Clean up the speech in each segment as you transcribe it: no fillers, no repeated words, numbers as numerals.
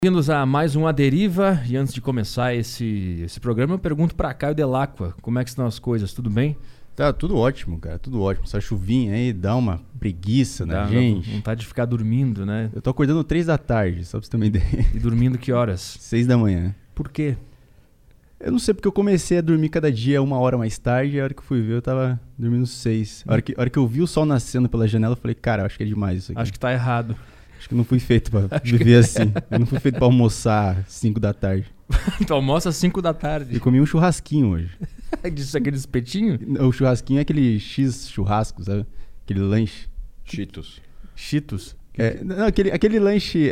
Bem-vindos a mais um A Deriva. E antes de começar esse programa, eu pergunto para Caio Delacqua, como é que estão as coisas? Tudo bem? Tá tudo ótimo, cara, tudo ótimo. Essa chuvinha aí dá uma preguiça na gente. Dá vontade de ficar dormindo, né? Eu tô acordando 3 da tarde, só pra você ter uma ideia. E dormindo que horas? 6 da manhã. Por quê? Eu não sei, porque eu comecei a dormir cada dia 1 hora mais tarde, e a hora que eu fui ver eu tava dormindo 6. A hora que eu vi o sol nascendo pela janela, eu falei, cara, acho que é demais isso aqui. Acho que tá errado. Acho que eu não fui feito pra viver assim. Eu não fui feito pra almoçar 5 da tarde. Tu almoça às 5 da tarde. E comi um churrasquinho hoje. Disso aquele espetinho? O churrasquinho é aquele X churrasco, sabe? Aquele lanche. Cheetos. Não, aquele lanche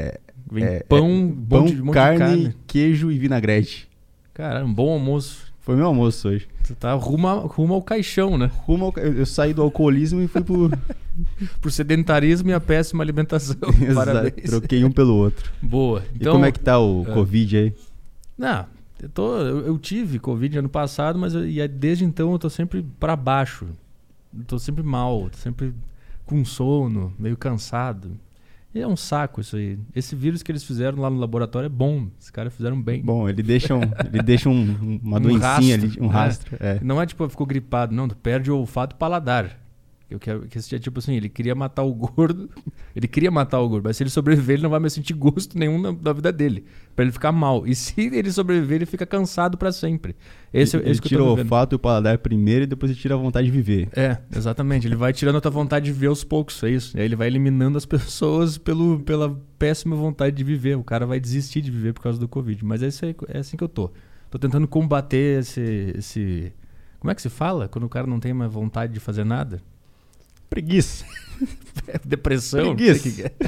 Vem pão, carne, queijo e vinagrete. Cara, um bom almoço. Foi meu almoço hoje. Tu tá rumo ao caixão, né? Eu saí do alcoolismo e fui pro sedentarismo e a péssima alimentação. Parabéns. Troquei um pelo outro. Boa. Então, e como é que tá o Covid aí? Não, eu tive Covid ano passado, mas desde então eu tô sempre pra baixo. Eu tô sempre mal, tô sempre com sono, meio cansado. E é um saco isso aí. Esse vírus que eles fizeram lá no laboratório é bom. Os caras fizeram bem. Bom, ele deixa uma doencinha ali, um rastro. É. Não é tipo, ficou gripado, não. Tu perde o olfato e o paladar. Que esse é tipo assim, ele queria matar o gordo. Mas se ele sobreviver, ele não vai mais sentir gosto nenhum na vida dele. Pra ele ficar mal. E se ele sobreviver, ele fica cansado pra sempre. Ele tira o olfato e o paladar primeiro e depois ele tira a vontade de viver. É, exatamente. Ele vai tirando a tua vontade de viver aos poucos, é isso. E aí ele vai eliminando as pessoas pela péssima vontade de viver. O cara vai desistir de viver por causa do Covid. Mas é assim que eu tô. Tô tentando combater esse... Como é que se fala? Quando o cara não tem mais vontade de fazer nada? Preguiça. Depressão. Preguiça. Não sei o que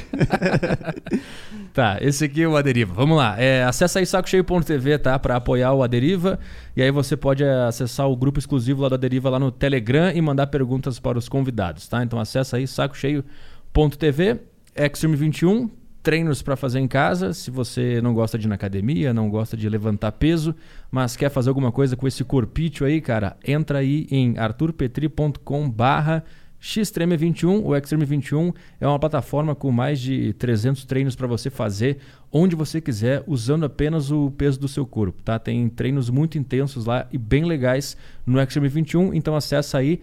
é. Tá, esse aqui é o A Deriva. Vamos lá. Acessa aí sacocheio.tv, tá? Pra apoiar o A Deriva. E aí você pode acessar o grupo exclusivo lá do A Deriva lá no Telegram e mandar perguntas para os convidados, tá? Então acessa aí sacocheio.tv. Extreme 21, treinos para fazer em casa. Se você não gosta de ir na academia, não gosta de levantar peso, mas quer fazer alguma coisa com esse corpício aí, cara, entra aí em arturpetri.com/Xtreme 21, o Extreme 21 é uma plataforma com mais de 300 treinos para você fazer onde você quiser, usando apenas o peso do seu corpo, tá? Tem treinos muito intensos lá e bem legais no Extreme 21, então acessa aí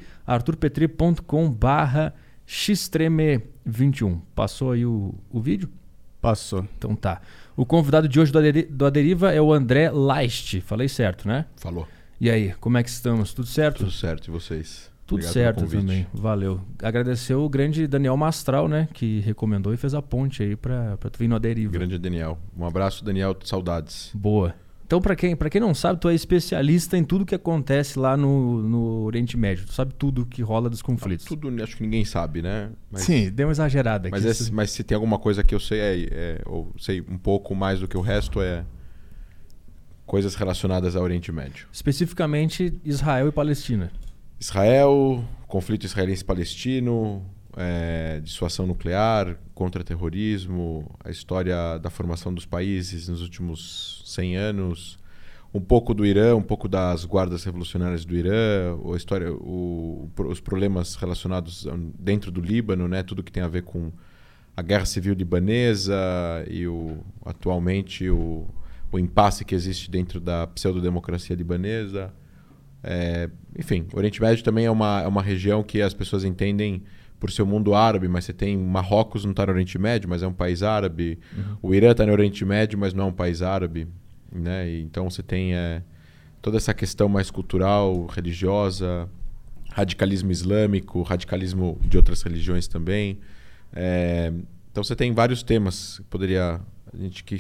arturpetri.com/Xtreme 21. Passou aí o vídeo? Passou. Então tá. O convidado de hoje do A Deriva é o André Laist. Falei certo, né? Falou. E aí, como é que estamos? Tudo certo? Tudo certo, e vocês? Tudo Obrigado certo também, valeu. Agradecer o grande Daniel Mastral, né? Que recomendou e fez a ponte aí pra tu vir no A Deriva. Grande Daniel. Um abraço, Daniel, saudades. Boa. Então, pra quem não sabe, tu é especialista em tudo que acontece lá no Oriente Médio. Tu sabe tudo que rola dos conflitos. Tudo, acho que ninguém sabe, né? Mas, sim, deu uma exagerada aqui. Mas se tem alguma coisa que eu sei, ou sei um pouco mais do que o resto, é coisas relacionadas ao Oriente Médio. Especificamente Israel e Palestina. Israel, conflito israelense-palestino, dissuasão nuclear, contra-terrorismo, a história da formação dos países nos últimos 100 anos, um pouco do Irã, um pouco das guardas revolucionárias do Irã, os problemas relacionados dentro do Líbano, né? Tudo que tem a ver com a guerra civil libanesa e atualmente o impasse que existe dentro da pseudodemocracia libanesa. Enfim, o Oriente Médio também é uma região que as pessoas entendem por ser o mundo árabe, mas você tem Marrocos, não está no Oriente Médio, mas é um país árabe. Uhum. O Irã está no Oriente Médio, mas não é um país árabe, né? E então você tem toda essa questão mais cultural, religiosa, radicalismo islâmico, radicalismo de outras religiões também. Então você tem vários temas que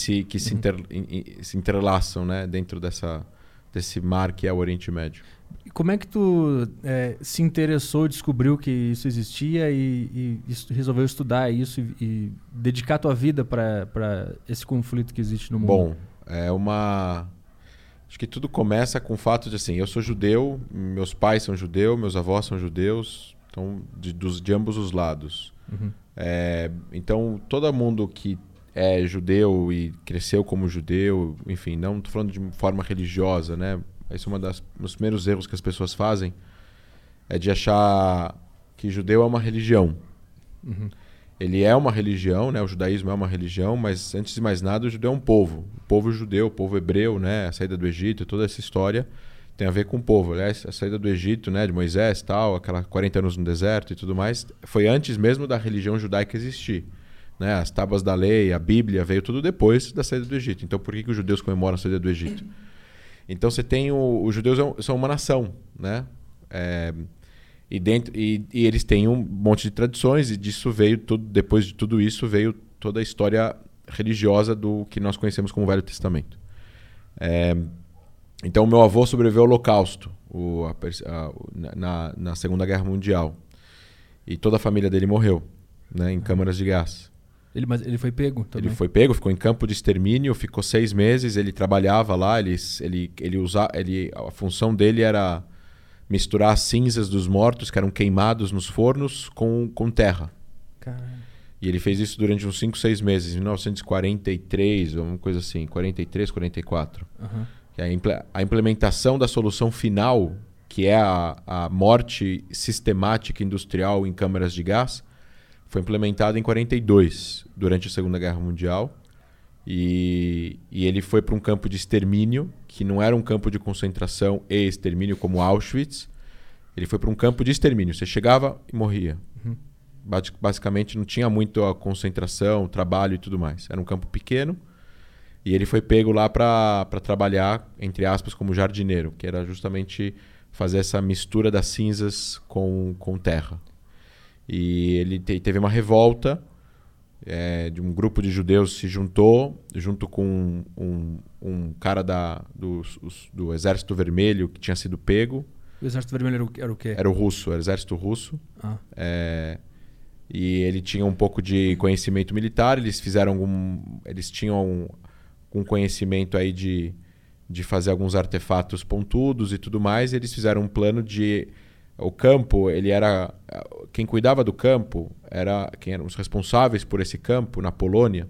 se entrelaçam, né? Dentro desse mar que é o Oriente Médio. E como é que tu se interessou, descobriu que isso existia e resolveu estudar isso e dedicar tua vida para esse conflito que existe no mundo? Bom, acho que tudo começa com o fato de assim, eu sou judeu, meus pais são judeus, meus avós são judeus, então de ambos os lados. Uhum. Então todo mundo que é judeu e cresceu como judeu, enfim, não estou falando de forma religiosa, né? Esse é um dos primeiros erros que as pessoas fazem, é de achar que judeu é uma religião. Uhum. Ele é uma religião, né? O judaísmo é uma religião, mas antes de mais nada o judeu é um povo. O povo judeu, o povo hebreu, né? A saída do Egito, toda essa história tem a ver com o povo. Aliás, a saída do Egito, né? De Moisés, tal, aquela 40 anos no deserto e tudo mais, foi antes mesmo da religião judaica existir. Né? As tábuas da lei, a Bíblia, veio tudo depois da saída do Egito. Então por que os judeus comemoram a saída do Egito? Então você tem os judeus são uma nação, né? E eles têm um monte de tradições e disso veio depois de tudo isso veio toda a história religiosa do que nós conhecemos como Velho Testamento. Então o meu avô sobreviveu ao Holocausto na Segunda Guerra Mundial e toda a família dele morreu, né, em câmaras de gás. Mas ele foi pego também? Ele foi pego, ficou em campo de extermínio, ficou 6 meses, ele trabalhava lá, a função dele era misturar as cinzas dos mortos que eram queimados nos fornos com terra. Caralho. E ele fez isso durante uns 5, 6 meses, em 1943, uma coisa assim, 43, 44. Uhum. A implementação da solução final, que é a morte sistemática industrial em câmaras de gás, foi implementada em 42, durante a Segunda Guerra Mundial. E ele foi para um campo de extermínio, que não era um campo de concentração e extermínio como Auschwitz. Ele foi para um campo de extermínio. Você chegava e morria. Uhum. Basicamente não tinha muito a concentração, trabalho e tudo mais. Era um campo pequeno. E ele foi pego lá para trabalhar, entre aspas, como jardineiro, que era justamente fazer essa mistura das cinzas com terra. E ele teve uma revolta, de um grupo de judeus se juntou, junto com um cara do Exército Vermelho que tinha sido pego. O Exército Vermelho era o quê? Era o russo, era o Exército Russo. Ah. E ele tinha um pouco de conhecimento militar, eles tinham um conhecimento aí de fazer alguns artefatos pontudos e tudo mais, e eles fizeram um plano de... O campo, quem cuidava do campo, quem eram os responsáveis por esse campo na Polônia,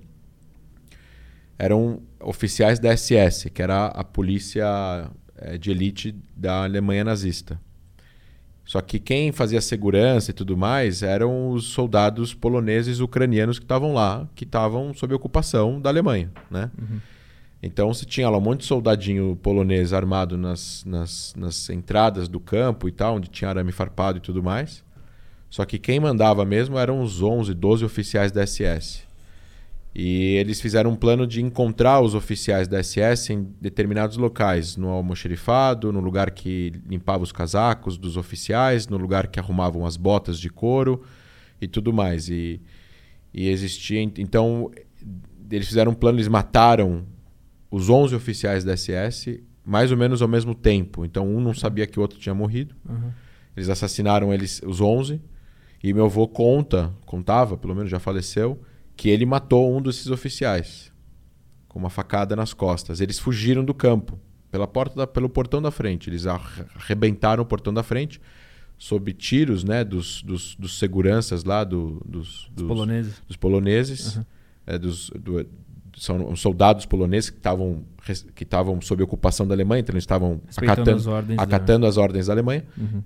eram oficiais da SS, que era a polícia de elite da Alemanha nazista. Só que quem fazia segurança e tudo mais eram os soldados poloneses e ucranianos que estavam lá, que estavam sob ocupação da Alemanha, né? Uhum. Então você tinha lá um monte de soldadinho polonês armado nas entradas do campo e tal, onde tinha arame farpado e tudo mais. Só que quem mandava mesmo eram os 11, 12 oficiais da SS. E eles fizeram um plano de encontrar os oficiais da SS em determinados locais, no almoxerifado, no lugar que limpava os casacos dos oficiais, no lugar que arrumavam as botas de couro e tudo mais. E existia... Então, eles fizeram um plano, eles mataram os 11 oficiais da SS mais ou menos ao mesmo tempo. Então, um não sabia que o outro tinha morrido. Uhum. Eles assassinaram os 11 e meu avô contava, pelo menos já faleceu, que ele matou um desses oficiais com uma facada nas costas. Eles fugiram do campo pelo portão da frente. Eles arrebentaram o portão da frente sob tiros, né, dos seguranças lá, dos poloneses. Uhum. São soldados poloneses que estavam sob ocupação da Alemanha, então eles estavam acatando as ordens da Alemanha. Uhum.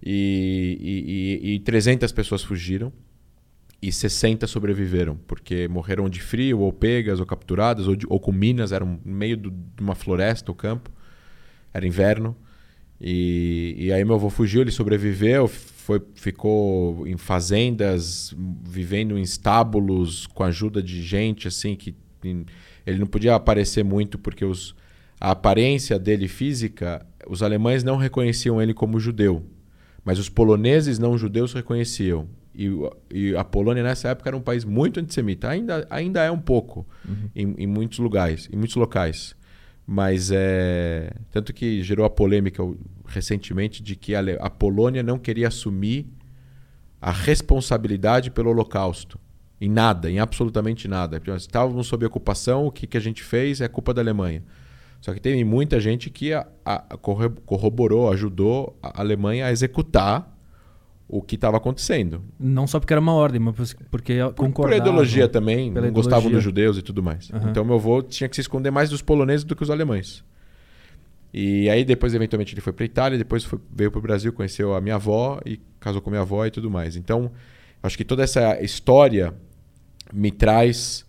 E 300 pessoas fugiram e 60 sobreviveram, porque morreram de frio, ou pegas, ou capturadas, ou com minas. Era no meio de uma floresta, o campo. Era inverno. E aí meu avô fugiu, ele sobreviveu, ficou em fazendas, vivendo em estábulos, com a ajuda de gente, assim, que ele não podia aparecer muito, porque a aparência dele física, os alemães não reconheciam ele como judeu, mas os poloneses não judeus reconheciam. E a Polônia nessa época era um país muito antissemita, ainda é um pouco, uhum, em muitos lugares, em muitos locais. Mas tanto que gerou a polêmica recentemente de que a Polônia não queria assumir a responsabilidade pelo Holocausto. Em nada, em absolutamente nada. Estávamos sob ocupação, o que a gente fez é culpa da Alemanha. Só que teve muita gente que corroborou, ajudou a Alemanha a executar o que estava acontecendo. Não só porque era uma ordem, mas porque concordavam. Por ideologia também, não ideologia. Gostavam dos judeus e tudo mais. Uhum. Então meu avô tinha que se esconder mais dos poloneses do que os alemães. E aí depois, eventualmente, ele foi para a Itália, depois veio para o Brasil, conheceu a minha avó e casou com a minha avó e tudo mais. Então, acho que toda essa história me traz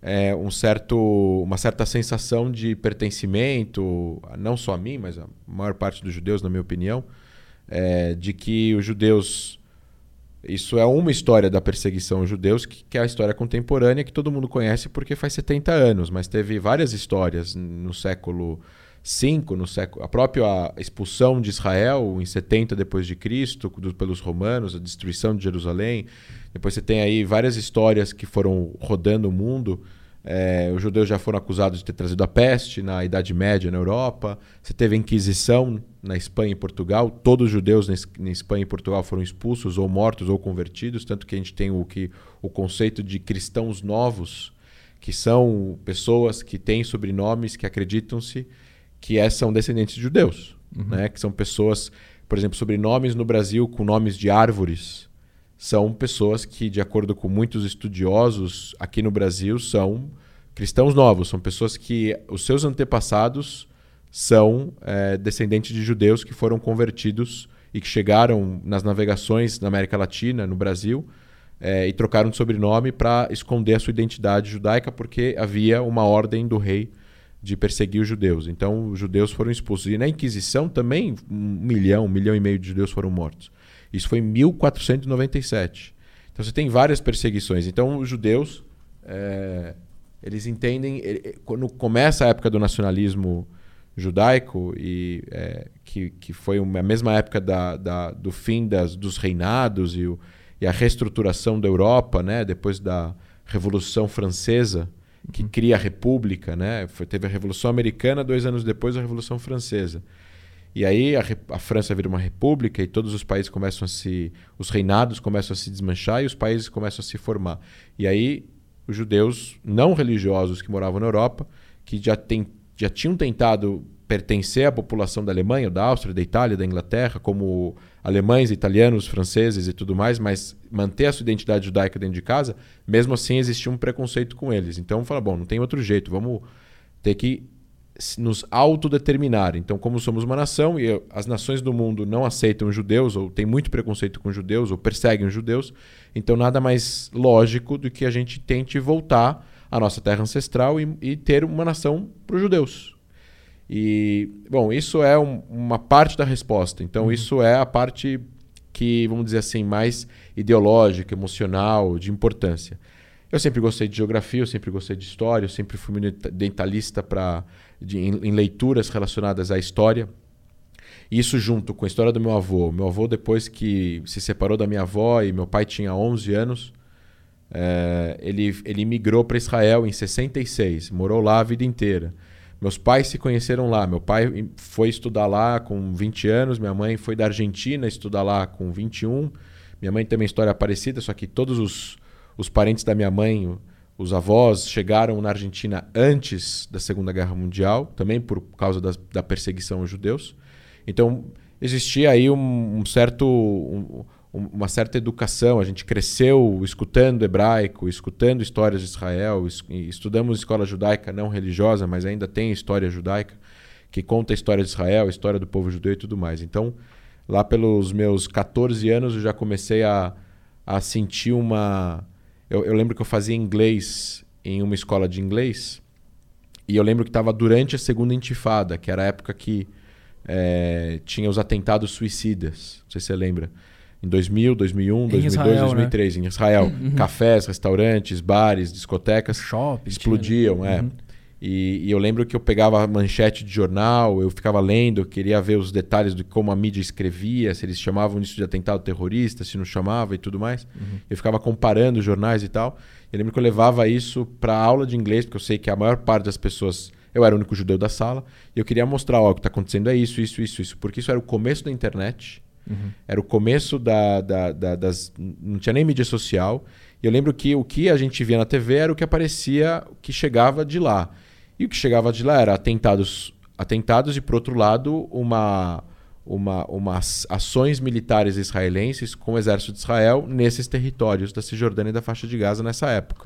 uma certa sensação de pertencimento, não só a mim, mas a maior parte dos judeus, na minha opinião, de que os judeus... Isso é uma história da perseguição aos judeus, que é a história contemporânea que todo mundo conhece porque faz 70 anos, mas teve várias histórias no século V, a própria expulsão de Israel em 70 depois de Cristo pelos romanos, a destruição de Jerusalém. Depois você tem aí várias histórias que foram rodando o mundo. Os judeus já foram acusados de ter trazido a peste na Idade Média na Europa. Você teve a Inquisição na Espanha e Portugal. Todos os judeus na Espanha e Portugal foram expulsos ou mortos ou convertidos, tanto que a gente tem o conceito de cristãos novos, que são pessoas que têm sobrenomes que acreditam-se que são descendentes de judeus, né? Que são pessoas, por exemplo, sobrenomes no Brasil com nomes de árvores, são pessoas que, de acordo com muitos estudiosos aqui no Brasil, são cristãos novos, são pessoas que os seus antepassados são descendentes de judeus que foram convertidos e que chegaram nas navegações na América Latina, no Brasil, e trocaram de sobrenome para esconder a sua identidade judaica, porque havia uma ordem do rei de perseguir os judeus. Então, os judeus foram expulsos. E na Inquisição também 1 milhão e meio de judeus foram mortos. Isso foi em 1497. Então, você tem várias perseguições. Então, os judeus, eles entendem... Quando começa a época do nacionalismo judaico, que foi a mesma época do fim dos reinados e a reestruturação da Europa, né, depois da Revolução Francesa, que cria a República, né? Teve a Revolução Americana, 2 anos depois a Revolução Francesa. E aí a França vira uma república e todos os países os reinados começam a se desmanchar e os países começam a se formar. E aí os judeus não religiosos que moravam na Europa, que já tinham tentado pertencer à população da Alemanha, da Áustria, da Itália, da Inglaterra, como alemães, italianos, franceses e tudo mais, mas manter a sua identidade judaica dentro de casa, mesmo assim existia um preconceito com eles. Então fala, bom, não tem outro jeito, vamos ter que nos autodeterminar. Então, como somos uma nação e as nações do mundo não aceitam judeus, ou têm muito preconceito com judeus, ou perseguem os judeus, então nada mais lógico do que a gente tente voltar à nossa terra ancestral e ter uma nação para os judeus. E, bom, isso é uma parte da resposta. Então, isso é a parte que, vamos dizer assim, mais ideológica, emocional, de importância. Eu sempre gostei de geografia, eu sempre gostei de história, eu sempre fui mentalista em leituras relacionadas à história. Isso junto com a história do meu avô. Meu avô, depois que se separou da minha avó e meu pai tinha 11 anos, ele migrou para Israel em 66, morou lá a vida inteira. Meus pais se conheceram lá. Meu pai foi estudar lá com 20 anos, minha mãe foi da Argentina estudar lá com 21. Minha mãe tem uma história parecida, só que todos os parentes da minha mãe, os avós, chegaram na Argentina antes da Segunda Guerra Mundial, também por causa da perseguição aos judeus. Então, existia aí uma certa educação. A gente cresceu escutando hebraico, escutando histórias de Israel, estudamos escola judaica não religiosa, mas ainda tem história judaica, que conta a história de Israel, a história do povo judeu e tudo mais. Então, lá pelos meus 14 anos, eu já comecei a sentir uma... Eu lembro que eu fazia inglês em uma escola de inglês, e eu lembro que estava durante a Segunda Intifada, que era a época que tinha os atentados suicidas. Não sei se você lembra. Em 2000, 2001, 2002, Israel, 2003, né? Em Israel. Cafés, restaurantes, bares, discotecas explodiam. E eu lembro que eu pegava a manchete de jornal, eu ficava lendo, eu queria ver os detalhes de como a mídia escrevia, se eles chamavam isso de atentado terrorista, se não chamava e tudo mais. Eu ficava comparando os jornais e tal. Eu lembro que eu levava isso para aula de inglês, porque eu sei que a maior parte das pessoas... Eu era o único judeu da sala, e eu queria mostrar, o que está acontecendo é isso, porque isso era o começo da internet, era o começo das... Não tinha nem mídia social. E eu lembro que o que a gente via na TV era o que aparecia, o que chegava de lá. E o que chegava de lá era atentados e, por outro lado, ações militares israelenses com o exército de Israel nesses territórios da Cisjordânia e da faixa de Gaza nessa época.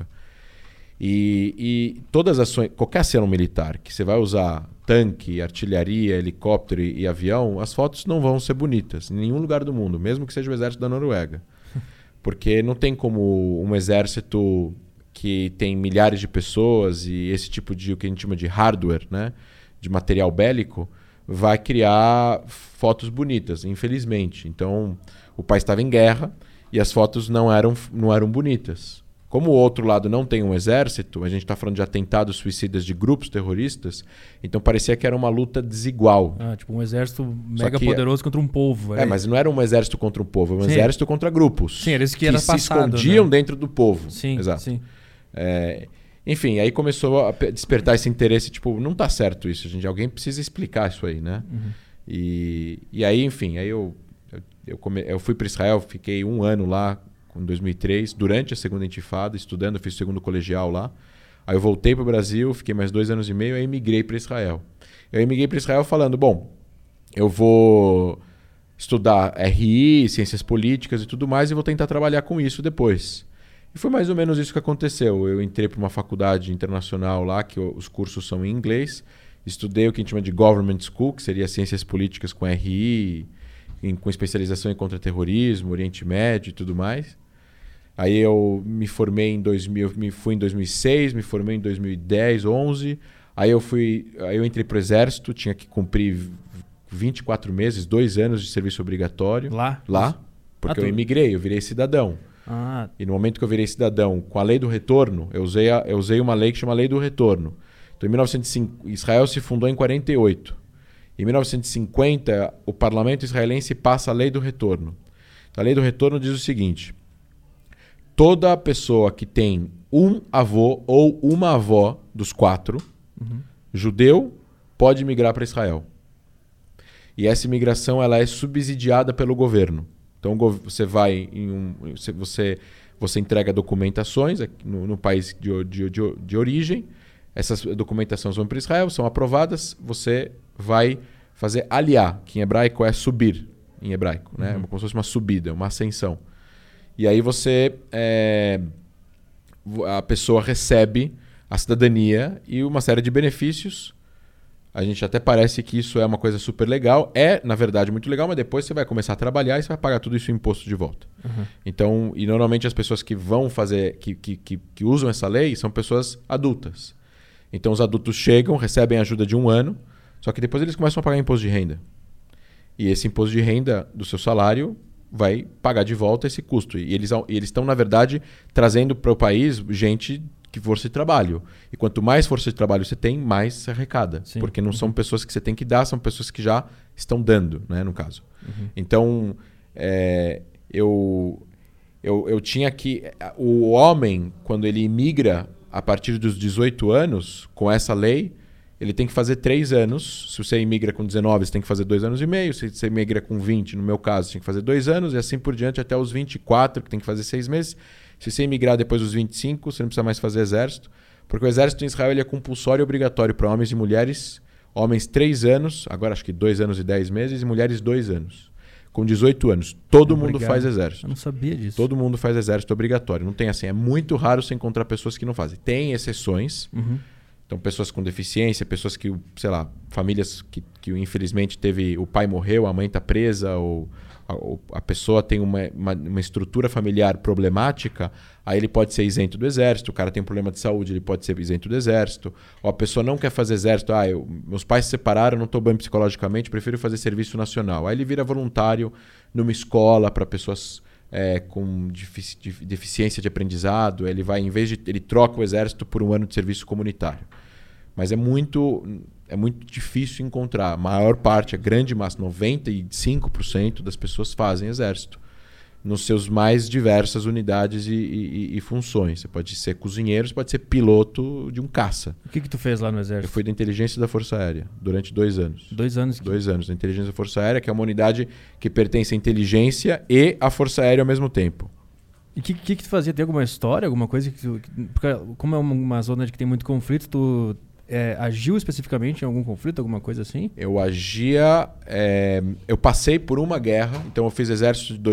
E todas as ações, qualquer ação militar que você vai usar tanque, artilharia, helicóptero e avião, as fotos não vão ser bonitas em nenhum lugar do mundo, mesmo que seja o exército da Noruega. Porque não tem como um exército que tem milhares de pessoas e esse tipo de o que a gente chama de hardware, né? De material bélico, vai criar fotos bonitas, infelizmente. Então, o país estava em guerra e as fotos não eram bonitas. Como o outro lado não tem um exército, a gente está falando de atentados suicidas de grupos terroristas, então parecia que era uma luta desigual. Tipo um exército mega poderoso contra um povo. Mas não era um exército contra um povo, era um exército contra grupos. Sim, era isso que era passado, se escondiam dentro do povo. Sim, exato. Sim. Enfim, aí começou a despertar esse interesse, tipo, não tá certo isso, gente. Alguém precisa explicar isso aí, né? Uhum. E aí, enfim, aí eu fui para Israel, fiquei 1 ano lá, em 2003, durante a segunda intifada, estudando, eu fiz o segundo colegial lá. Aí eu voltei para o Brasil, fiquei mais 2 anos e meio, aí migrei para Israel. Eu migrei para Israel falando, bom, eu vou estudar RI, ciências políticas e tudo mais, e vou tentar trabalhar com isso depois. E foi mais ou menos isso que aconteceu. Eu entrei para uma faculdade internacional lá, que os cursos são em inglês, estudei o que a gente chama de Government School, que seria ciências políticas com RI, com especialização em contra-terrorismo, Oriente Médio e tudo mais. Aí eu me formei em 2000, fui em 2006, me formei em 2010, 11. Aí eu entrei para o Exército, tinha que cumprir 24 meses, 2 anos de serviço obrigatório. Lá? Porque eu imigrei, eu virei cidadão. E no momento que eu virei cidadão, com a lei do retorno, eu usei uma lei que chama Lei do Retorno. Então, em 1905, Israel se fundou em 48. Em 1950, o parlamento israelense passa a Lei do Retorno. A Lei do Retorno diz o seguinte: toda pessoa que tem um avô ou uma avó dos 4, judeu, pode migrar para Israel. E essa imigração ela é subsidiada pelo governo. Então você vai você entrega documentações no país de origem. Essas documentações vão para Israel, são aprovadas, você vai fazer aliá, que em hebraico é subir, em hebraico, né? Como se fosse uma subida, uma ascensão. E aí a pessoa recebe a cidadania e uma série de benefícios. A gente até parece que isso é uma coisa super legal. É, na verdade, muito legal, mas depois você vai começar a trabalhar e você vai pagar tudo isso em imposto de volta. Então, e normalmente as pessoas que vão fazer, que usam essa lei são pessoas adultas. Então os adultos chegam, recebem ajuda de 1 ano, só que depois eles começam a pagar imposto de renda. E esse imposto de renda do seu salário vai pagar de volta esse custo. E eles estão, na verdade, trazendo para o país gente que força de trabalho. E quanto mais força de trabalho você tem, mais você arrecada. Sim. Porque não são pessoas que você tem que dar, são pessoas que já estão dando, né, no caso. Então, eu tinha que... O homem, quando ele imigra a partir dos 18 anos, com essa lei, ele tem que fazer 3 anos. Se você imigra com 19, você tem que fazer 2 anos e meio. Se você imigra com 20, no meu caso, você tem que fazer 2 anos. E assim por diante até os 24, que tem que fazer 6 meses. Se você imigrar depois dos 25, você não precisa mais fazer exército. Porque o exército em Israel ele é compulsório e obrigatório para homens e mulheres. Homens 3 anos, agora acho que 2 anos e 10 meses. E mulheres 2 anos. Com 18 anos. Todo mundo faz exército. Eu não sabia disso. Todo mundo faz exército obrigatório. Não tem assim, é muito raro você encontrar pessoas que não fazem. Tem exceções. Então, pessoas com deficiência, pessoas que, sei lá, famílias que infelizmente o pai morreu, a mãe está presa, ou a pessoa tem uma estrutura familiar problemática, aí ele pode ser isento do exército. O cara tem um problema de saúde, ele pode ser isento do exército. Ou a pessoa não quer fazer exército, meus pais se separaram, não estou bem psicologicamente, prefiro fazer serviço nacional. Aí ele vira voluntário numa escola para pessoas com deficiência de aprendizado. Ele vai, em vez de ele troca o exército por 1 ano de serviço comunitário. Mas é muito difícil encontrar. A maior parte, a grande massa, 95% das pessoas fazem exército nos seus mais diversas unidades e funções. Você pode ser cozinheiro, você pode ser piloto de um caça. O que tu fez lá no exército? Eu fui da inteligência da Força Aérea durante 2 anos. 2 anos? 2 anos da inteligência da Força Aérea, que é uma unidade que pertence à inteligência e à Força Aérea ao mesmo tempo. E o que tu fazia? Tem alguma história, alguma coisa porque como é uma zona que tem muito conflito, tu agiu especificamente em algum conflito, alguma coisa assim? Eu agia... eu passei por uma guerra. Então eu fiz exército de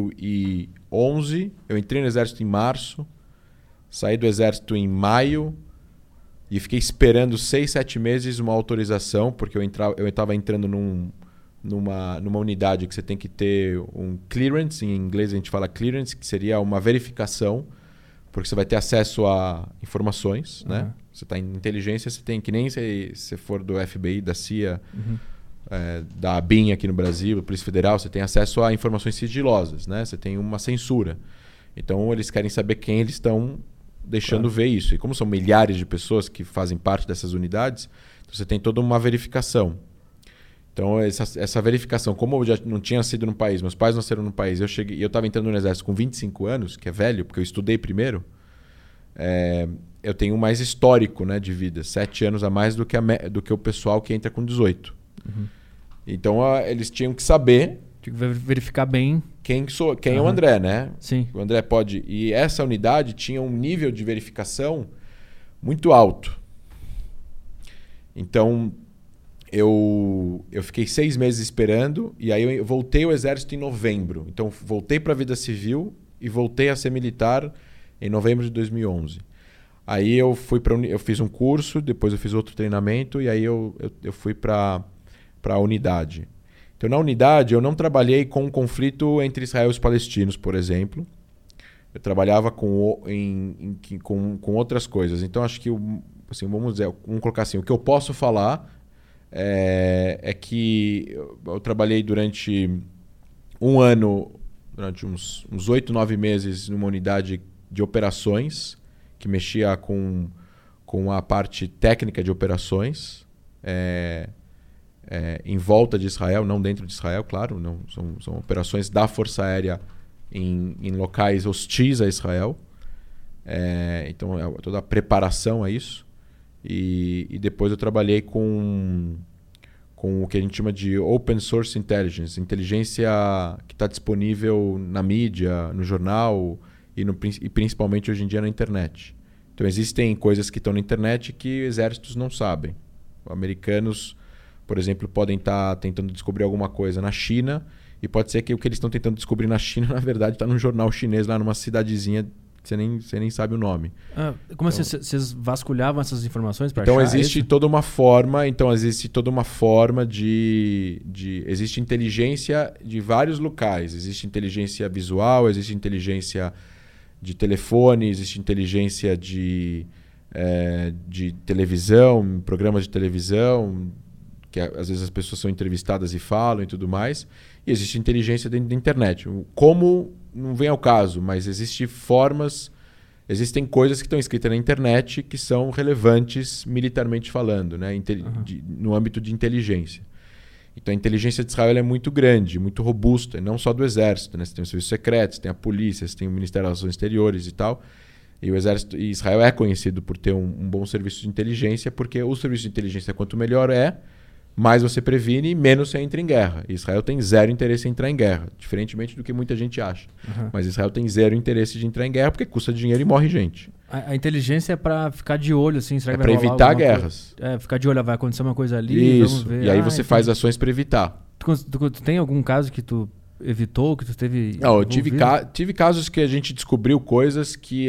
2011. Eu entrei no exército em março. Saí do exército em maio. E fiquei esperando 6, 7 meses uma autorização. Porque eu estava entrando numa unidade que você tem que ter um clearance. Em inglês a gente fala clearance, que seria uma verificação. porque você vai ter acesso a informações, Uhum. né? Você está em inteligência, você tem que nem se for do FBI, da CIA, da ABIN aqui no Brasil, Polícia Federal, você tem acesso a informações sigilosas, né? Você tem uma censura. Então eles querem saber quem eles estão deixando ver isso. E como são milhares de pessoas que fazem parte dessas unidades, então você tem toda uma verificação. Então essa verificação, como eu já não tinha sido no país, meus pais nasceram no país, eu estava entrando no exército com 25 anos, que é velho, porque eu estudei primeiro, eu tenho mais histórico, né, de vida, 7 anos a mais do que o pessoal que entra com 18. Então eles tinham que saber... Tinha que verificar bem... Quem é o André, né? Sim. O André pode... E essa unidade tinha um nível de verificação muito alto. Então... Eu fiquei 6 meses esperando e aí eu voltei ao exército em novembro. Então voltei para a vida civil e voltei a ser militar em novembro de 2011. Aí eu fiz um curso, depois eu fiz outro treinamento e aí eu fui para a unidade. Então na unidade eu não trabalhei com um conflito entre Israel e os palestinos, por exemplo. Eu trabalhava com outras coisas. Então acho que, assim, vamos colocar assim, o que eu posso falar... É que eu trabalhei durante um ano, durante uns 8, 9 meses numa unidade de operações que mexia com a parte técnica de operações em volta de Israel, não dentro de Israel, claro, não, são operações da Força Aérea em locais hostis a Israel. Então toda a preparação a isso. E depois eu trabalhei com o que a gente chama de Open Source Intelligence, inteligência que está disponível na mídia, no jornal e principalmente hoje em dia na internet. Então existem coisas que estão na internet que exércitos não sabem. Americanos, por exemplo, podem estar tentando descobrir alguma coisa na China e pode ser que o que eles estão tentando descobrir na China, na verdade, está num jornal chinês lá numa cidadezinha que você nem sabe o nome. Como assim? Vocês vasculhavam essas informações para então achar existe isso? toda uma forma. Então existe toda uma forma existe inteligência de vários locais. Existe inteligência visual, existe inteligência de telefone, existe inteligência de televisão, programas de televisão, que às vezes as pessoas são entrevistadas e falam e tudo mais. E existe inteligência dentro da internet. Como não vem ao caso, mas existem coisas que estão escritas na internet que são relevantes militarmente falando, né? No âmbito de inteligência. Então a inteligência de Israel é muito grande, muito robusta, não só do exército, né? Você tem os serviços secretos, tem a polícia, você tem o Ministério das Relações Exteriores e tal. E o exército, e Israel é conhecido por ter um bom serviço de inteligência, porque o serviço de inteligência, quanto melhor mais você previne e menos você entra em guerra. Israel tem zero interesse em entrar em guerra, diferentemente do que muita gente acha. Mas Israel tem zero interesse de entrar em guerra porque custa dinheiro e morre gente. A inteligência é para ficar de olho, assim, será que para vai rolar evitar alguma guerras. coisa? Ficar de olho, vai acontecer uma coisa ali, Isso. vamos ver. E aí você faz ações para evitar. Tu tem algum caso que tu evitou, que tu teve... Não, eu tive casos que a gente descobriu coisas que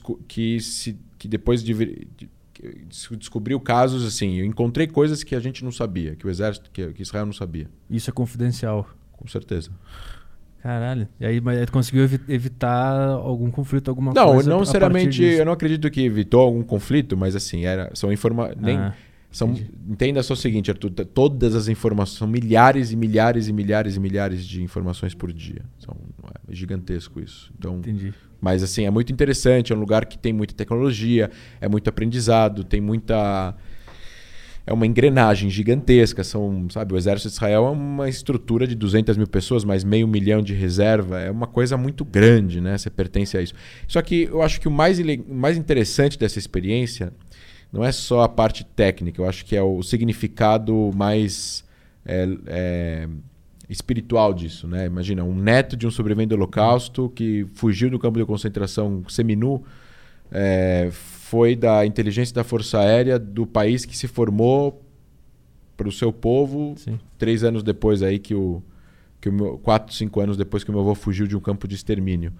depois descobriu casos assim, eu encontrei coisas que a gente não sabia, que o exército, que Israel não sabia. Isso é confidencial. Com certeza. Caralho. E aí, mas tu conseguiu evitar algum conflito, alguma não, coisa? Não necessariamente, eu não acredito que evitou algum conflito, mas assim, são informações. Entenda só o seguinte, Arthur, todas as informações, são milhares e milhares e milhares e milhares de informações por dia. É gigantesco isso. Então, entendi. Mas assim, é muito interessante, é um lugar que tem muita tecnologia, é muito aprendizado, tem muita... É uma engrenagem gigantesca. O exército de Israel é uma estrutura de 200 mil pessoas, mais 500 mil de reserva. É uma coisa muito grande, né? Você pertence a isso. Só que eu acho que o mais interessante dessa experiência não é só a parte técnica. Eu acho que é o significado mais espiritual disso, né? Imagina, um neto de um sobrevivente do Holocausto que fugiu do campo de concentração seminu, foi da inteligência da Força Aérea do país que se formou para o seu povo. Sim. 3 anos depois aí 4, 5 anos depois que o meu avô fugiu de um campo de extermínio.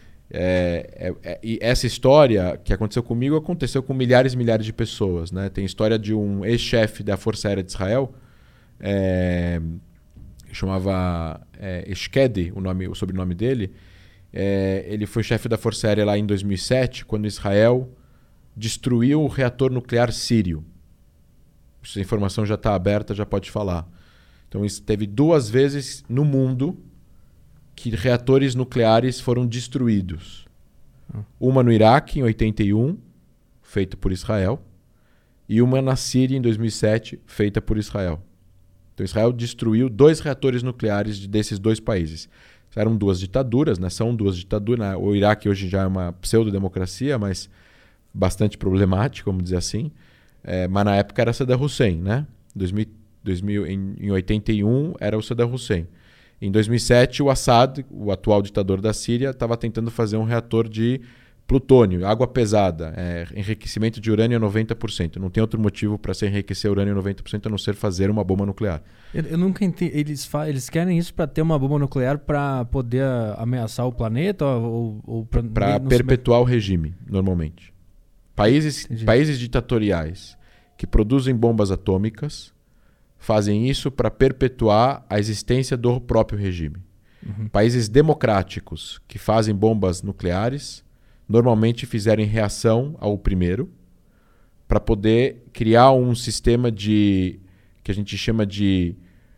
E essa história que aconteceu comigo aconteceu com milhares e milhares de pessoas, né? Tem história de um ex-chefe da Força Aérea de Israel, chamava Eshkedi, o sobrenome dele, Ele foi chefe da Força Aérea lá em 2007, quando Israel destruiu o reator nuclear sírio. Essa informação já está aberta, já pode falar. Então, isso teve 2 vezes no mundo que reatores nucleares foram destruídos. Uma no Iraque, em 81, feita por Israel, e uma na Síria, em 2007, feita por Israel. Então, Israel destruiu 2 reatores nucleares desses 2 países. Eram 2 ditaduras, né? São 2 ditaduras. O Iraque hoje já é uma pseudo-democracia, mas bastante problemática, vamos dizer assim. Mas na época era Saddam Hussein, né? Em 81 era o Saddam Hussein. Em 2007, o Assad, o atual ditador da Síria, estava tentando fazer um reator de plutônio, água pesada, enriquecimento de urânio a 90%. Não tem outro motivo para se enriquecer urânio a 90% a não ser fazer uma bomba nuclear. Eu nunca entendi. Eles querem isso para ter uma bomba nuclear para poder ameaçar o planeta? Ou para perpetuar o regime, normalmente. Países ditatoriais que produzem bombas atômicas fazem isso para perpetuar a existência do próprio regime. Países democráticos que fazem bombas nucleares normalmente fizeram em reação ao primeiro para poder criar um sistema que a gente chama de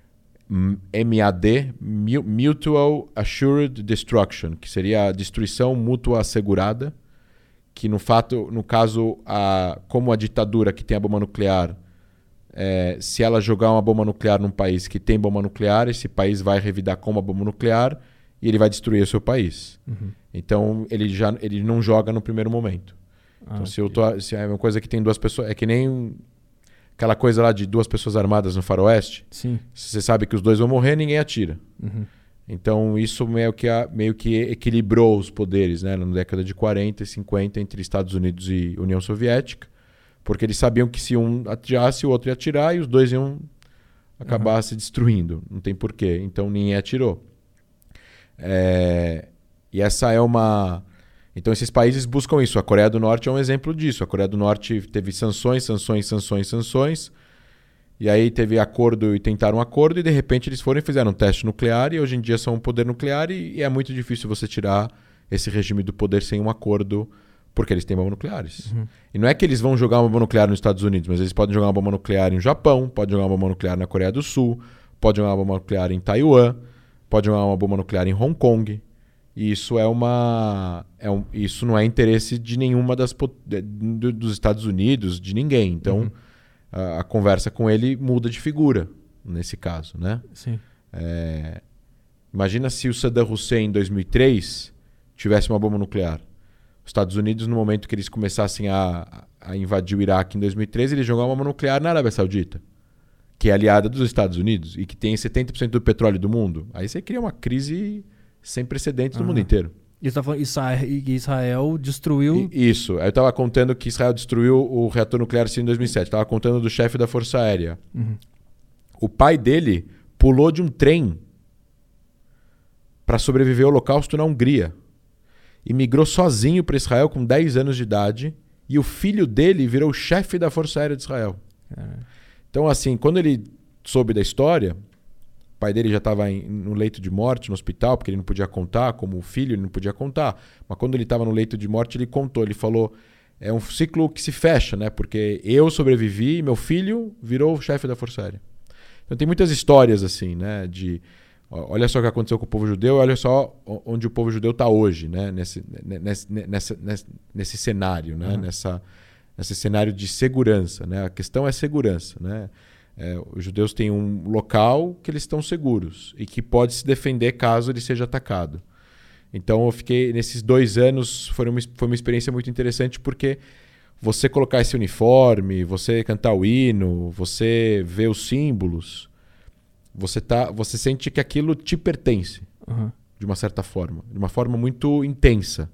MAD, Mutual Assured Destruction, que seria a destruição mútua assegurada, que no caso, como a ditadura que tem a bomba nuclear, se ela jogar uma bomba nuclear num país que tem bomba nuclear, esse país vai revidar com uma bomba nuclear e ele vai destruir o seu país. Então, ele não joga no primeiro momento. Então, se é uma coisa que tem 2 pessoas... É que nem aquela coisa lá de 2 pessoas armadas no faroeste. Sim. Se você sabe que os 2 vão morrer, ninguém atira. Então, isso meio que equilibrou os poderes, né, na década de 40 e 50 entre Estados Unidos e União Soviética, porque eles sabiam que se um atirasse, o outro ia atirar e os 2 iam acabar se destruindo. Não tem porquê. Então, ninguém atirou. E essa é uma... Então, esses países buscam isso. A Coreia do Norte é um exemplo disso. A Coreia do Norte teve sanções. E aí teve acordo e tentaram um acordo e de repente eles foram e fizeram um teste nuclear e hoje em dia são um poder nuclear e é muito difícil você tirar esse regime do poder sem um acordo porque eles têm bombas nucleares. E não é que eles vão jogar uma bomba nuclear nos Estados Unidos, mas eles podem jogar uma bomba nuclear no Japão, podem jogar uma bomba nuclear na Coreia do Sul, podem jogar uma bomba nuclear em Taiwan, podem jogar uma bomba nuclear em Hong Kong. E isso isso não é interesse de nenhuma dos Estados Unidos, de ninguém. Então, a conversa com ele muda de figura, nesse caso, né? Sim. Imagina se o Saddam Hussein, em 2003, tivesse uma bomba nuclear. Os Estados Unidos, no momento que eles começassem a invadir o Iraque em 2013, eles jogaram uma bomba nuclear na Arábia Saudita, que é aliada dos Estados Unidos e que tem 70% do petróleo do mundo. Aí você cria uma crise sem precedentes no mundo inteiro. E você está falando Israel destruiu... Isso. Eu estava contando que Israel destruiu o reator nuclear sírio em 2007. Estava contando do chefe da Força Aérea. O pai dele pulou de um trem para sobreviver ao Holocausto na Hungria. E migrou sozinho para Israel com 10 anos de idade. E o filho dele virou chefe da Força Aérea de Israel. Então, assim, quando ele soube da história... O pai dele já estava no leito de morte, no hospital, porque ele não podia contar, como o filho ele não podia contar. Mas quando ele estava no leito de morte, ele contou. Ele falou, é um ciclo que se fecha, né? Porque eu sobrevivi e meu filho virou o chefe da Força Aérea. Então tem muitas histórias assim, né? Olha só o que aconteceu com o povo judeu, olha só onde o povo judeu está hoje, né? Nesse cenário, né? Nesse cenário de segurança, né? A questão é segurança, né? Os judeus têm um local que eles estão seguros e que pode se defender caso ele seja atacado. Então eu fiquei nesses 2 anos, foi uma experiência muito interessante porque você colocar esse uniforme, você cantar o hino, você ver os símbolos, você sente que aquilo te pertence de uma certa forma, de uma forma muito intensa.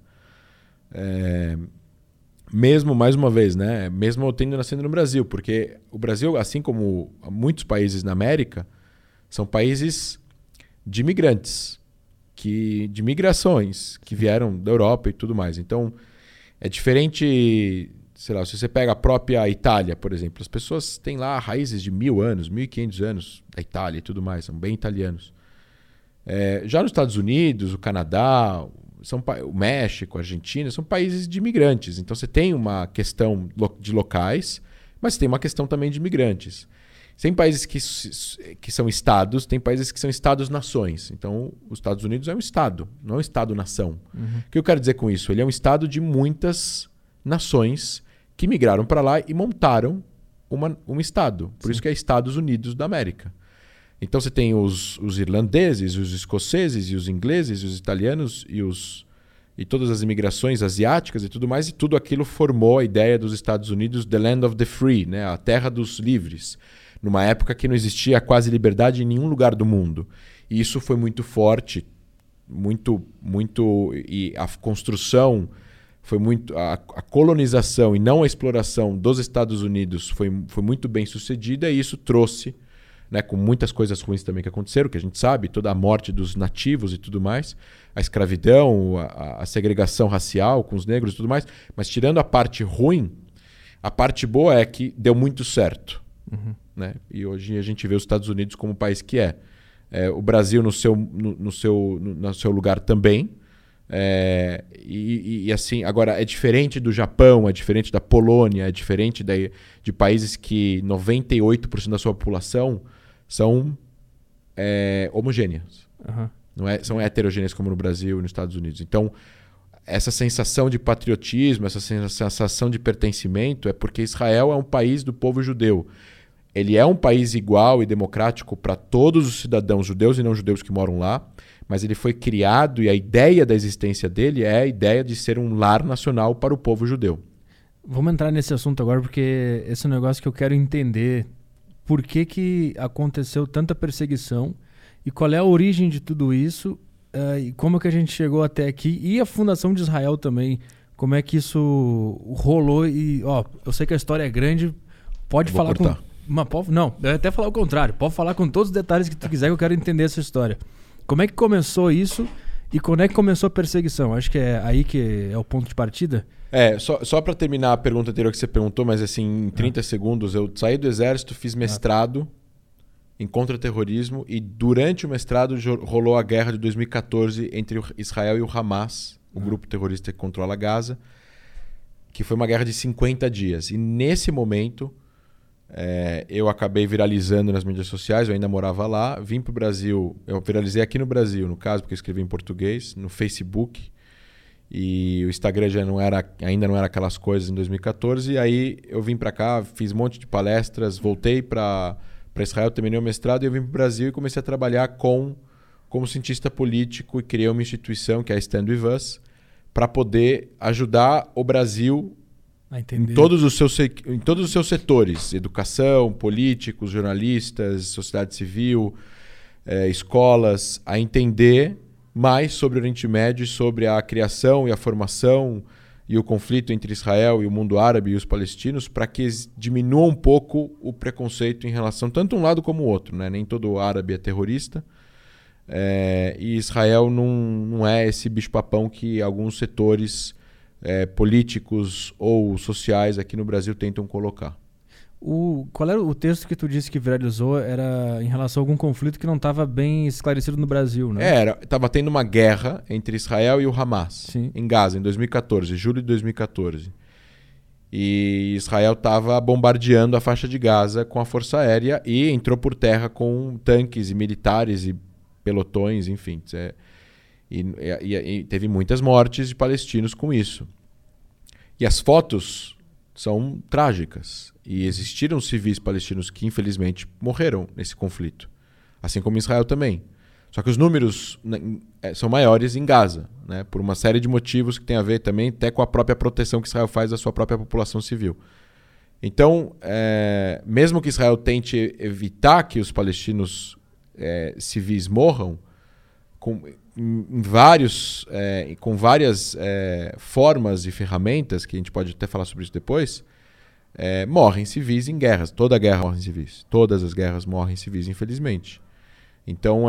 Mesmo, mais uma vez, né? Mesmo eu tendo nascido no Brasil, porque o Brasil, assim como muitos países na América, são países de imigrantes, de migrações que vieram da Europa e tudo mais. Então, é diferente, sei lá, se você pega a própria Itália, por exemplo, as pessoas têm lá raízes de 1000 anos, 1500 anos da Itália e tudo mais, são bem italianos. Já nos Estados Unidos, o Canadá, o México, a Argentina, são países de imigrantes. Então você tem uma questão de locais, mas tem uma questão também de imigrantes. Tem países que são estados, tem países que são estados-nações. Então, os Estados Unidos é um estado, não é um estado-nação. O que eu quero dizer com isso? Ele é um estado de muitas nações que migraram para lá e montaram um estado. Por isso que é Estados Unidos da América. Então, você tem os irlandeses, os escoceses, e os ingleses, e os italianos, e todas as imigrações asiáticas e tudo mais, e tudo aquilo formou a ideia dos Estados Unidos, the land of the free, né? A terra dos livres. Numa época que não existia quase liberdade em nenhum lugar do mundo. E isso foi muito forte, e a construção foi muito... A colonização e não a exploração dos Estados Unidos foi muito bem sucedida, e isso trouxe, né, com muitas coisas ruins também que aconteceram, que a gente sabe, toda a morte dos nativos e tudo mais, a escravidão, a segregação racial com os negros e tudo mais, mas tirando a parte ruim, a parte boa é que deu muito certo. Né? E hoje a gente vê os Estados Unidos como o país que é. O Brasil no seu lugar também. E assim, agora é diferente do Japão, é diferente da Polônia, é diferente de países que 98% da sua população são homogêneas. São heterogêneas como no Brasil e nos Estados Unidos. Então, essa sensação de patriotismo, essa sensação de pertencimento é porque Israel é um país do povo judeu. Ele é um país igual e democrático para todos os cidadãos judeus e não judeus que moram lá, mas ele foi criado, e a ideia da existência dele é a ideia de ser um lar nacional para o povo judeu. Vamos entrar nesse assunto agora, porque esse é um negócio que eu quero entender. Por que aconteceu tanta perseguição e qual é a origem de tudo isso, e como que a gente chegou até aqui, e a fundação de Israel também, como é que isso rolou. E eu sei que a história é grande, pode falar cortar. Não, eu ia até falar o contrário. Pode falar com todos os detalhes que tu quiser, que eu quero entender essa história. Como é que começou isso e quando é que começou a perseguição? Acho que é aí que é o ponto de partida. Só para terminar a pergunta anterior que você perguntou, mas assim, em 30 segundos, eu saí do exército, fiz mestrado em contra-terrorismo, e durante o mestrado rolou a guerra de 2014 entre o Israel e o Hamas, o grupo terrorista que controla Gaza, que foi uma guerra de 50 dias. E nesse momento... eu acabei viralizando nas mídias sociais, eu ainda morava lá, vim para o Brasil, eu viralizei aqui no Brasil, no caso, porque eu escrevi em português, no Facebook, e o Instagram ainda não era aquelas coisas em 2014, e aí eu vim para cá, fiz um monte de palestras, voltei para Israel, terminei o mestrado, e eu vim para o Brasil e comecei a trabalhar como cientista político, e criei uma instituição, que é a Stand With Us, para poder ajudar o Brasil em todos os seus setores, educação, políticos, jornalistas, sociedade civil, escolas, a entender mais sobre o Oriente Médio, sobre a criação e a formação e o conflito entre Israel e o mundo árabe e os palestinos, para que diminua um pouco o preconceito em relação, tanto um lado como o outro, né? Nem todo árabe é terrorista, e Israel não é esse bicho-papão que alguns setores políticos ou sociais aqui no Brasil tentam colocar. Qual era o texto que tu disse que viralizou? Era em relação a algum conflito que não estava bem esclarecido no Brasil, né? Estava tendo uma guerra entre Israel e o Hamas. Sim. Em Gaza, em 2014, julho de 2014. E Israel estava bombardeando a faixa de Gaza com a força aérea e entrou por terra com tanques e militares e pelotões, enfim. E teve muitas mortes de palestinos com isso. E as fotos são trágicas. E existiram civis palestinos que, infelizmente, morreram nesse conflito. Assim como em Israel também. Só que os números são maiores em Gaza, né? Por uma série de motivos que tem a ver também até com a própria proteção que Israel faz da sua própria população civil. Então, mesmo que Israel tente evitar que os palestinos civis morram, com várias formas e ferramentas, que a gente pode até falar sobre isso depois, morrem civis em guerras. Toda guerra morre civis. Todas as guerras morrem civis, infelizmente. Então,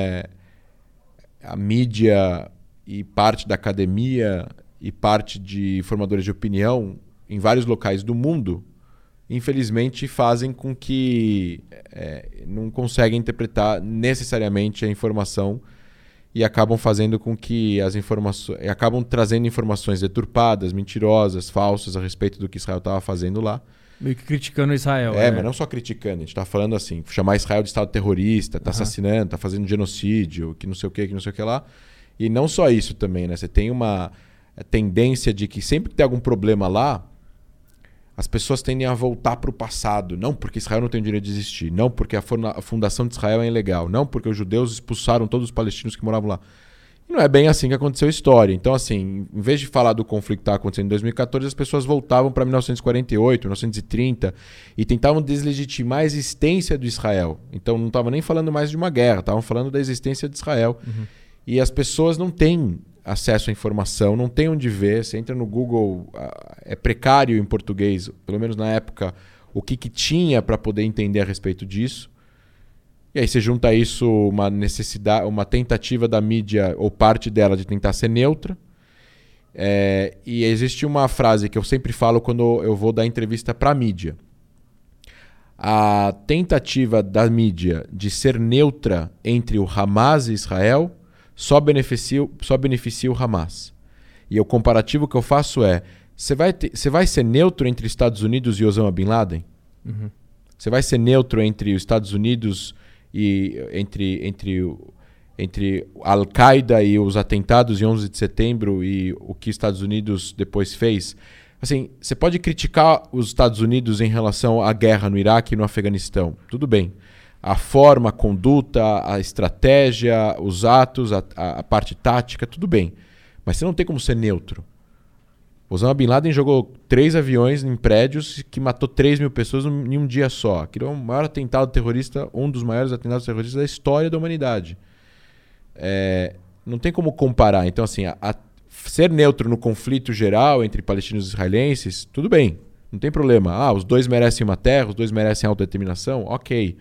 a mídia e parte da academia e parte de formadores de opinião em vários locais do mundo, infelizmente, fazem com que não conseguem interpretar necessariamente a informação. e acabam fazendo com que as informações... acabam trazendo informações deturpadas, mentirosas, falsas a respeito do que Israel estava fazendo lá. Meio que criticando Israel. Mas não só criticando, a gente tá falando assim, chamar Israel de Estado terrorista, tá assassinando, tá fazendo genocídio, que não sei o que lá. E não só isso também, né? Você tem uma tendência de que sempre que tem algum problema lá, as pessoas tendem a voltar para o passado. Não porque Israel não tem o direito de existir, não porque a fundação de Israel é ilegal, não porque os judeus expulsaram todos os palestinos que moravam lá. E não é bem assim que aconteceu a história. Então, assim, em vez de falar do conflito que estava acontecendo em 2014, as pessoas voltavam para 1948, 1930 e tentavam deslegitimar a existência do Israel. Então, não estavam nem falando mais de uma guerra, estavam falando da existência de Israel. E as pessoas não têm acesso à informação, não têm onde ver. Você entra no Google, é precário em português, pelo menos na época, o que tinha para poder entender a respeito disso. E aí você junta isso uma necessidade, uma tentativa da mídia ou parte dela de tentar ser neutra. E existe uma frase que eu sempre falo quando eu vou dar entrevista para a mídia. A tentativa da mídia de ser neutra entre o Hamas e Israel só beneficia o Hamas. E o comparativo que eu faço é: você vai ser neutro entre Estados Unidos e Osama Bin Laden? Você vai ser neutro entre os Estados Unidos e entre Al-Qaeda e os atentados de 11 de setembro e o que os Estados Unidos depois fez? Assim, você pode criticar os Estados Unidos em relação à guerra no Iraque e no Afeganistão. Tudo bem. A forma, a conduta, a estratégia, os atos, a parte tática, tudo bem. Mas você não tem como ser neutro. Osama Bin Laden jogou 3 aviões em prédios que matou 3 mil pessoas em um dia só. Aquilo é o maior atentado terrorista, um dos maiores atentados terroristas da história da humanidade. Não tem como comparar. Então, assim, ser neutro no conflito geral entre palestinos e israelenses, tudo bem, não tem problema. Os dois merecem uma terra, os dois merecem autodeterminação, ok.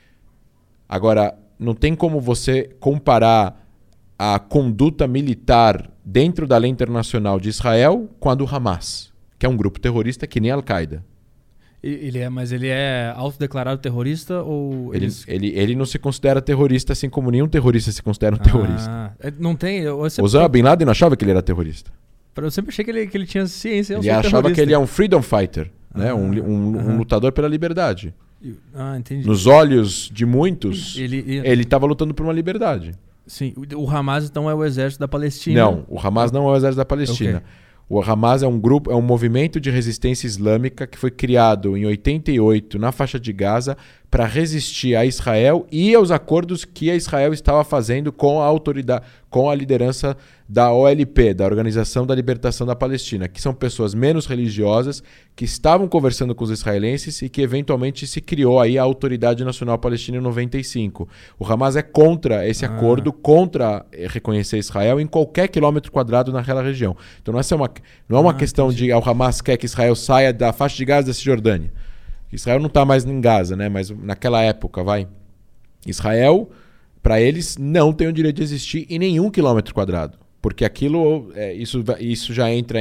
Agora, não tem como você comparar a conduta militar dentro da lei internacional de Israel com a do Hamas, que é um grupo terrorista que nem a Al-Qaeda. Mas ele é autodeclarado terrorista ou... Ele não se considera terrorista, assim como nenhum terrorista se considera um terrorista. Não tem... Osama Bin Laden não achava que ele era terrorista. Eu sempre achei que ele tinha ciência. Ele achava que ele é um freedom fighter, né? Um lutador pela liberdade. Entendi. Nos olhos de muitos, ele estava lutando por uma liberdade. Sim, o Hamas então é o exército da Palestina? Não, o Hamas não é o exército da Palestina. Okay. O Hamas é um movimento de resistência islâmica que foi criado em 88 na faixa de Gaza para resistir a Israel e aos acordos que a Israel estava fazendo com a autoridade, com a liderança da OLP, da Organização da Libertação da Palestina, que são pessoas menos religiosas que estavam conversando com os israelenses e que eventualmente se criou aí a Autoridade Nacional Palestina em 95. O Hamas é contra esse acordo, contra reconhecer Israel em qualquer quilômetro quadrado naquela região. Então não é uma questão de o Hamas quer que Israel saia da faixa de Gaza da Cisjordânia. Israel não está mais em Gaza, né? Mas naquela época, Israel, para eles, não tem o direito de existir em nenhum quilômetro quadrado. Porque aquilo, isso já entra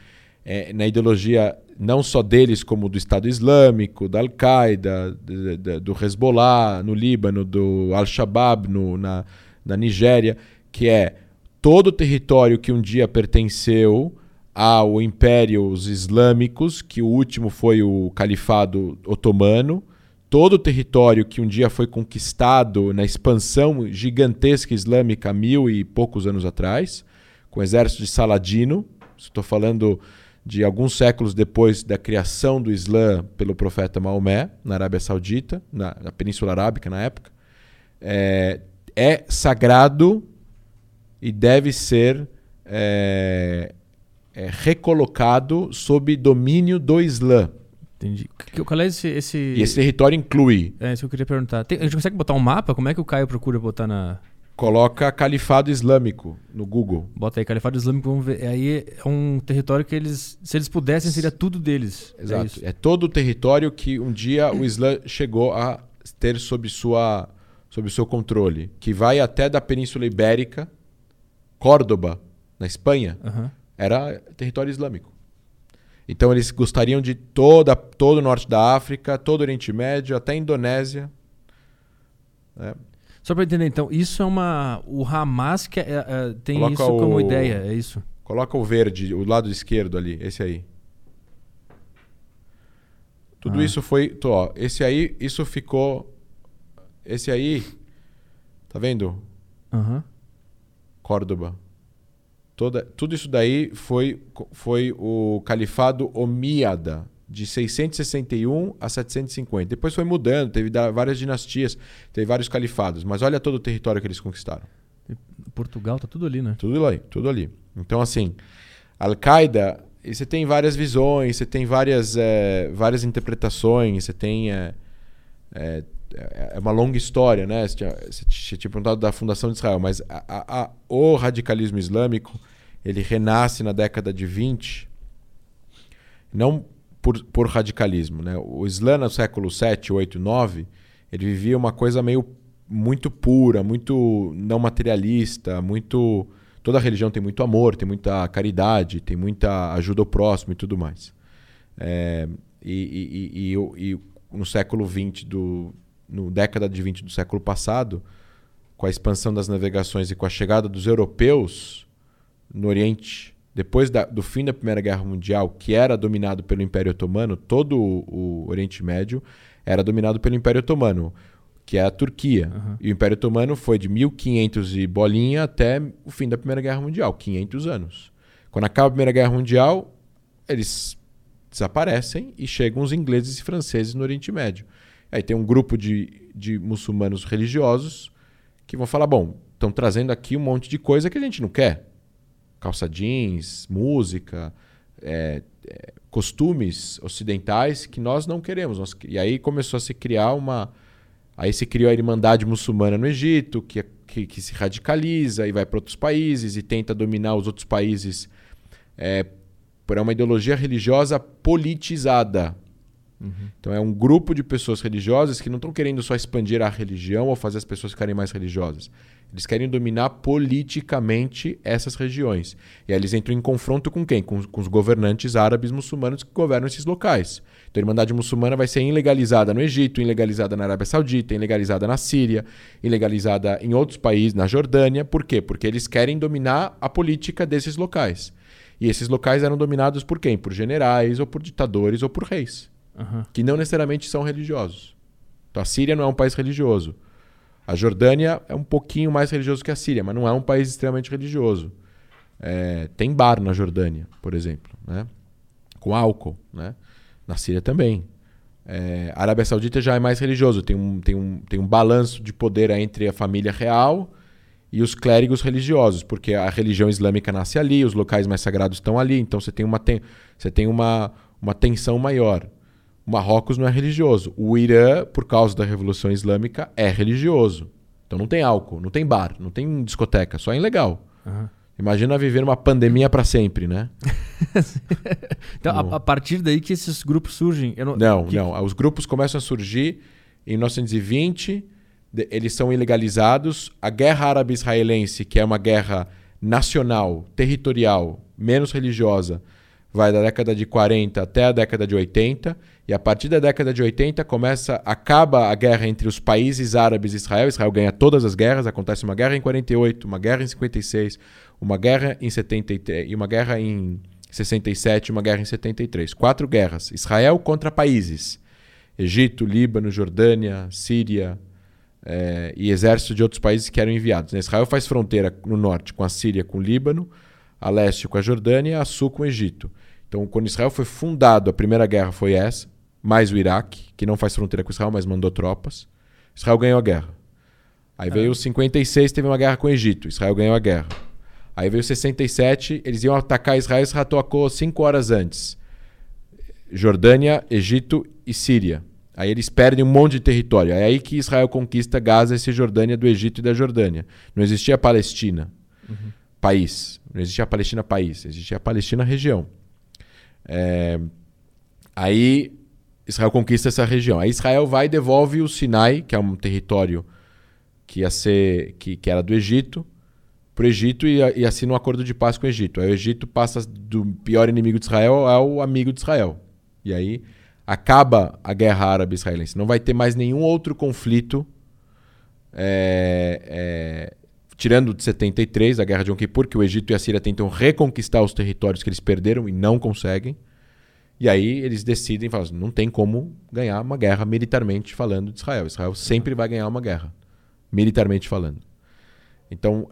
na ideologia não só deles, como do Estado Islâmico, da Al-Qaeda, do Hezbollah no Líbano, do Al-Shabaab na Nigéria, que é todo o território que um dia pertenceu ao Impérios Islâmicos, que o último foi o Califado Otomano, todo o território que um dia foi conquistado na expansão gigantesca islâmica há 1000 e poucos anos atrás, com o exército de Saladino. Estou falando de alguns séculos depois da criação do Islã pelo profeta Maomé, na Arábia Saudita, na Península Arábica na época, é sagrado e deve ser recolocado sob domínio do Islã. Entendi. Qual é esse... E esse território inclui... isso que eu queria perguntar. A gente consegue botar um mapa? Como é que o Caio procura botar na... Coloca Califado Islâmico no Google. Bota aí, Califado Islâmico, vamos ver. Aí é um território que se eles pudessem, seria tudo deles. Exato. É todo o território que um dia o Islã chegou a ter sob o seu controle. Que vai até da Península Ibérica, Córdoba, na Espanha, era território islâmico. Então eles gostariam de todo o norte da África, todo o Oriente Médio, até a Indonésia. Só para entender, então, isso é uma... O Hamas tem Coloca isso como ideia, é isso? Coloca o verde, o lado esquerdo ali, esse aí. Tudo isso foi... Ó, esse aí, isso ficou... Esse aí, tá vendo? Córdoba. Tudo isso daí foi o califado omíada, de 661 a 750. Depois foi mudando, teve várias dinastias, teve vários califados. Mas olha todo o território que eles conquistaram. Portugal tá tudo ali, né? Tudo ali. Então, assim, Al-Qaeda, você tem várias visões, você tem várias interpretações, você tem... É uma longa história, né? Você tinha perguntado da fundação de Israel, mas o radicalismo islâmico, ele renasce na década de 20, não por radicalismo, né? O Islã no século 7, 8, 9, ele vivia uma coisa muito pura, muito não materialista, muito... Toda religião tem muito amor, tem muita caridade, tem muita ajuda ao próximo e tudo mais. E no século 20 no década de 20 do século passado, com a expansão das navegações e com a chegada dos europeus no Oriente, depois do fim da Primeira Guerra Mundial, que era dominado pelo Império Otomano, todo o Oriente Médio era dominado pelo Império Otomano, que é a Turquia. E o Império Otomano foi de 1500 e bolinha até o fim da Primeira Guerra Mundial, 500 anos. Quando acaba a Primeira Guerra Mundial, eles desaparecem e chegam os ingleses e franceses no Oriente Médio. Aí tem um grupo de muçulmanos religiosos que vão falar, bom, estão trazendo aqui um monte de coisa que a gente não quer. Calça jeans, música, costumes ocidentais que nós não queremos. E aí começou a se criar Aí se criou a Irmandade Muçulmana no Egito, que se radicaliza e vai para outros países e tenta dominar os outros países por uma ideologia religiosa politizada. Então é um grupo de pessoas religiosas que não estão querendo só expandir a religião ou fazer as pessoas ficarem mais religiosas. Eles querem dominar politicamente essas regiões. E aí eles entram em confronto com quem? Com os governantes árabes muçulmanos que governam esses locais. Então a Irmandade Muçulmana vai ser ilegalizada no Egito, ilegalizada na Arábia Saudita, ilegalizada na Síria, ilegalizada em outros países, na Jordânia. Por quê? Porque eles querem dominar a política desses locais. E esses locais eram dominados por quem? Por generais, ou por ditadores, ou por reis. Que não necessariamente são religiosos. Então a Síria não é um país religioso. A Jordânia é um pouquinho mais religioso que a Síria, mas não é um país extremamente religioso. Tem bar na Jordânia, por exemplo, né? Com álcool, né? Na Síria também. A Arábia Saudita já é mais religioso. Tem um balanço de poder entre a família real e os clérigos religiosos, porque a religião islâmica nasce ali, os locais mais sagrados estão ali, então você tem uma tensão maior. O Marrocos não é religioso. O Irã, por causa da Revolução Islâmica, é religioso. Então não tem álcool, não tem bar, não tem discoteca, só é ilegal. Imagina viver uma pandemia para sempre, né? Então, a partir daí que esses grupos surgem? Não. Os grupos começam a surgir em 1920, eles são ilegalizados. A Guerra Árabe-Israelense, que é uma guerra nacional, territorial, menos religiosa, vai da década de 40 até a década de 80, e a partir da década de 80 acaba a guerra entre os países árabes e Israel. Israel ganha todas as guerras, acontece uma guerra em 48, uma guerra em 56, uma guerra em 73, e uma guerra em 67, uma guerra em 73. 4 guerras. Israel contra países. Egito, Líbano, Jordânia, Síria, e exércitos de outros países que eram enviados. Israel faz fronteira no norte com a Síria, com o Líbano, a leste com a Jordânia e a sul com o Egito. Então, quando Israel foi fundado, a primeira guerra foi essa, mais o Iraque, que não faz fronteira com Israel, mas mandou tropas. Israel ganhou a guerra. Aí veio 56, teve uma guerra com o Egito. Israel ganhou a guerra. Aí veio 67, eles iam atacar Israel, Israel atacou 5 horas antes. Jordânia, Egito e Síria. Aí eles perdem um monte de território. É aí que Israel conquista Gaza e Cisjordânia do Egito e da Jordânia. Não existia Palestina, país. Não existia a Palestina, país. Existia a Palestina, região. Aí Israel conquista essa região. Aí Israel vai e devolve o Sinai, que é um território que era do Egito, para o Egito e assina um acordo de paz com o Egito. Aí o Egito passa do pior inimigo de Israel ao amigo de Israel. E aí acaba a guerra árabe-israelense. Não vai ter mais nenhum outro conflito tirando de 73, a Guerra de Yom Kippur, que o Egito e a Síria tentam reconquistar os territórios que eles perderam e não conseguem. E aí eles decidem, falam assim, não tem como ganhar uma guerra militarmente falando de Israel. Israel sempre vai ganhar uma guerra, militarmente falando. Então,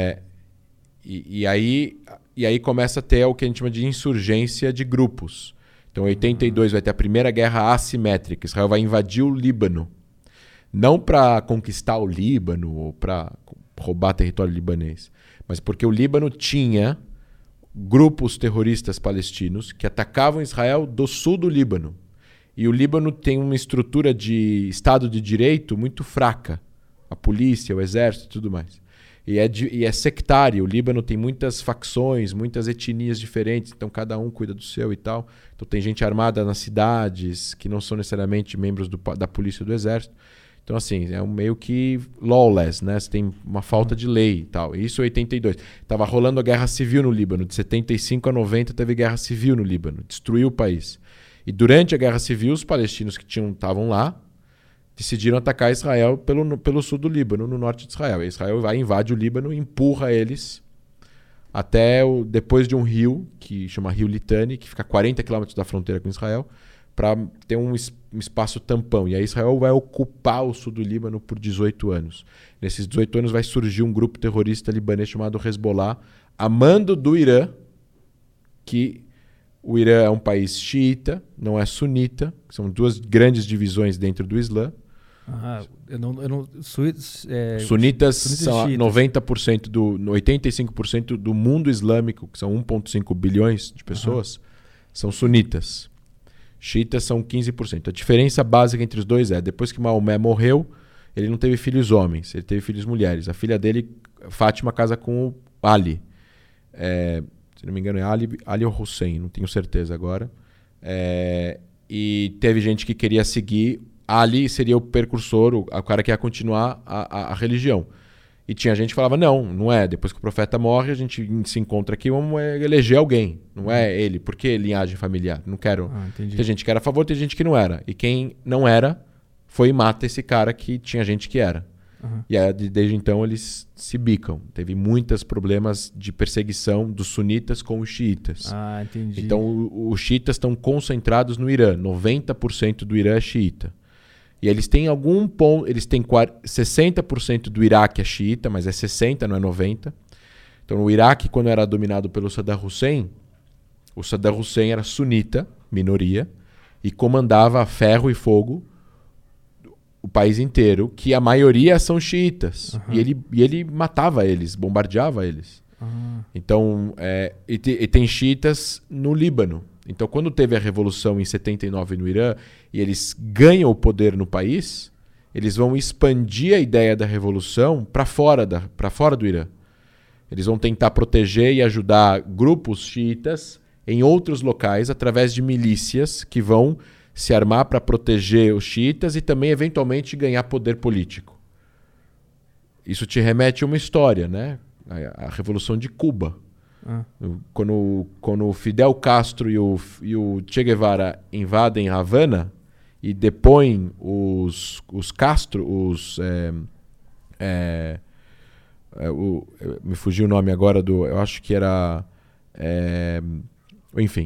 e aí começa a ter o que a gente chama de insurgência de grupos. Então, em 82 vai ter a primeira guerra assimétrica. Israel vai invadir o Líbano. Não para conquistar o Líbano ou para roubar território libanês, mas porque o Líbano tinha grupos terroristas palestinos que atacavam Israel do sul do Líbano. E o Líbano tem uma estrutura de Estado de Direito muito fraca. A polícia, o exército e tudo mais. E é sectário. O Líbano tem muitas facções, muitas etnias diferentes, então cada um cuida do seu e tal. Então tem gente armada nas cidades que não são necessariamente membros da polícia ou do exército. Então, assim, é um meio que lawless, né? Você tem uma falta de lei e tal. Isso em 82. Tava rolando a guerra civil no Líbano. De 75 a 90 teve guerra civil no Líbano. Destruiu o país. E durante a guerra civil, os palestinos que estavam lá decidiram atacar Israel pelo sul do Líbano, no norte de Israel. E Israel vai, invade o Líbano e empurra eles até depois de um rio, que chama Rio Litani, que fica a 40 quilômetros da fronteira com Israel, para ter um espaço tampão. E aí Israel vai ocupar o sul do Líbano por 18 anos. Nesses 18 anos vai surgir um grupo terrorista libanês chamado Hezbollah, a mando do Irã, que o Irã é um país xiita, não é sunita, que são duas grandes divisões dentro do Islã. Sunitas são 90% 85% do mundo islâmico, que são 1,5 bilhões de pessoas, são sunitas. Xiitas são 15%. A diferença básica entre os dois depois que Maomé morreu, ele não teve filhos homens, ele teve filhos mulheres. A filha dele, Fátima, casa com o Ali. Se não me engano é Ali ou Hussein, não tenho certeza agora. E teve gente que queria seguir. Ali seria o precursor, o cara que ia continuar a religião. E tinha gente que falava, não é. Depois que o profeta morre, a gente se encontra aqui, vamos eleger alguém. Não é ele. Por que linhagem familiar? Não quero. Tem gente que era a favor, tem gente que não era. E quem não era, foi e mata esse cara que tinha gente que era. E aí, desde então eles se bicam. Teve muitos problemas de perseguição dos sunitas com os xiitas. Entendi. Então os xiitas estão concentrados no Irã. 90% do Irã é xiita. E eles têm algum ponto, eles têm 60% do Iraque é xiita, mas é 60%, não é 90%. Então o Iraque, quando era dominado pelo Saddam Hussein, o Saddam Hussein era sunita, minoria, e comandava a ferro e fogo o país inteiro, que a maioria são xiitas. E ele matava eles, bombardeava eles. Então, e tem xiitas no Líbano. Então, quando teve a revolução em 79 no Irã e eles ganham o poder no país, eles vão expandir a ideia da revolução para fora do Irã. Eles vão tentar proteger e ajudar grupos xiitas em outros locais através de milícias que vão se armar para proteger os xiitas e também, eventualmente, ganhar poder político. Isso te remete a uma história, né? A Revolução de Cuba. Quando o Fidel Castro e o Che Guevara invadem Havana e depõem os Castro, me fugiu o nome agora eu acho que era enfim,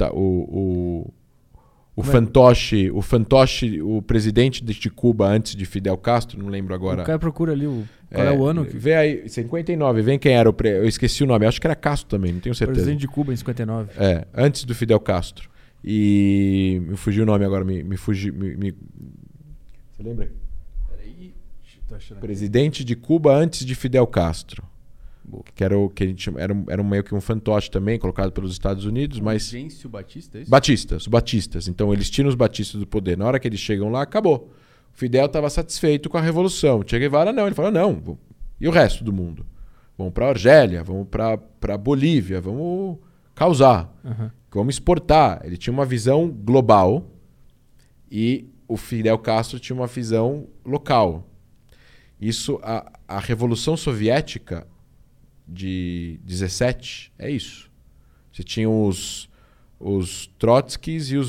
o fantoche, o presidente de Cuba antes de Fidel Castro, não lembro agora. O cara procura ali qual é o ano. Vê aí, 59, vem quem era eu esqueci o nome, acho que era Castro também, não tenho certeza. Presidente de Cuba em 59. Antes do Fidel Castro. E me fugiu o nome agora, me fugiu. Você lembra? Peraí, tô achando presidente de Cuba antes de Fidel Castro. Que era o que a gente chama, era meio que um fantoche também, colocado pelos Estados Unidos, mas... Fulgêncio Batista, é isso? Os batistas. Então eles tiram os batistas do poder. Na hora que eles chegam lá, acabou. O Fidel estava satisfeito com a revolução. Che Guevara não. Ele falou, não. E o resto do mundo? Vamos para a Argélia, vamos para a Bolívia, vamos causar. Vamos exportar. Ele tinha uma visão global e o Fidel Castro tinha uma visão local. Isso, a Revolução Soviética de 17 é isso. Você tinha os Trotskys e os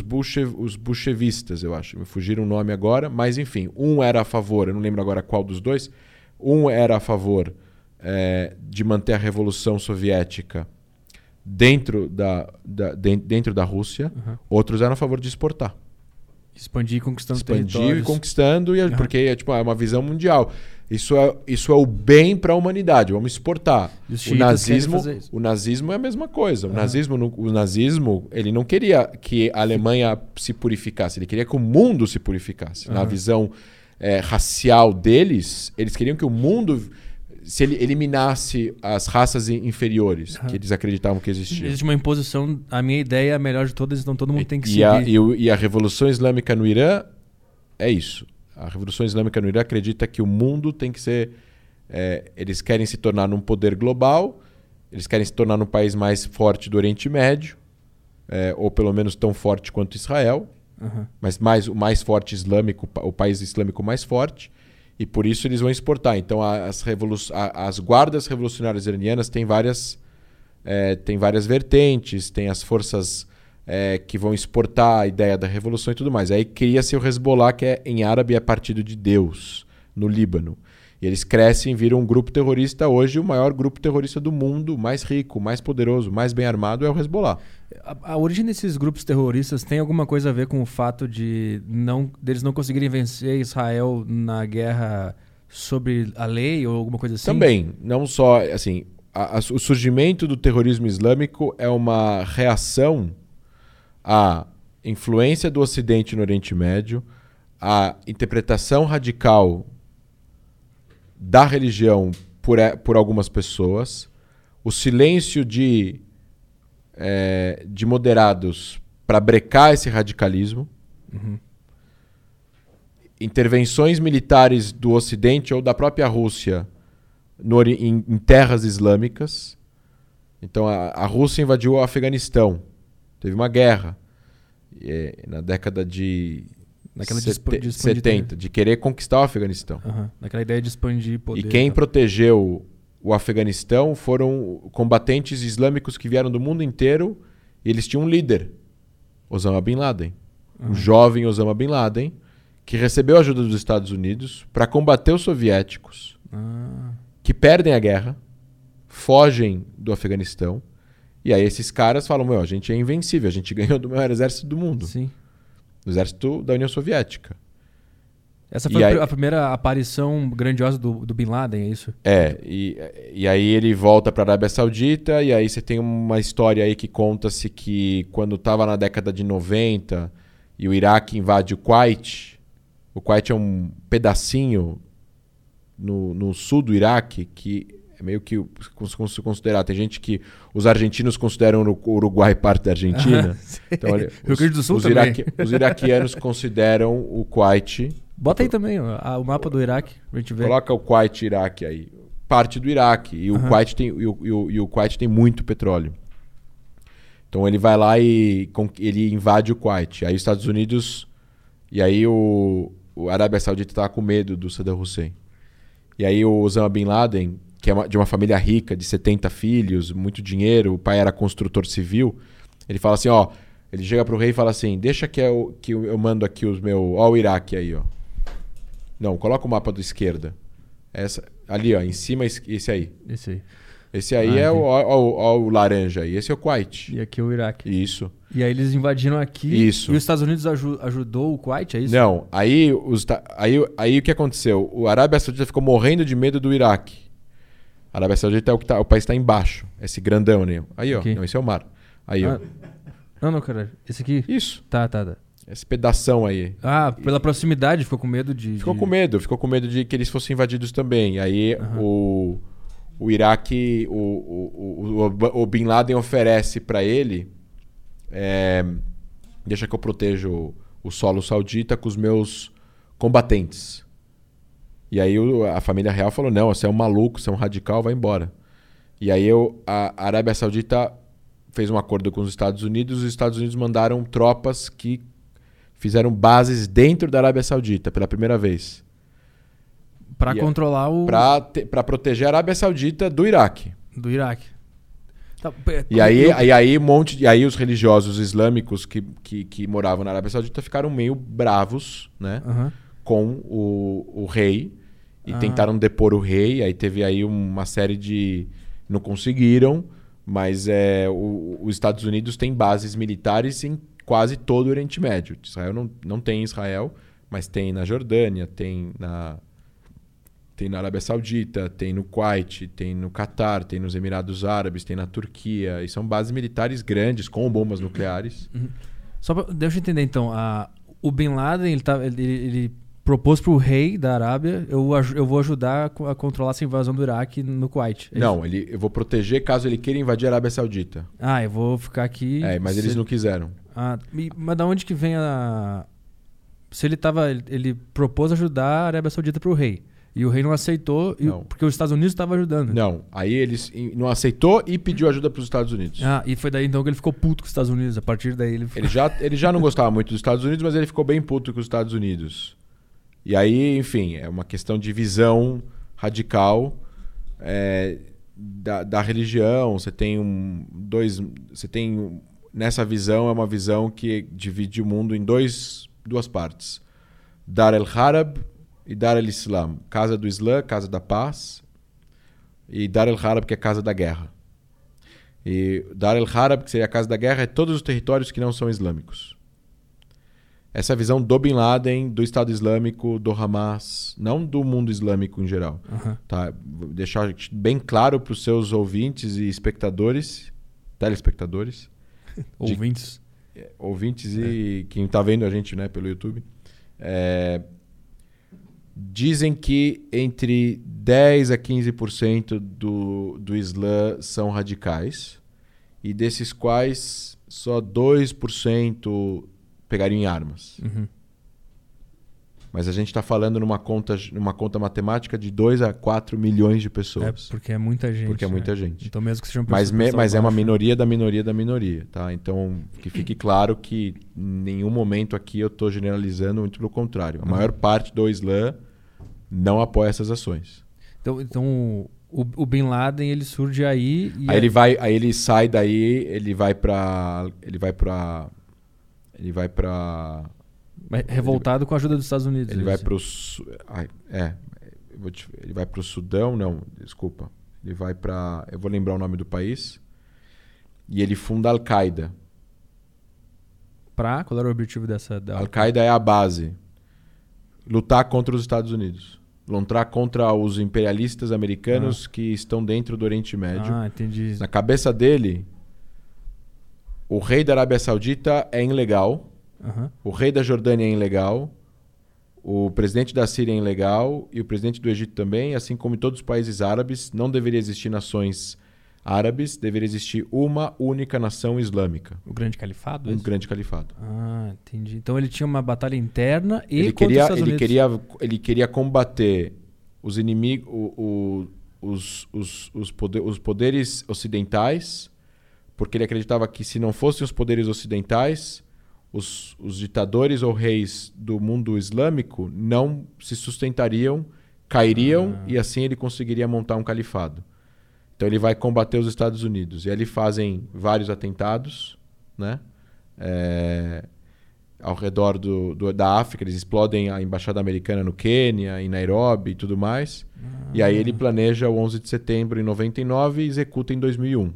bolchevistas, eu acho. Me fugiram o nome agora, mas enfim, um era a favor, eu não lembro agora qual dos dois, Um era a favor de manter a Revolução Soviética dentro da Rússia, outros eram a favor de exportar. Expandir e conquistando Expandir e conquistando, porque é uma visão mundial. Isso é o bem para a humanidade, vamos exportar. O nazismo é a mesma coisa. O nazismo ele não queria que a Alemanha se purificasse, ele queria que o mundo se purificasse. Na visão racial deles, eles queriam que o mundo se ele eliminasse as raças inferiores que eles acreditavam que existiam. Existe uma imposição, a minha ideia é a melhor de todas, então todo mundo tem que seguir. E a Revolução Islâmica no Irã é isso. A Revolução Islâmica no Irã acredita que o mundo tem que ser... eles querem se tornar um poder global, eles querem se tornar um país mais forte do Oriente Médio, ou pelo menos tão forte quanto Israel, mas o mais forte islâmico, o país islâmico mais forte, e por isso eles vão exportar. Então as guardas revolucionárias iranianas têm várias vertentes, tem as forças que vão exportar a ideia da revolução e tudo mais. Aí cria-se o Hezbollah, que em árabe é Partido de Deus, no Líbano. E eles crescem, viram um grupo terrorista. Hoje o maior grupo terrorista do mundo, mais rico, mais poderoso, mais bem armado é o Hezbollah. A origem desses grupos terroristas tem alguma coisa a ver com o fato deles não conseguirem vencer Israel na guerra sobre a lei ou alguma coisa assim? Também. Não só... assim, o surgimento do terrorismo islâmico é uma reação à influência do Ocidente no Oriente Médio, à interpretação radical da religião por algumas pessoas, o silêncio de moderados para brecar esse radicalismo, intervenções militares do Ocidente ou da própria Rússia em terras islâmicas. Então a Rússia invadiu o Afeganistão, teve uma guerra na década de 70, de querer conquistar o Afeganistão. Naquela ideia de expandir poder. E quem protegeu o Afeganistão foram combatentes islâmicos que vieram do mundo inteiro e eles tinham um líder, Osama Bin Laden. O jovem Osama Bin Laden, que recebeu a ajuda dos Estados Unidos para combater os soviéticos, que perdem a guerra, fogem do Afeganistão, e aí esses caras falam, a gente é invencível, a gente ganhou do maior exército do mundo. Sim. Do exército da União Soviética. Essa foi a primeira aparição grandiosa do Bin Laden, é isso? E aí ele volta para a Arábia Saudita, e aí você tem uma história aí que conta-se que quando estava na década de 90 e o Iraque invade o Kuwait é um pedacinho no sul do Iraque que é meio que como se considerar. Tem gente que os argentinos consideram o Uruguai parte da Argentina. Então, olha, Rio Grande do Sul também. Os iraquianos consideram o Kuwait. Bota aí também o mapa do Iraque pra gente ver. Coloca o Kuwait e Iraque aí. Parte do Iraque. E o Kuwait tem muito petróleo. Então ele vai lá e ele invade o Kuwait. Aí os Estados Unidos... E aí o Arábia Saudita estava com medo do Saddam Hussein. E aí o Osama Bin Laden, que é de uma família rica, de 70 filhos, muito dinheiro, o pai era construtor civil, ele fala assim, ele chega pro rei e fala assim, deixa que eu mando aqui o Iraque aí, Não, coloca o mapa da esquerda. Ali, em cima, esse aí. Esse aí é o laranja aí, esse é o Kuwait. E aqui é o Iraque. Isso. E aí eles invadiram aqui. Isso. E os Estados Unidos ajudou o Kuwait, é isso? Não, aí o que aconteceu? O Arábia Saudita ficou morrendo de medo do Iraque. A Arábia Saudita o país está embaixo, esse grandão, né? Aí, aqui. Não, esse é o mar. Aí, Não, cara, esse aqui? Isso. Tá. Esse pedação aí. Pela proximidade, ficou com medo de... Ficou com medo de que eles fossem invadidos também. Aí o Iraque, o Bin Laden oferece para ele, deixa que eu protejo o solo saudita com os meus combatentes. E aí a família real falou, não, você é um maluco, você é um radical, vai embora. E aí a Arábia Saudita fez um acordo com os Estados Unidos mandaram tropas que fizeram bases dentro da Arábia Saudita pela primeira vez. Para controlar para proteger a Arábia Saudita do Iraque. Do Iraque. Tá, e aí os religiosos islâmicos que moravam na Arábia Saudita ficaram meio bravos, né? Com o rei. e tentaram depor o rei. Aí teve aí uma série de... Não conseguiram, mas os Estados Unidos têm bases militares em quase todo o Oriente Médio. Israel não tem em Israel, mas tem na Jordânia, tem na Arábia Saudita, tem no Kuwait, tem no Catar, tem nos Emirados Árabes, tem na Turquia. E são bases militares grandes com bombas nucleares. Deixa eu entender então. O Bin Laden ele propôs para o rei da Arábia: eu vou ajudar a controlar essa invasão do Iraque no Kuwait. Não, eu vou proteger caso ele queira invadir a Arábia Saudita. Eu vou ficar aqui. Mas eles não quiseram. Mas da onde que vem a. Se ele propôs ajudar a Arábia Saudita para o rei. E o rei não aceitou, porque os Estados Unidos estavam ajudando. Não, aí eles não aceitou e pediu ajuda para os Estados Unidos. E foi daí então que ele ficou puto com os Estados Unidos. A partir daí ele ficou... Ele já não gostava muito dos Estados Unidos, mas ele ficou bem puto com os Estados Unidos. E aí, enfim, é uma questão de visão radical da religião. Você tem nessa visão, é uma visão que divide o mundo em duas partes. Dar el-Harab e Dar el-Islam. Casa do Islã, casa da paz. E Dar el-Harab, que é casa da guerra. E Dar el-Harab, que seria a casa da guerra, é todos os territórios que não são islâmicos. Essa é a visão do Bin Laden, do Estado Islâmico, do Hamas, não do mundo islâmico em geral. Tá? Vou deixar bem claro para os seus ouvintes e espectadores, telespectadores. Ouvintes e quem está vendo a gente, né, pelo YouTube. Dizem que entre 10% a 15% do Islã são radicais, e desses quais só 2% pegariam em armas. Mas a gente está falando numa conta matemática de 2 a 4 milhões de pessoas. Porque é muita gente. Porque é muita gente. Então mesmo que sejam mas é uma minoria da minoria da minoria. Tá? Então que fique claro que em nenhum momento aqui eu estou generalizando, muito pelo contrário. A maior parte do Islã não apoia essas ações. Então o Bin Laden ele surge aí... Aí ele sai daí, ele vai para revoltado com a ajuda dos Estados Unidos. Ele vai para o... ele vai para o Sudão, não, desculpa. Ele vai para... Eu vou lembrar o nome do país. E ele funda a Al-Qaeda. Qual era o objetivo dessa... Al-Qaeda é a base. Lutar contra os Estados Unidos. Lutar contra os imperialistas americanos que estão dentro do Oriente Médio. Entendi. Na cabeça dele, o rei da Arábia Saudita é ilegal. O rei da Jordânia é ilegal. O presidente da Síria é ilegal. E o presidente do Egito também. Assim como em todos os países árabes, não deveria existir nações árabes. Deveria existir uma única nação islâmica. O Grande Califado? Grande Califado. Entendi. Então ele tinha uma batalha interna e contra os Estados Unidos. Ele queria combater os inimigos, os poderes ocidentais, porque ele acreditava que se não fossem os poderes ocidentais, os ditadores ou reis do mundo islâmico não se sustentariam, cairiam, e assim ele conseguiria montar um califado. Então ele vai combater os Estados Unidos. E aí eles fazem vários atentados, né? Ao redor da África. Eles explodem a embaixada americana no Quênia, em Nairobi e tudo mais. E aí ele planeja o 11 de setembro em 99 e executa em 2001.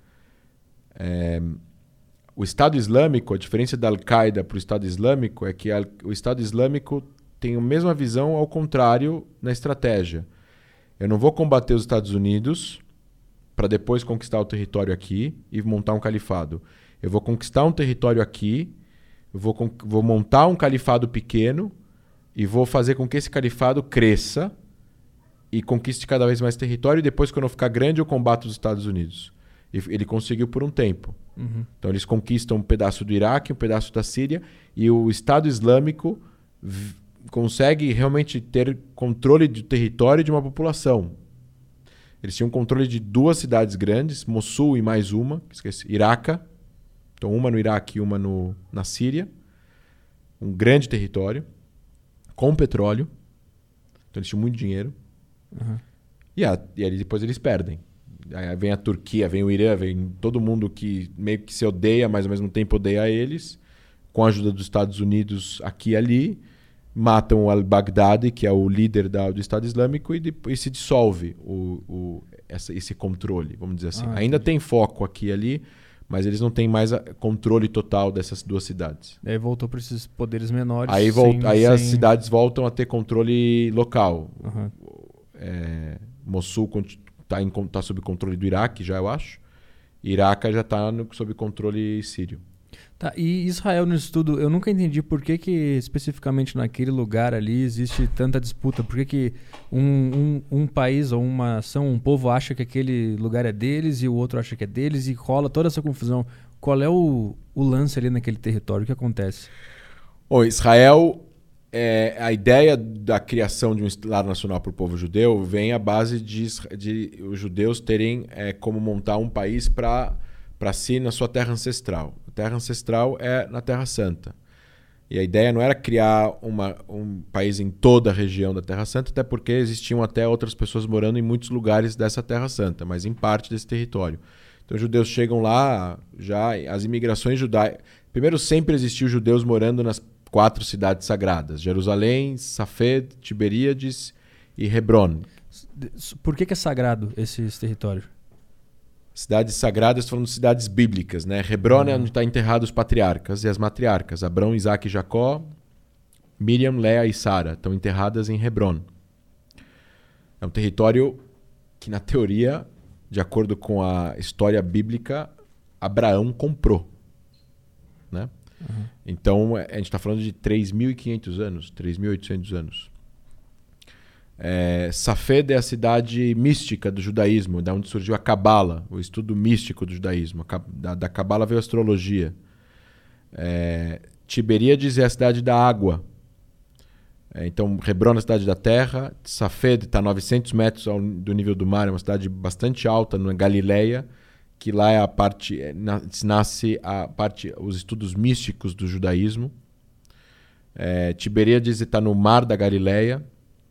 O Estado Islâmico, a diferença da Al-Qaeda para o Estado Islâmico é que o Estado Islâmico tem a mesma visão ao contrário na estratégia. Eu não vou combater os Estados Unidos para depois conquistar o território aqui e montar um califado. Eu vou conquistar um território aqui, vou montar um califado pequeno e vou fazer com que esse califado cresça e conquiste cada vez mais território, e depois, quando eu ficar grande, eu combato os Estados Unidos. E ele conseguiu por um tempo. Então eles conquistam um pedaço do Iraque, um pedaço da Síria, e o Estado Islâmico consegue realmente ter controle do território de uma população. Eles tinham controle de 2 cidades grandes, Mossul e mais uma, Iraca. Então uma no Iraque e uma na Síria. Um grande território, com petróleo. Então eles tinham muito dinheiro. E aí depois eles perdem. Aí vem a Turquia, vem o Irã, vem todo mundo que meio que se odeia, mas ao mesmo tempo odeia eles, com a ajuda dos Estados Unidos aqui e ali. matam o al-Baghdadi, que é o líder do Estado Islâmico, e depois se dissolve esse controle, vamos dizer assim. Ainda tem foco aqui e ali, mas eles não têm mais controle total dessas duas cidades. Aí voltou para esses poderes menores. Aí as cidades voltam a ter controle local. Uhum. Mossul está sob controle do Iraque, já eu acho. Iraque já está sob controle sírio. Tá, e Israel no estudo, eu nunca entendi por que especificamente naquele lugar ali existe tanta disputa. Por que um país ou uma nação, um povo acha que aquele lugar é deles e o outro acha que é deles e rola toda essa confusão. Qual é o lance ali naquele território? O que acontece? Israel, a ideia da criação de um Estado nacional para o povo judeu vem à base de os judeus terem como montar um país para si na sua terra ancestral. A terra ancestral é na Terra Santa. E a ideia não era criar um país em toda a região da Terra Santa, até porque existiam até outras pessoas morando em muitos lugares dessa Terra Santa, mas em parte desse território. Então os judeus chegam lá, já as imigrações judaicas... Primeiro, sempre existiu judeus morando nas 4 cidades sagradas: Jerusalém, Safed, Tiberíades e Hebron. Por que é sagrado esse território? Cidades sagradas, falando de cidades bíblicas, né? Hebron é onde está enterrado os patriarcas e as matriarcas. Abrão, Isaac e Jacó, Miriam, Léa e Sara estão enterradas em Hebron. É um território que, na teoria, de acordo com a história bíblica, Abraão comprou, né? Uhum. Então, a gente está falando de 3.500 anos, 3.800 anos. Safed é a cidade mística do judaísmo, da onde surgiu a Cabala, o estudo místico do judaísmo. Da Cabala veio a astrologia. Tiberíades é a cidade da água. Então, Hebron é a cidade da terra. Safed está a 900 metros do nível do mar, é uma cidade bastante alta na Galileia, que lá é a parte, nasce os estudos místicos do judaísmo. Tiberíades está no mar da Galileia,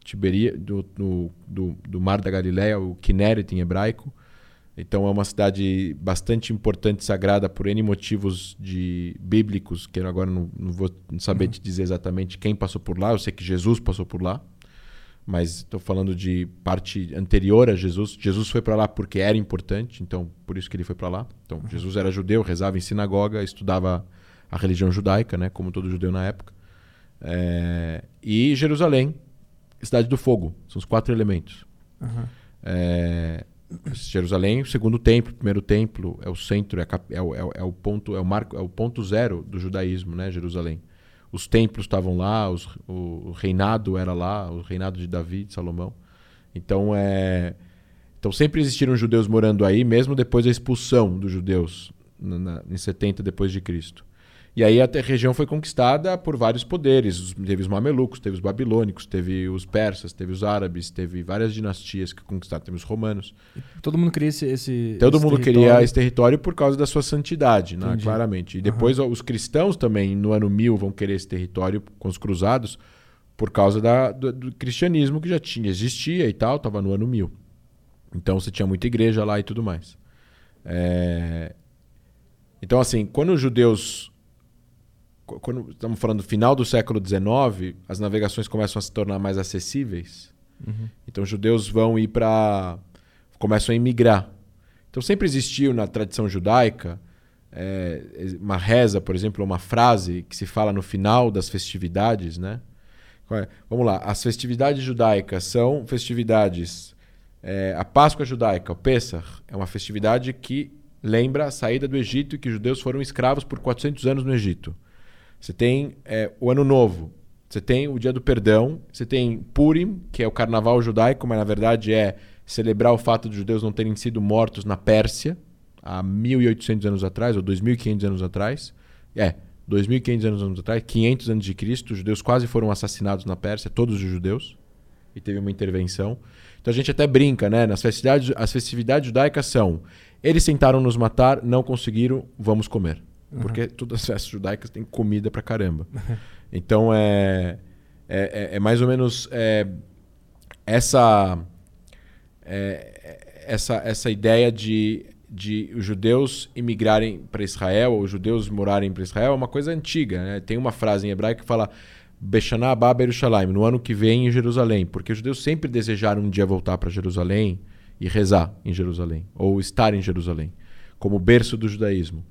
do mar da Galileia, o Kinneret em hebraico. Então é uma cidade bastante importante, sagrada por N motivos bíblicos, que eu agora não vou saber te dizer exatamente quem passou por lá. Eu sei que Jesus passou por lá, mas estou falando de parte anterior a Jesus. Jesus foi para lá porque era importante, então por isso que ele foi para lá. Então Jesus era judeu, rezava em sinagoga, estudava a religião judaica, né, como todo judeu na época. E Jerusalém, Cidade do Fogo, são os 4 elementos. Uhum. Jerusalém, o segundo templo, o primeiro templo, é o centro, é o ponto, é o ponto zero do judaísmo, né? Jerusalém. Os templos estavam lá, o reinado era lá, o reinado de Davi, de Salomão. Então sempre existiram judeus morando aí, mesmo depois da expulsão dos judeus em 70 depois de Cristo. E aí a região foi conquistada por vários poderes. Teve os mamelucos, teve os babilônicos, teve os persas, teve os árabes, teve várias dinastias que conquistaram, teve os romanos. Todo mundo queria esse queria esse território por causa da sua santidade, né? Claramente. E depois os cristãos também, no ano 1000, vão querer esse território com os cruzados por causa do cristianismo que já existia e tal, estava no ano 1000. Então você tinha muita igreja lá e tudo mais. Então assim, quando os judeus... Quando estamos falando do final do século XIX, as navegações começam a se tornar mais acessíveis. Uhum. Então os judeus começam a emigrar. Então sempre existiu na tradição judaica uma reza, por exemplo, uma frase que se fala no final das festividades, né? Vamos lá, as festividades judaicas são festividades... a Páscoa judaica, o Pesach, é uma festividade que lembra a saída do Egito e que os judeus foram escravos por 400 anos no Egito. Você tem o Ano Novo, você tem o Dia do Perdão, você tem Purim, que é o carnaval judaico, mas na verdade é celebrar o fato de os judeus não terem sido mortos na Pérsia há 1.800 anos atrás, ou 2.500 anos atrás. 2.500 anos atrás, 500 anos de Cristo, os judeus quase foram assassinados na Pérsia, todos os judeus, e teve uma intervenção. Então a gente até brinca, né? As festividades judaicas são: eles tentaram nos matar, não conseguiram, vamos comer. Porque todas as festas judaicas têm comida pra caramba. Então é mais ou menos essa ideia de os judeus imigrarem para Israel, ou os judeus morarem para Israel, é uma coisa antiga, né? Tem uma frase em hebraico que fala: Beshaná Abba Yerushalayim, no ano que vem em Jerusalém, porque os judeus sempre desejaram um dia voltar para Jerusalém e rezar em Jerusalém, ou estar em Jerusalém, como berço do judaísmo.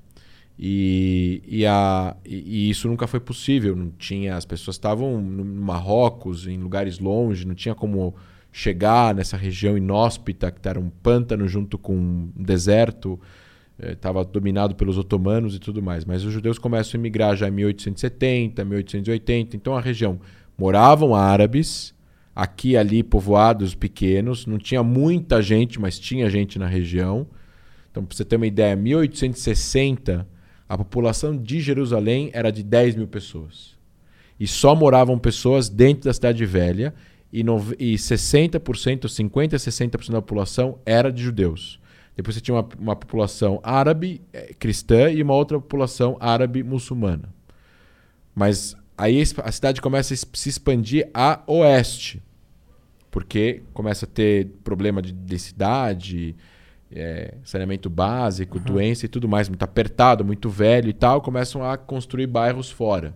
E isso nunca foi possível. Não tinha, as pessoas estavam no Marrocos, em lugares longe, não tinha como chegar nessa região inóspita, que era um pântano junto com um deserto, estava dominado pelos otomanos e tudo mais. Mas os judeus começam a emigrar já em 1870, 1880. Então a região moravam árabes, aqui e ali povoados pequenos, não tinha muita gente, mas tinha gente na região. Então, para você ter uma ideia, em 1860, a população de Jerusalém era de 10 mil pessoas. E só moravam pessoas dentro da cidade velha, e 60%, 50%, 60% da população era de judeus. Depois você tinha uma população árabe cristã e uma outra população árabe muçulmana. Mas aí a cidade começa a se expandir a oeste, porque começa a ter problema de densidade, saneamento básico, doença e tudo mais, muito apertado, muito velho e tal, começam a construir bairros fora.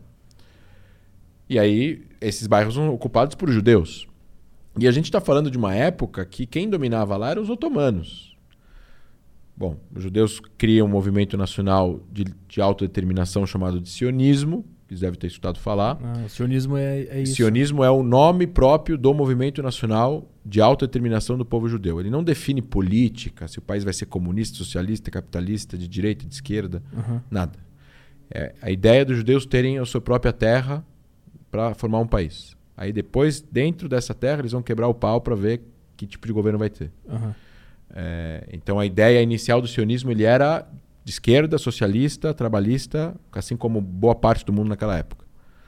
E aí esses bairros são ocupados por judeus. E a gente está falando de uma época que quem dominava lá eram os otomanos. Bom, os judeus criam um movimento nacional de autodeterminação chamado de sionismo, que vocês devem ter escutado falar. O sionismo é isso. Sionismo é o nome próprio do movimento nacional de autodeterminação do povo judeu. Ele não define política, se o país vai ser comunista, socialista, capitalista, de direita, de esquerda, nada. A ideia dos judeus terem a sua própria terra para formar um país. Aí depois, dentro dessa terra, eles vão quebrar o pau para ver que tipo de governo vai ter. Então a ideia inicial do sionismo ele era de esquerda, socialista, trabalhista, assim como boa parte do mundo naquela época.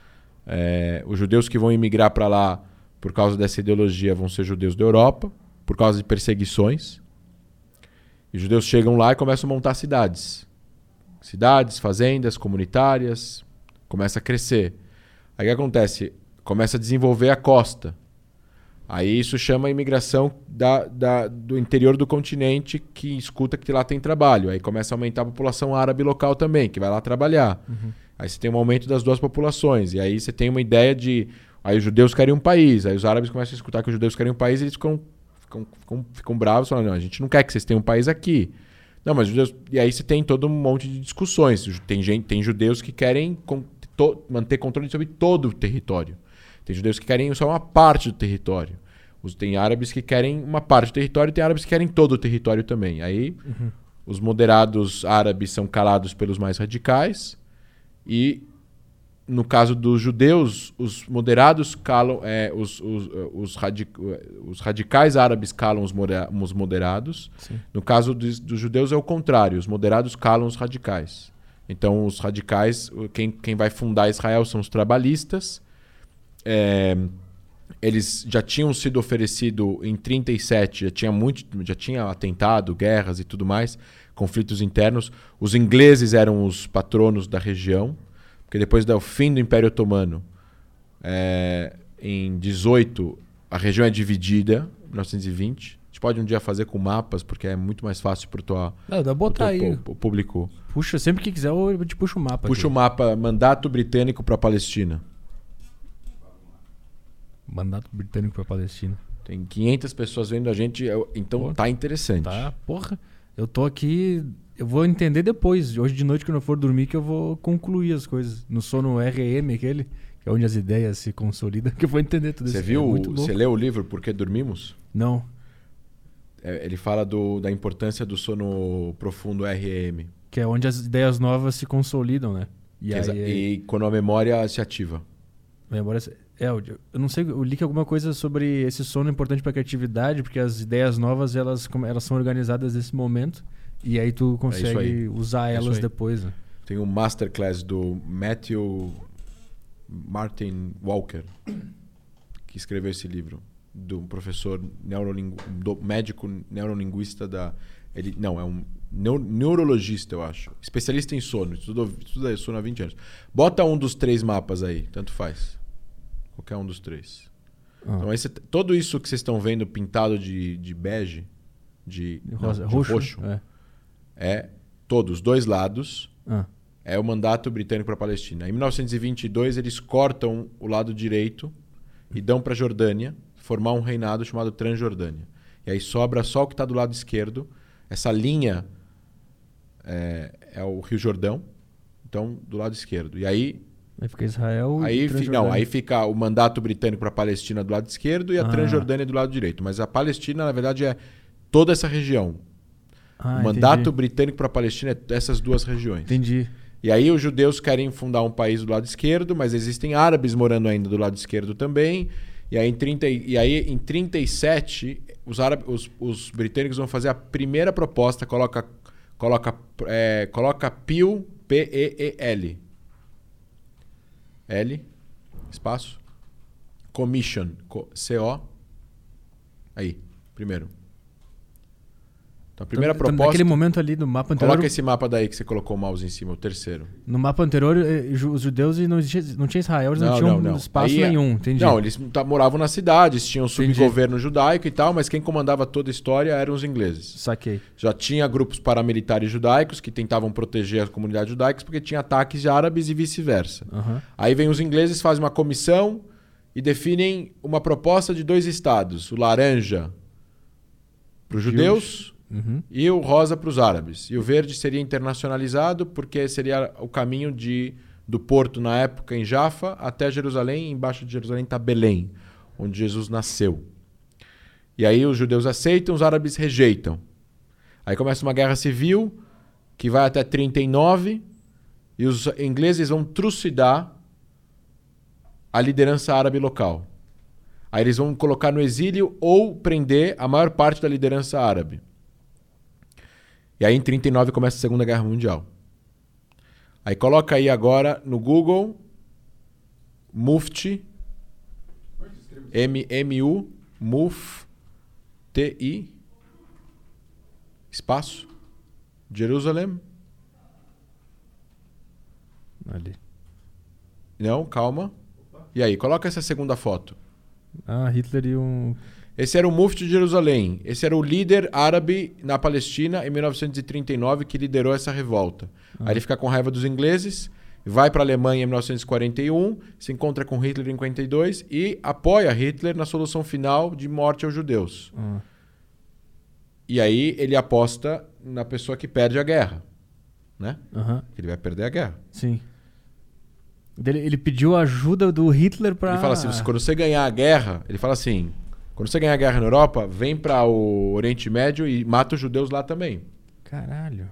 Os judeus que vão imigrar para lá por causa dessa ideologia vão ser judeus da Europa, por causa de perseguições. E os judeus chegam lá e começam a montar cidades. Cidades, fazendas, comunitárias, começa a crescer. Aí o que acontece? Começa a desenvolver a costa. Aí isso chama a imigração do interior do continente que escuta que lá tem trabalho. Aí começa a aumentar a população árabe local também, que vai lá trabalhar. Aí você tem um aumento das duas populações. E aí você tem uma ideia de... Aí os judeus querem um país. Aí os árabes começam a escutar que os judeus querem um país e eles ficam bravos, falando, não, a gente não quer que vocês tenham um país aqui. Não, mas os judeus... E aí você tem todo um monte de discussões. Tem judeus que querem manter controle sobre todo o território. Tem judeus que querem só uma parte do território. Tem árabes que querem uma parte do território e tem árabes que querem todo o território também. Aí os moderados árabes são calados pelos mais radicais e, no caso dos judeus, os moderados calam... os radicais árabes calam os moderados. Sim. No caso dos judeus é o contrário. Os moderados calam os radicais. Então, os radicais... Quem vai fundar Israel são os trabalhistas. Eles já tinham sido oferecido em 1937, já tinha atentado, guerras e tudo mais, conflitos internos. Os ingleses eram os patronos da região, porque depois do fim do Império Otomano, em 18, a região é dividida, 1920. A gente pode um dia fazer com mapas, porque é muito mais fácil para o público. Puxa, sempre que quiser eu te puxo o mapa. Puxa o mapa, mandato britânico para a Palestina. Mandato britânico para a Palestina. Tem 500 pessoas vendo a gente, então tá interessante. Tá, porra. Eu tô aqui, eu vou entender depois. Hoje de noite, quando eu for dormir, que eu vou concluir as coisas. No sono RM, aquele, que é onde as ideias se consolidam, que eu vou entender tudo isso. Você viu, você leu o livro Por que Dormimos? Não. Ele fala da importância do sono profundo RM. Que é onde as ideias novas se consolidam, né? E quando a memória se ativa. Memória... eu não sei, eu li que alguma coisa sobre esse sono importante para a criatividade, porque as ideias novas elas são organizadas nesse momento e aí tu consegue usar elas depois. Né? Tem um masterclass do Matthew Martin Walker, que escreveu esse livro, do professor médico neurolinguista é um neurologista, eu acho, especialista em sono, estuda sono há 20 anos. Bota um dos 3 mapas aí, tanto faz. Qualquer um dos 3. Então, todo isso que vocês estão vendo pintado de bege, de roxo, é todos, 2 lados, é o mandato britânico para a Palestina. Em 1922, eles cortam o lado direito e dão para a Jordânia formar um reinado chamado Transjordânia. E aí sobra só o que está do lado esquerdo. Essa linha é o Rio Jordão, então do lado esquerdo. E aí fica Israel aí fica o mandato britânico para a Palestina do lado esquerdo e a Transjordânia do lado direito. Mas a Palestina, na verdade, é toda essa região. O mandato britânico para a Palestina é essas duas regiões. Entendi. E aí os judeus querem fundar um país do lado esquerdo, mas existem árabes morando ainda do lado esquerdo também. E aí em 37, os britânicos vão fazer a primeira proposta, coloca PEL, P-E-E-L. L, espaço, Commission, C-O. Aí, primeiro. Então, a primeira proposta... Naquele momento ali do mapa anterior... Coloca esse mapa daí que você colocou o mouse em cima, o terceiro. No mapa anterior, os judeus não tinha Israel, eles não tinham espaço nenhum, entendi. Não, eles moravam nas cidades, tinham subgoverno judaico e tal, mas quem comandava toda a história eram os ingleses. Saquei. Já tinha grupos paramilitares judaicos que tentavam proteger as comunidades judaicas porque tinha ataques de árabes e vice-versa. Aí vem os ingleses, fazem uma comissão e definem uma proposta de 2 estados. O laranja para os judeus... E o rosa para os árabes. E o verde seria internacionalizado porque seria o caminho do porto na época em Jaffa até Jerusalém. Embaixo de Jerusalém está Belém, onde Jesus nasceu. E aí os judeus aceitam, os árabes rejeitam. Aí começa uma guerra civil que vai até 39 e os ingleses vão trucidar a liderança árabe local. Aí eles vão colocar no exílio ou prender a maior parte da liderança árabe. E aí em 39 começa a Segunda Guerra Mundial. Aí coloca aí agora no Google Mufti, M-U, Mufti, espaço, Jerusalém. Ali. Não, calma. E aí, coloca essa segunda foto. Hitler e um... Esse era o Mufti de Jerusalém. Esse era o líder árabe na Palestina em 1939 que liderou essa revolta. Aí ele fica com raiva dos ingleses, vai para a Alemanha em 1941, se encontra com Hitler em 42 e apoia Hitler na solução final de morte aos judeus. E aí ele aposta na pessoa que perde a guerra, né? Ele vai perder a guerra. Sim. Ele pediu a ajuda do Hitler para... Ele fala assim, quando você ganhar a guerra, ele fala assim... Quando você ganhar a guerra na Europa, vem para o Oriente Médio e mata os judeus lá também. Caralho.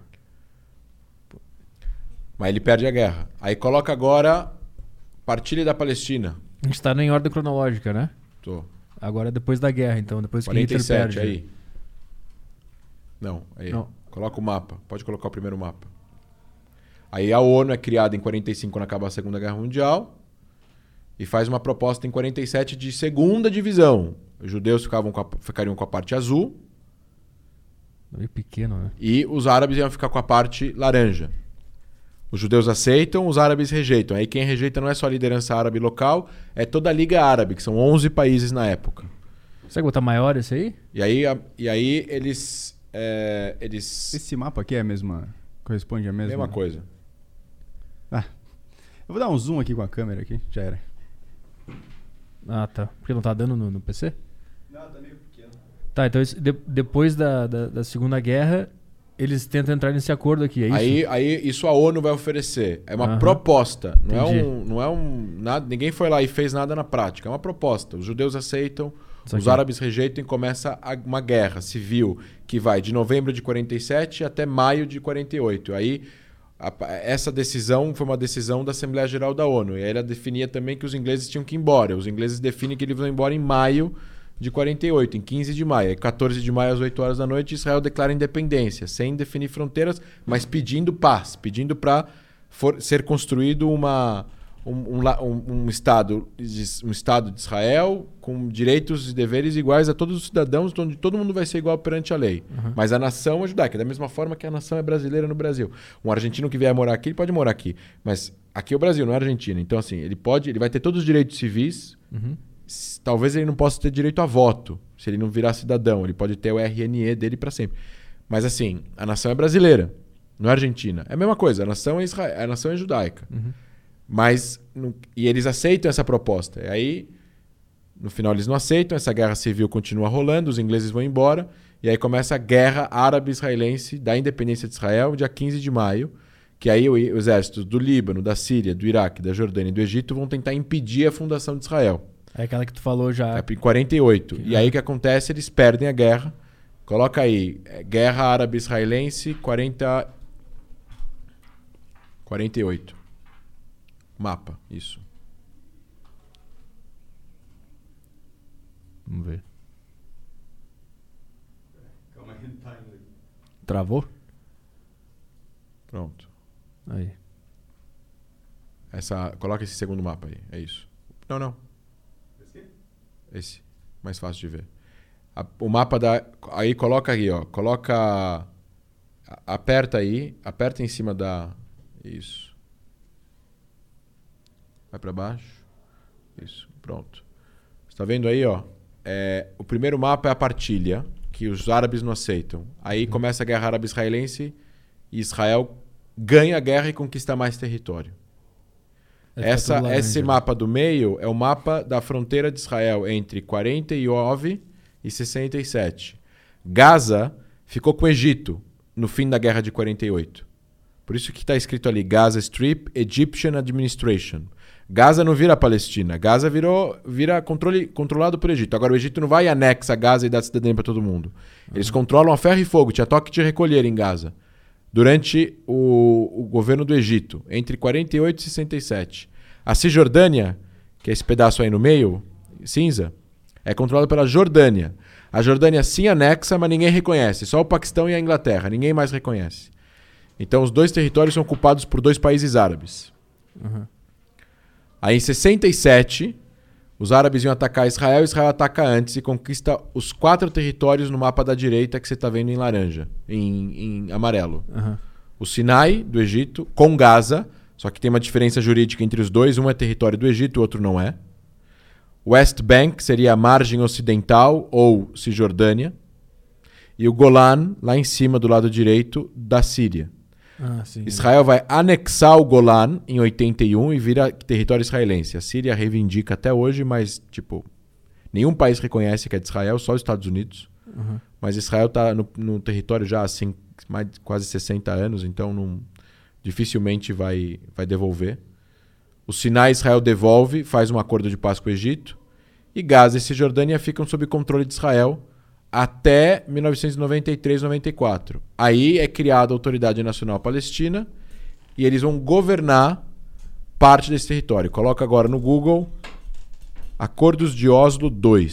Mas ele perde a guerra. Aí coloca agora Partilha da Palestina. A gente tá em ordem cronológica, né? Tô. Agora é depois da guerra, então. Depois que 47, Hitler perde. aí. Não, aí. Não. Coloca o mapa. Pode colocar o primeiro mapa. Aí a ONU é criada em 45, quando acaba a Segunda Guerra Mundial. E faz uma proposta em 47 de segunda divisão. Os judeus ficariam com a parte azul. Meio pequeno, né? E os árabes iam ficar com a parte laranja. Os judeus aceitam, os árabes rejeitam. Aí quem rejeita não é só a liderança árabe local, é toda a Liga Árabe, que são 11 países na época. Consegue botar maior esse aí? E aí eles... Esse mapa aqui é a mesma... Corresponde à mesma... Mesma coisa. Eu vou dar um zoom aqui com a câmera aqui. Já era. Ah, tá. Porque não tá dando no PC? Não, tá meio pequeno. Tá, então depois da Segunda Guerra, eles tentam entrar nesse acordo aqui, é isso? Aí isso a ONU vai oferecer. É uma proposta. Não é nada, ninguém foi lá e fez nada na prática. É uma proposta. Os judeus aceitam, os árabes rejeitam e começa uma guerra civil que vai de novembro de 47 até maio de 48. Aí essa decisão foi uma decisão da Assembleia Geral da ONU. E aí ela definia também que os ingleses tinham que ir embora. Os ingleses definem que eles vão embora em maio de 48, em 15 de maio. Aí 14 de maio às 8 horas da noite, Israel declara independência, sem definir fronteiras, mas pedindo paz, pedindo para ser construído um Estado de Israel com direitos e deveres iguais a todos os cidadãos, onde todo mundo vai ser igual perante a lei. Mas a nação é judaica, da mesma forma que a nação é brasileira no Brasil. Um argentino que vier morar aqui, ele pode morar aqui. Mas aqui é o Brasil, não é a Argentina. Então, assim, ele vai ter todos os direitos civis. Talvez ele não possa ter direito a voto, se ele não virar cidadão. Ele pode ter o RNE dele para sempre. Mas, assim, a nação é brasileira. não é Argentina. É a mesma coisa, a nação é judaica. Mas, e eles aceitam essa proposta. E aí, no final, eles não aceitam, essa guerra civil continua rolando, os ingleses vão embora, e aí começa a guerra árabe-israelense da independência de Israel, dia 15 de maio, que aí os exércitos do Líbano, da Síria, do Iraque, da Jordânia e do Egito vão tentar impedir a fundação de Israel. É aquela que tu falou já. Em 48. E aí o que acontece? Eles perdem a guerra. Coloca aí, guerra árabe-israelense, 48. Mapa, isso. Vamos ver. Calma aí, tá indo. Travou? Pronto. Aí. Coloca esse segundo mapa aí, é isso. Não. Esse, mais fácil de ver. O mapa da... Aí coloca aí, ó. Coloca... Aperta aí. Aperta em cima da... Isso. Vai para baixo. Isso, pronto. Você tá vendo aí, ó? O primeiro mapa é a partilha, que os árabes não aceitam. Aí começa a guerra árabe-israelense e Israel ganha a guerra e conquista mais território. Esse mapa do meio é o mapa da fronteira de Israel entre 49 e 67. Gaza ficou com o Egito no fim da guerra de 48. Por isso que está escrito ali Gaza Strip Egyptian Administration. Gaza não vira Palestina. Gaza vira controlado por Egito. Agora o Egito não vai e anexa Gaza e dá cidadania para todo mundo. Eles controlam a ferro e fogo. Tinha toque de recolher em Gaza. Durante o governo do Egito, entre 48 e 67. A Cisjordânia, que é esse pedaço aí no meio, cinza, é controlada pela Jordânia. A Jordânia sim anexa, mas ninguém reconhece. Só o Paquistão e a Inglaterra. Ninguém mais reconhece. Então os dois territórios são ocupados por 2 países árabes. Aí em 67, os árabes iam atacar Israel. Israel ataca antes e conquista os 4 territórios no mapa da direita que você está vendo em laranja, em amarelo. O Sinai, do Egito, com Gaza, só que tem uma diferença jurídica entre os dois. Um é território do Egito, o outro não é. West Bank seria a margem ocidental ou Cisjordânia. E o Golan, lá em cima, do lado direito, da Síria. Israel vai anexar o Golan em 81 e vira território israelense. A Síria reivindica até hoje, mas nenhum país reconhece que é de Israel, só os Estados Unidos. Mas Israel está no território já há quase 60 anos, então dificilmente vai devolver. O Sinai, Israel devolve, faz um acordo de paz com o Egito. E Gaza e Cisjordânia ficam sob controle de Israel até 1993-94. Aí é criada a Autoridade Nacional Palestina e eles vão governar parte desse território. Coloca agora no Google Acordos de Oslo II.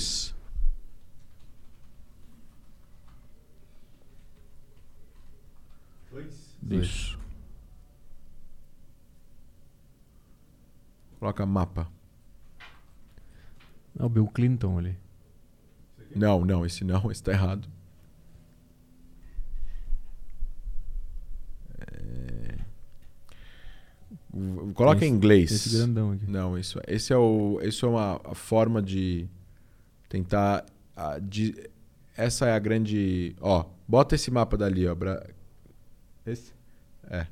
Isso. Coloca mapa. É o Bill Clinton ali. Não, esse está errado. Coloca em inglês. Esse grandão aqui. Não, isso é uma forma de tentar... essa é a grande... Ó, bota esse mapa dali, ó. Esse? É.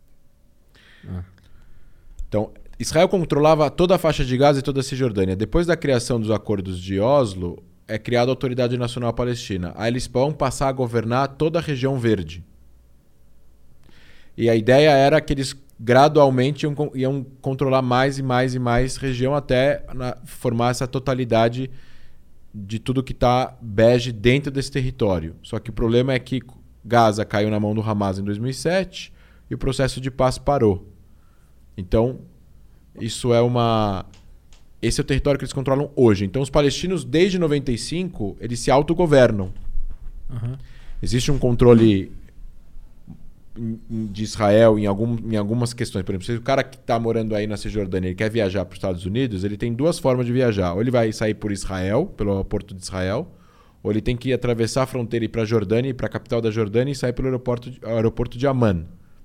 Então, Israel controlava toda a faixa de Gaza e toda a Cisjordânia. Depois da criação dos acordos de Oslo, é criada a Autoridade Nacional Palestina. Aí eles vão passar a governar toda a região verde. E a ideia era que eles gradualmente iam controlar mais e mais e mais região até formar essa totalidade de tudo que está bege dentro desse território. Só que o problema é que Gaza caiu na mão do Hamas em 2007 e o processo de paz parou. Então, esse é o território que eles controlam hoje. Então, os palestinos, desde 95, eles se autogovernam. Existe um controle de Israel em algumas questões. Por exemplo, se o cara que está morando aí na Cisjordânia ele quer viajar para os Estados Unidos, ele tem 2 formas de viajar. Ou ele vai sair por Israel, pelo aeroporto de Israel, ou ele tem que atravessar a fronteira e ir para a Jordânia, ir para a capital da Jordânia e sair pelo aeroporto de Amman.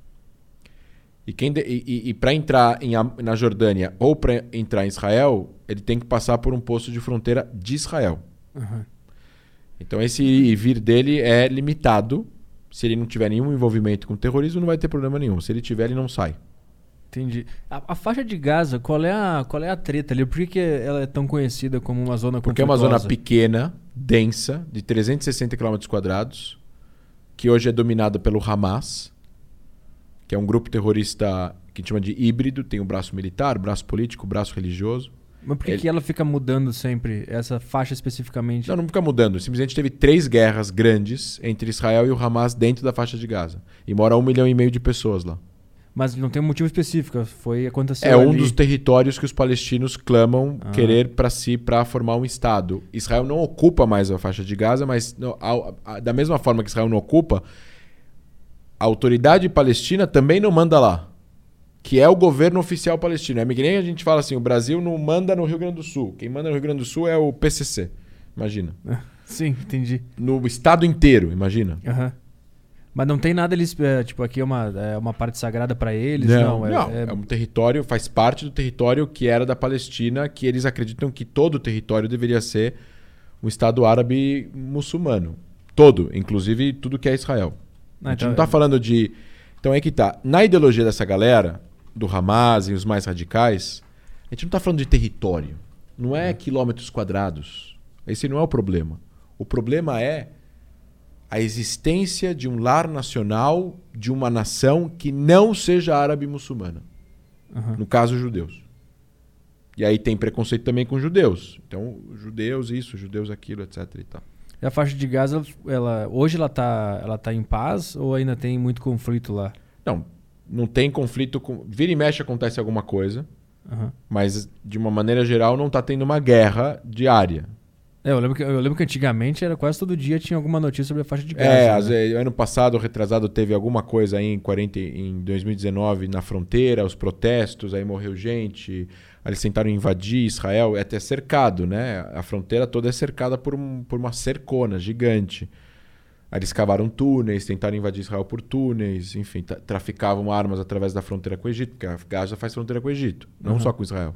E para entrar na Jordânia ou para entrar em Israel, ele tem que passar por um posto de fronteira de Israel. Então esse ir e vir dele é limitado. Se ele não tiver nenhum envolvimento com terrorismo, não vai ter problema nenhum. Se ele tiver, ele não sai. Entendi. A faixa de Gaza, qual é a treta ali? Por que ela é tão conhecida como uma zona conflituosa? Porque é uma zona pequena, densa, de 360 km², que hoje é dominada pelo Hamas, que é um grupo terrorista que a gente chama de híbrido, tem o braço militar, o braço político, o braço religioso. Mas por que ela fica mudando sempre, essa faixa especificamente? Não fica mudando. Simplesmente teve 3 guerras grandes entre Israel e o Hamas dentro da faixa de Gaza. E mora 1,5 milhão de pessoas lá. Mas não tem um motivo específico, aconteceu É ali. um dos territórios que os palestinos clamam querer para si para formar um Estado. Israel não ocupa mais a faixa de Gaza, mas da mesma forma que Israel não ocupa, a autoridade palestina também não manda lá. Que é o governo oficial palestino. É que nem a gente fala assim, o Brasil não manda no Rio Grande do Sul. Quem manda no Rio Grande do Sul é o PCC. Imagina. Sim, entendi. No estado inteiro, imagina. Mas não tem nada eles, tipo, aqui é uma parte sagrada para eles? Não, é um território, faz parte do território que era da Palestina, que eles acreditam que todo o território deveria ser um Estado árabe muçulmano. Todo, inclusive tudo que é Israel. A gente não tá falando de... Então é que tá. Na ideologia dessa galera, do Hamas e os mais radicais, a gente não tá falando de território. Não é quilômetros quadrados. Esse não é o problema. O problema é a existência de um lar nacional de uma nação que não seja árabe e muçulmana. No caso, judeus. E aí tem preconceito também com judeus. Então, judeus isso, judeus aquilo, etc. E tal. E a faixa de Gaza, hoje ela tá em paz ou ainda tem muito conflito lá? Não tem conflito. Vira e mexe acontece alguma coisa, mas de uma maneira geral não está tendo uma guerra diária. Eu lembro que antigamente era quase todo dia tinha alguma notícia sobre a faixa de Gaza. Né? Ano passado, retrasado, teve alguma coisa aí em 2019 na fronteira, os protestos, aí morreu gente. Aí eles tentaram invadir Israel, é até cercado, né? A fronteira toda é cercada por uma cercona gigante. Aí eles cavaram túneis, tentaram invadir Israel por túneis, enfim, traficavam armas através da fronteira com o Egito, porque a Gaza faz fronteira com o Egito, não só com Israel.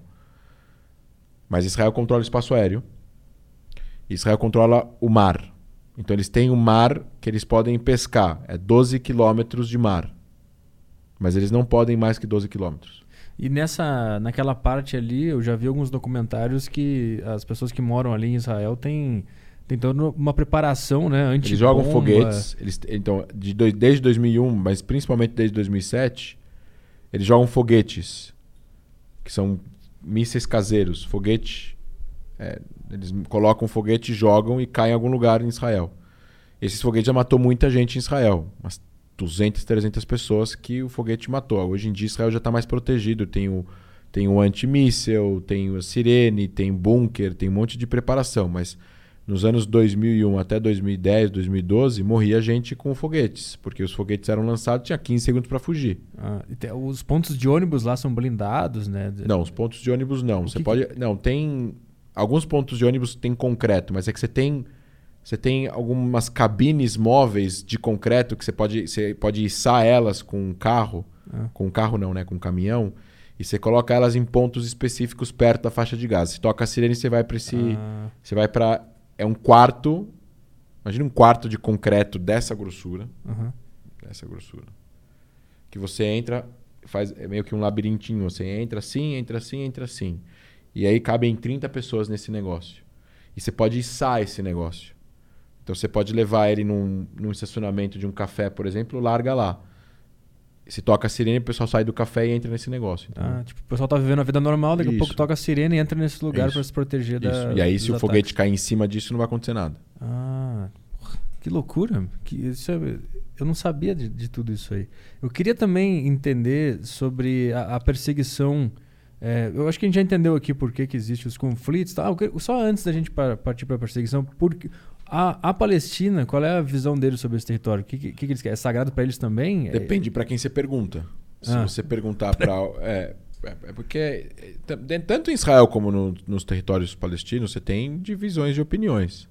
Mas Israel controla o espaço aéreo. Israel controla o mar. Então eles têm um mar que eles podem pescar. É 12 quilômetros de mar. Mas eles não podem mais que 12 quilômetros. E naquela parte ali, eu já vi alguns documentários que as pessoas que moram ali em Israel têm toda uma preparação, né? Antibomba. Eles jogam foguetes. Então, desde 2001, mas principalmente desde 2007, eles jogam foguetes, que são mísseis caseiros. Foguete... eles colocam um foguete, jogam e caem em algum lugar em Israel. Esses foguetes já matou muita gente em Israel. Umas 200, 300 pessoas que o foguete matou. Hoje em dia Israel já está mais protegido. Tem o antimíssel, tem a sirene, tem bunker, tem um monte de preparação. Mas nos anos 2001 até 2010, 2012, morria gente com foguetes. Porque os foguetes eram lançados, tinha 15 segundos para fugir. Os pontos de ônibus lá são blindados, né? Não, os pontos de ônibus não. Não, tem... Alguns pontos de ônibus tem concreto, mas é que você tem algumas cabines móveis de concreto que você pode içar elas com um carro. Com um carro não, né? Com um caminhão. E você coloca elas em pontos específicos perto da faixa de Gaza. Você toca a sirene e você vai para Você vai para... É um quarto... Imagina um quarto de concreto dessa grossura. Dessa grossura. Que você entra... É meio que um labirintinho. Você entra assim, entra assim, entra assim. E aí cabem 30 pessoas nesse negócio. E você pode içar esse negócio. Então você pode levar ele num estacionamento de um café, por exemplo, larga lá. Se toca a sirene, o pessoal sai do café e entra nesse negócio. Então... tipo, o pessoal tá vivendo a vida normal, daqui a pouco toca a sirene e entra nesse lugar para se proteger E aí se o foguete cair em cima disso, não vai acontecer nada. Que loucura. Eu não sabia de tudo isso aí. Eu queria também entender sobre a perseguição... eu acho que a gente já entendeu aqui por que existem os conflitos. Só antes da gente partir para a perseguição, porque a Palestina, qual é a visão deles sobre esse território? O que eles querem? É sagrado para eles também? Depende para quem você pergunta. Se você perguntar para... porque tanto em Israel como nos territórios palestinos você tem divisões de opiniões.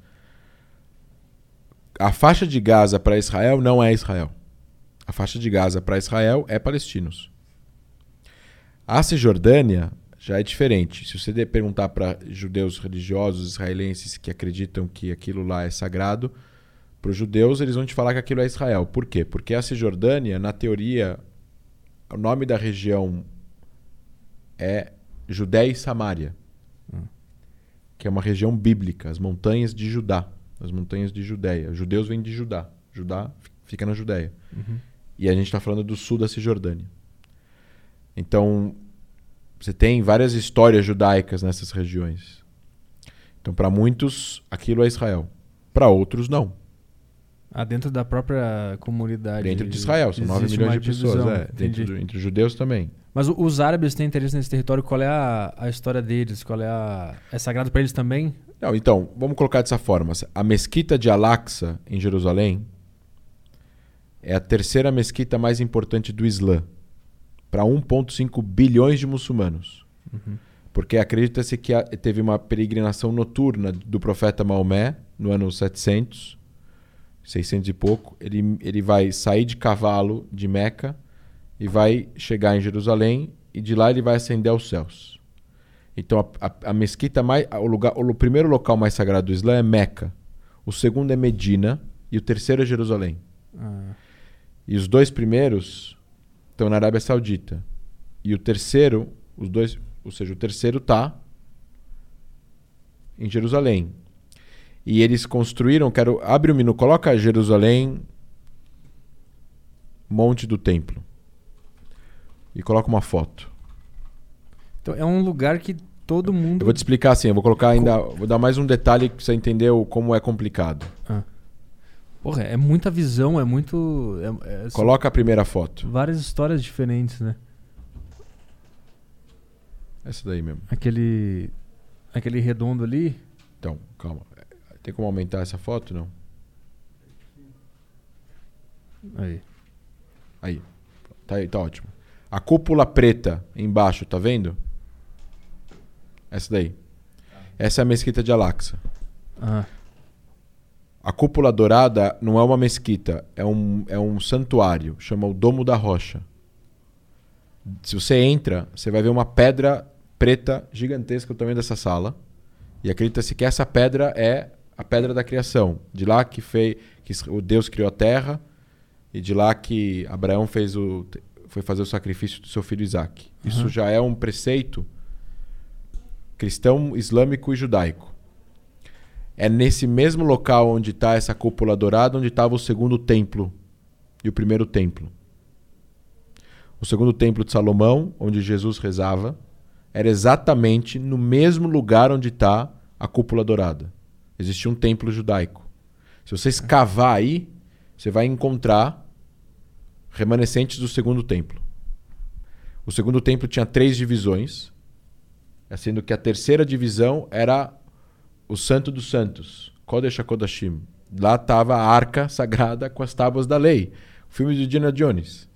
A faixa de Gaza para Israel não é Israel. A faixa de Gaza para Israel é palestinos. A Cisjordânia já é diferente. Se você perguntar para judeus religiosos israelenses que acreditam que aquilo lá é sagrado, Para os judeus, eles vão te falar que aquilo é Israel. Por quê? Porque a Cisjordânia, na teoria, o nome da região é Judéia e Samária, que é uma região bíblica, as montanhas de Judá, as montanhas de Judéia. Os judeus vêm de Judá. Judá fica na Judéia. E a gente está falando do sul da Cisjordânia. Então, você tem várias histórias judaicas nessas regiões. Então, para muitos, aquilo é Israel. Para outros, não. Dentro da própria comunidade. Dentro de Israel, são 9 milhões de pessoas. Entre os judeus também. Mas os árabes têm interesse nesse território. Qual é a história deles? É sagrado para eles também? Não, então, vamos colocar dessa forma. A mesquita de Al-Aqsa, em Jerusalém, é a terceira mesquita mais importante do Islã, para 1,5 bilhões de muçulmanos. Porque acredita-se que teve uma peregrinação noturna do profeta Maomé, no ano 700, 600 e pouco. Ele vai sair de cavalo de Meca e vai chegar em Jerusalém, e de lá ele vai ascender aos céus. Então a mesquita o primeiro local mais sagrado do Islã é Meca, o segundo é Medina e o terceiro é Jerusalém. E os dois primeiros estão na Arábia Saudita. E o terceiro, o terceiro está em Jerusalém. E eles construíram, abre o menu, coloca Jerusalém, Monte do Templo. E coloca uma foto. Então é um lugar que todo mundo... Eu vou te explicar assim, eu vou colocar ainda, vou dar mais um detalhe para você entender como é complicado. Porra, é muita visão, é muito... Coloca a primeira foto. Várias histórias diferentes, né? Essa daí mesmo. Aquele redondo ali. Então, calma. Tem como aumentar essa foto, não? Aí. Tá ótimo. A cúpula preta embaixo, tá vendo? Essa daí. Essa é a mesquita de Al-Aqsa. A cúpula dourada não é uma mesquita, é um santuário, chama o Domo da Rocha. Se você entra, você vai ver uma pedra preta gigantesca do tamanho dessa sala. E acredita-se que essa pedra é a pedra da criação. De lá que o Deus criou a terra, e de lá que Abraão foi fazer o sacrifício do seu filho Isaac. Isso já é um preceito cristão, islâmico e judaico. É nesse mesmo local onde está essa cúpula dourada, onde estava o segundo templo e o primeiro templo. O segundo templo de Salomão, onde Jesus rezava, era exatamente no mesmo lugar onde está a cúpula dourada. Existia um templo judaico. Se você escavar aí, você vai encontrar remanescentes do segundo templo. O segundo templo tinha 3 divisões, sendo que a terceira divisão era o Santo dos Santos, Kodesh HaKodashim. Lá estava a Arca Sagrada com as tábuas da lei. O filme de Indiana Jones.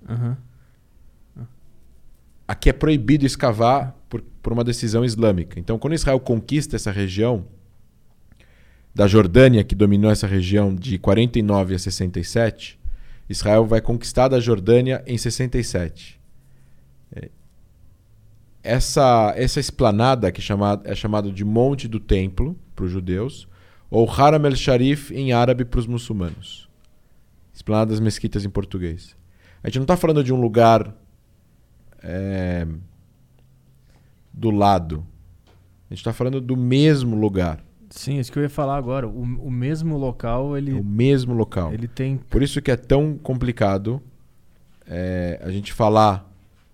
Aqui é proibido escavar por uma decisão islâmica. Então, quando Israel conquista essa região da Jordânia, que dominou essa região de 49 a 67, Israel vai conquistar a Jordânia em 67. Essa esplanada, que é chamada de Monte do Templo para os judeus, ou Haram el-Sharif em árabe para os muçulmanos. Esplanada das mesquitas em português. A gente não está falando de um lugar do lado. A gente está falando do mesmo lugar. Sim, isso que eu ia falar agora. O mesmo local, ele... O mesmo local. Ele tem... Por isso que é tão complicado a gente falar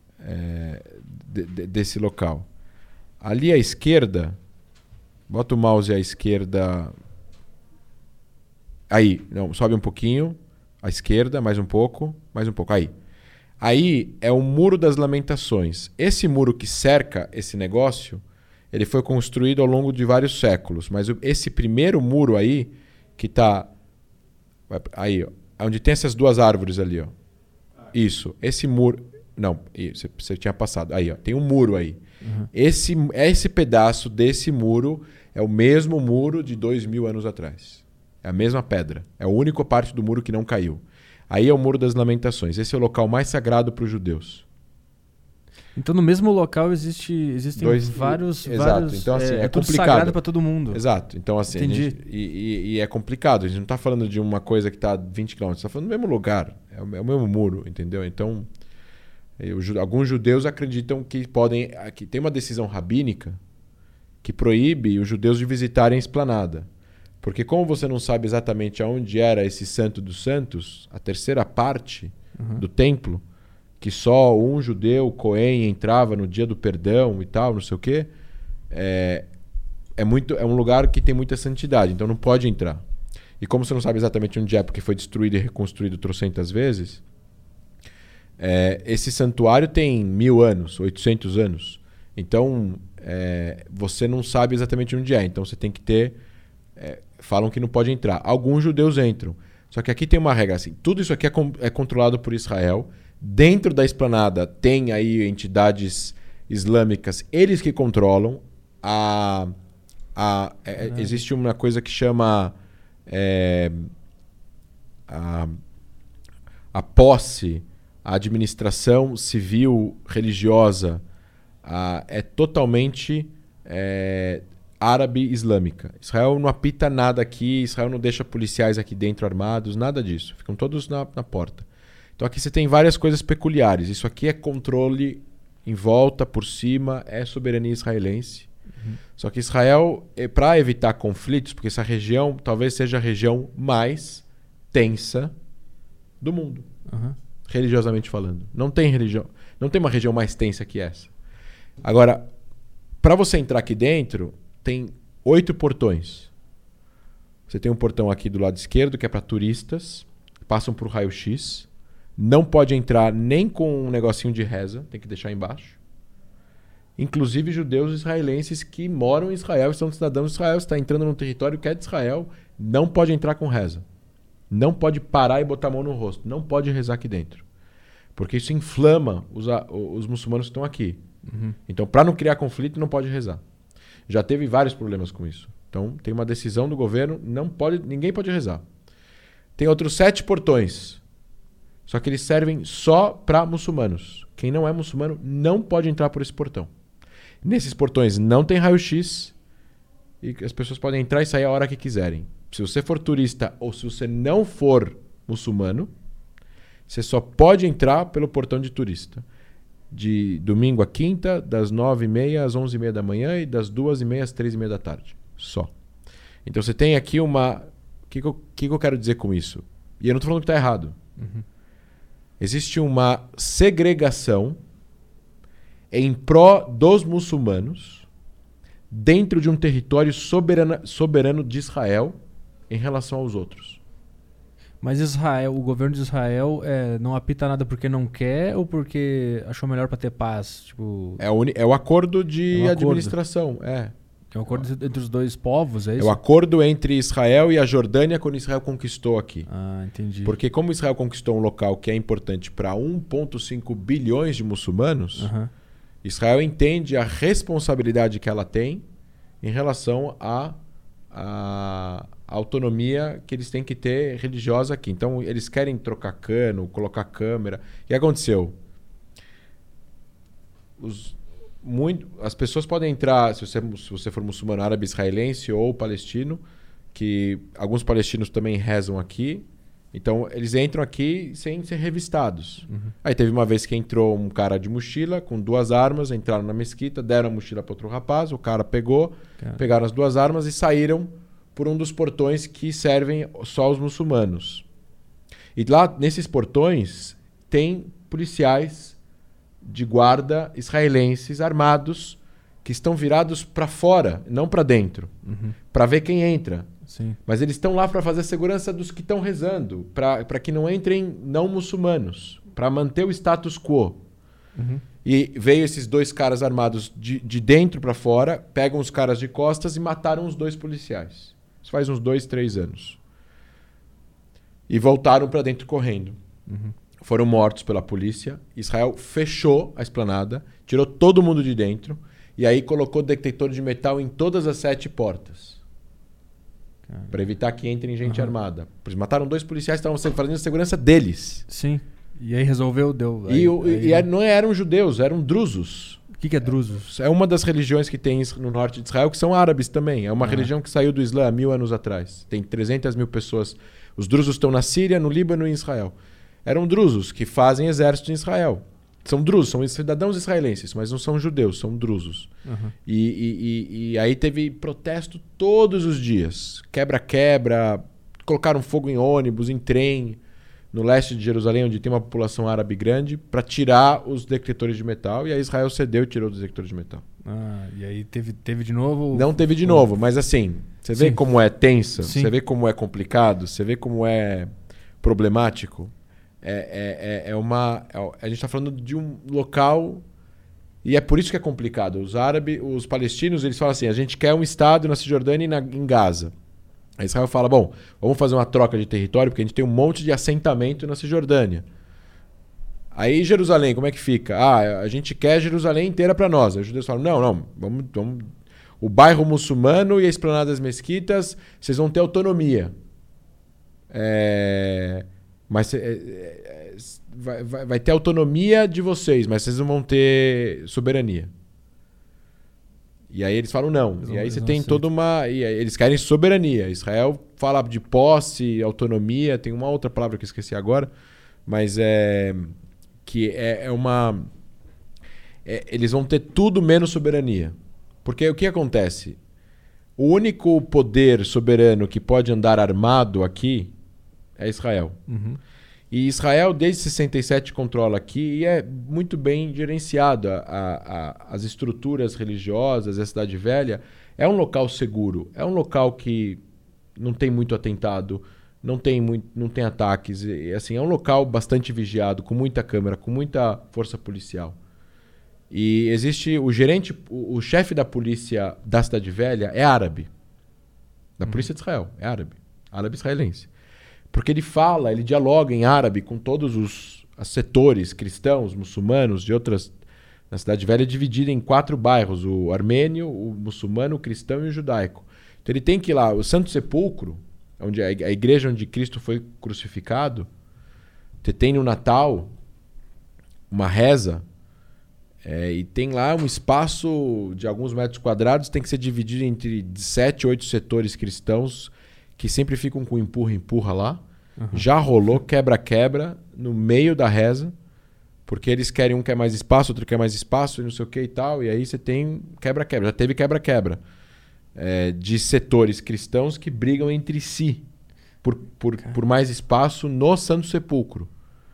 desse local. Ali à esquerda, bota o mouse à esquerda. Aí, não, sobe um pouquinho. À esquerda, mais um pouco. Aí. Aí é o Muro das Lamentações. Esse muro que cerca esse negócio, ele foi construído ao longo de vários séculos. Mas esse primeiro muro aí, que está aí, ó, onde tem essas 2 árvores ali, ó. Isso, esse muro... Não, você tinha passado. Aí, ó, tem um muro aí. Esse pedaço desse muro é o mesmo muro de 2000 anos atrás. É a mesma pedra. É a única parte do muro que não caiu. Aí é o Muro das Lamentações. Esse é o local mais sagrado para os judeus. Então no mesmo local existem vários... Exato. Então assim, é tudo complicado. sagrado para todo mundo. Exato. Então assim, Entendi. E é complicado. A gente não está falando de uma coisa que está a 20 km. Está falando do mesmo lugar. É o mesmo muro, entendeu? Então, alguns judeus acreditam que que tem uma decisão rabínica que proíbe os judeus de visitarem a esplanada. Porque como você não sabe exatamente aonde era esse Santo dos Santos, a terceira parte do templo, que só um judeu, Cohen, entrava no dia do perdão e tal, não sei o quê, é um lugar que tem muita santidade, então não pode entrar. E como você não sabe exatamente onde é, porque foi destruído e reconstruído trocentas vezes, esse santuário tem 1000 anos, 800 anos. Então, você não sabe exatamente onde é. Então, você tem que ter... falam que não pode entrar. Alguns judeus entram. Só que aqui tem uma regra assim. Tudo isso aqui é controlado por Israel. Dentro da esplanada tem aí entidades islâmicas. Eles que controlam. Existe uma coisa que chama... a posse, a administração civil religiosa é totalmente árabe-islâmica. Israel não apita nada aqui, Israel não deixa policiais aqui dentro armados, nada disso. Ficam todos na porta. Então aqui você tem várias coisas peculiares. Isso aqui é controle em volta, por cima, é soberania israelense. Só que Israel, para evitar conflitos, porque essa região talvez seja a região mais tensa do mundo, religiosamente falando. Não tem uma região mais tensa que essa. Agora, para você entrar aqui dentro, tem 8 portões. Você tem um portão aqui do lado esquerdo, que é para turistas, passam por raio-x. Não pode entrar nem com um negocinho de reza, tem que deixar embaixo. Inclusive judeus israelenses que moram em Israel, são cidadãos de Israel, está entrando num território que é de Israel, não pode entrar com reza. Não pode parar e botar a mão no rosto. Não pode rezar aqui dentro. Porque isso inflama os muçulmanos que estão aqui. Então, para não criar conflito, não pode rezar. Já teve vários problemas com isso. Então, tem uma decisão do governo, ninguém pode rezar. Tem outros 7 portões. Só que eles servem só para muçulmanos. Quem não é muçulmano não pode entrar por esse portão. Nesses portões não tem raio-x e as pessoas podem entrar e sair a hora que quiserem. Se você for turista ou se você não for muçulmano, você só pode entrar pelo portão de turista. De domingo a quinta, das 9h30 às 11h30 da manhã e das 2h30 às 3h30 da tarde. Só. Então você tem aqui uma... O que eu quero dizer com isso? E eu não estou falando que está errado. Existe uma segregação em pró dos muçulmanos dentro de um território soberano de Israel em relação aos outros. Mas o governo de Israel não apita nada porque não quer ou porque achou melhor para ter paz? Tipo... É o acordo de administração. É um acordo entre os dois povos, é isso? É o acordo entre Israel e a Jordânia quando Israel conquistou aqui. Ah, entendi. Porque como Israel conquistou um local que é importante para 1,5 bilhões de muçulmanos, Israel entende a responsabilidade que ela tem em relação à autonomia que eles têm que ter religiosa aqui. Então, eles querem trocar cano, colocar câmera. O que aconteceu? As pessoas podem entrar, se você for muçulmano, árabe, israelense ou palestino, que alguns palestinos também rezam aqui. Então, eles entram aqui sem ser revistados. Aí teve uma vez que entrou um cara de mochila com 2 armas, entraram na mesquita, deram a mochila para outro rapaz, o cara pegaram as 2 armas e saíram por um dos portões que servem só aos muçulmanos. E lá, nesses portões, tem policiais de guarda israelenses armados que estão virados para fora, não para dentro, para ver quem entra. Sim. Mas eles estão lá para fazer a segurança dos que estão rezando, para que não entrem não muçulmanos, para manter o status quo. E veio esses 2 caras armados de dentro para fora, pegam os caras de costas e mataram os 2 policiais. Isso faz uns 2, 3 anos. E voltaram para dentro correndo. Foram mortos pela polícia. Israel fechou a esplanada, tirou todo mundo de dentro e aí colocou detector de metal em todas as 7 portas. Para evitar que entrem gente armada. Eles mataram 2 policiais que estavam fazendo a segurança deles. Sim. E aí resolveu, deu... Não eram judeus, eram drusos. O que é drusos? É uma das religiões que tem no norte de Israel, que são árabes também. É uma religião que saiu do Islã há 1000 anos atrás. Tem 300 mil pessoas. Os drusos estão na Síria, no Líbano e em Israel. Eram drusos que fazem exército em Israel. São drusos, são cidadãos israelenses, mas não são judeus, são drusos. Uhum. E aí teve protesto todos os dias. Quebra-quebra, colocaram fogo em ônibus, em trem, no leste de Jerusalém, onde tem uma população árabe grande, para tirar os detectores de metal. E aí Israel cedeu e tirou os detectores de metal. E aí teve de novo? Não teve de novo, mas assim, você vê como é tenso, você vê como é complicado, você vê como é problemático. A gente está falando de um local, e é por isso que é complicado. Os palestinos, eles falam assim, a gente quer um estado na Cisjordânia e em Gaza. Aí Israel fala, bom, vamos fazer uma troca de território, porque a gente tem um monte de assentamento na Cisjordânia. Aí Jerusalém, como é que fica? A gente quer Jerusalém inteira para nós. Aí os judeus falam, não, vamos... O bairro muçulmano e a esplanada das mesquitas, vocês vão ter autonomia. Mas vai ter autonomia de vocês, mas vocês não vão ter soberania. E aí eles falam não. E aí você tem toda uma... E aí eles querem soberania. Israel fala de posse, autonomia, tem uma outra palavra que eu esqueci agora, mas eles vão ter tudo menos soberania. Porque o que acontece? O único poder soberano que pode andar armado aqui é Israel. Uhum. E Israel, desde 67, controla aqui e é muito bem gerenciado. As estruturas religiosas, a Cidade Velha, é um local seguro. É um local que não tem muito atentado, não tem ataques. E, assim, é um local bastante vigiado, com muita câmera, com muita força policial. E existe o chefe da polícia da Cidade Velha é árabe. Da polícia de Israel, é árabe israelense. Porque ele dialoga em árabe com todos os setores cristãos, muçulmanos, de outras... Na Cidade Velha é dividida em 4 bairros, o armênio, o muçulmano, o cristão e o judaico. Então ele tem que ir lá, o Santo Sepulcro, onde a igreja onde Cristo foi crucificado, você tem no Natal uma reza, e tem lá um espaço de alguns metros quadrados, tem que ser dividido entre 7 ou 8 setores cristãos, que sempre ficam com empurra lá. Uhum. Já rolou quebra-quebra no meio da reza, porque eles querem, um quer mais espaço, outro quer mais espaço, e não sei o que e tal, e aí você tem quebra-quebra. Já teve quebra-quebra de setores cristãos que brigam entre si por mais espaço no Santo Sepulcro.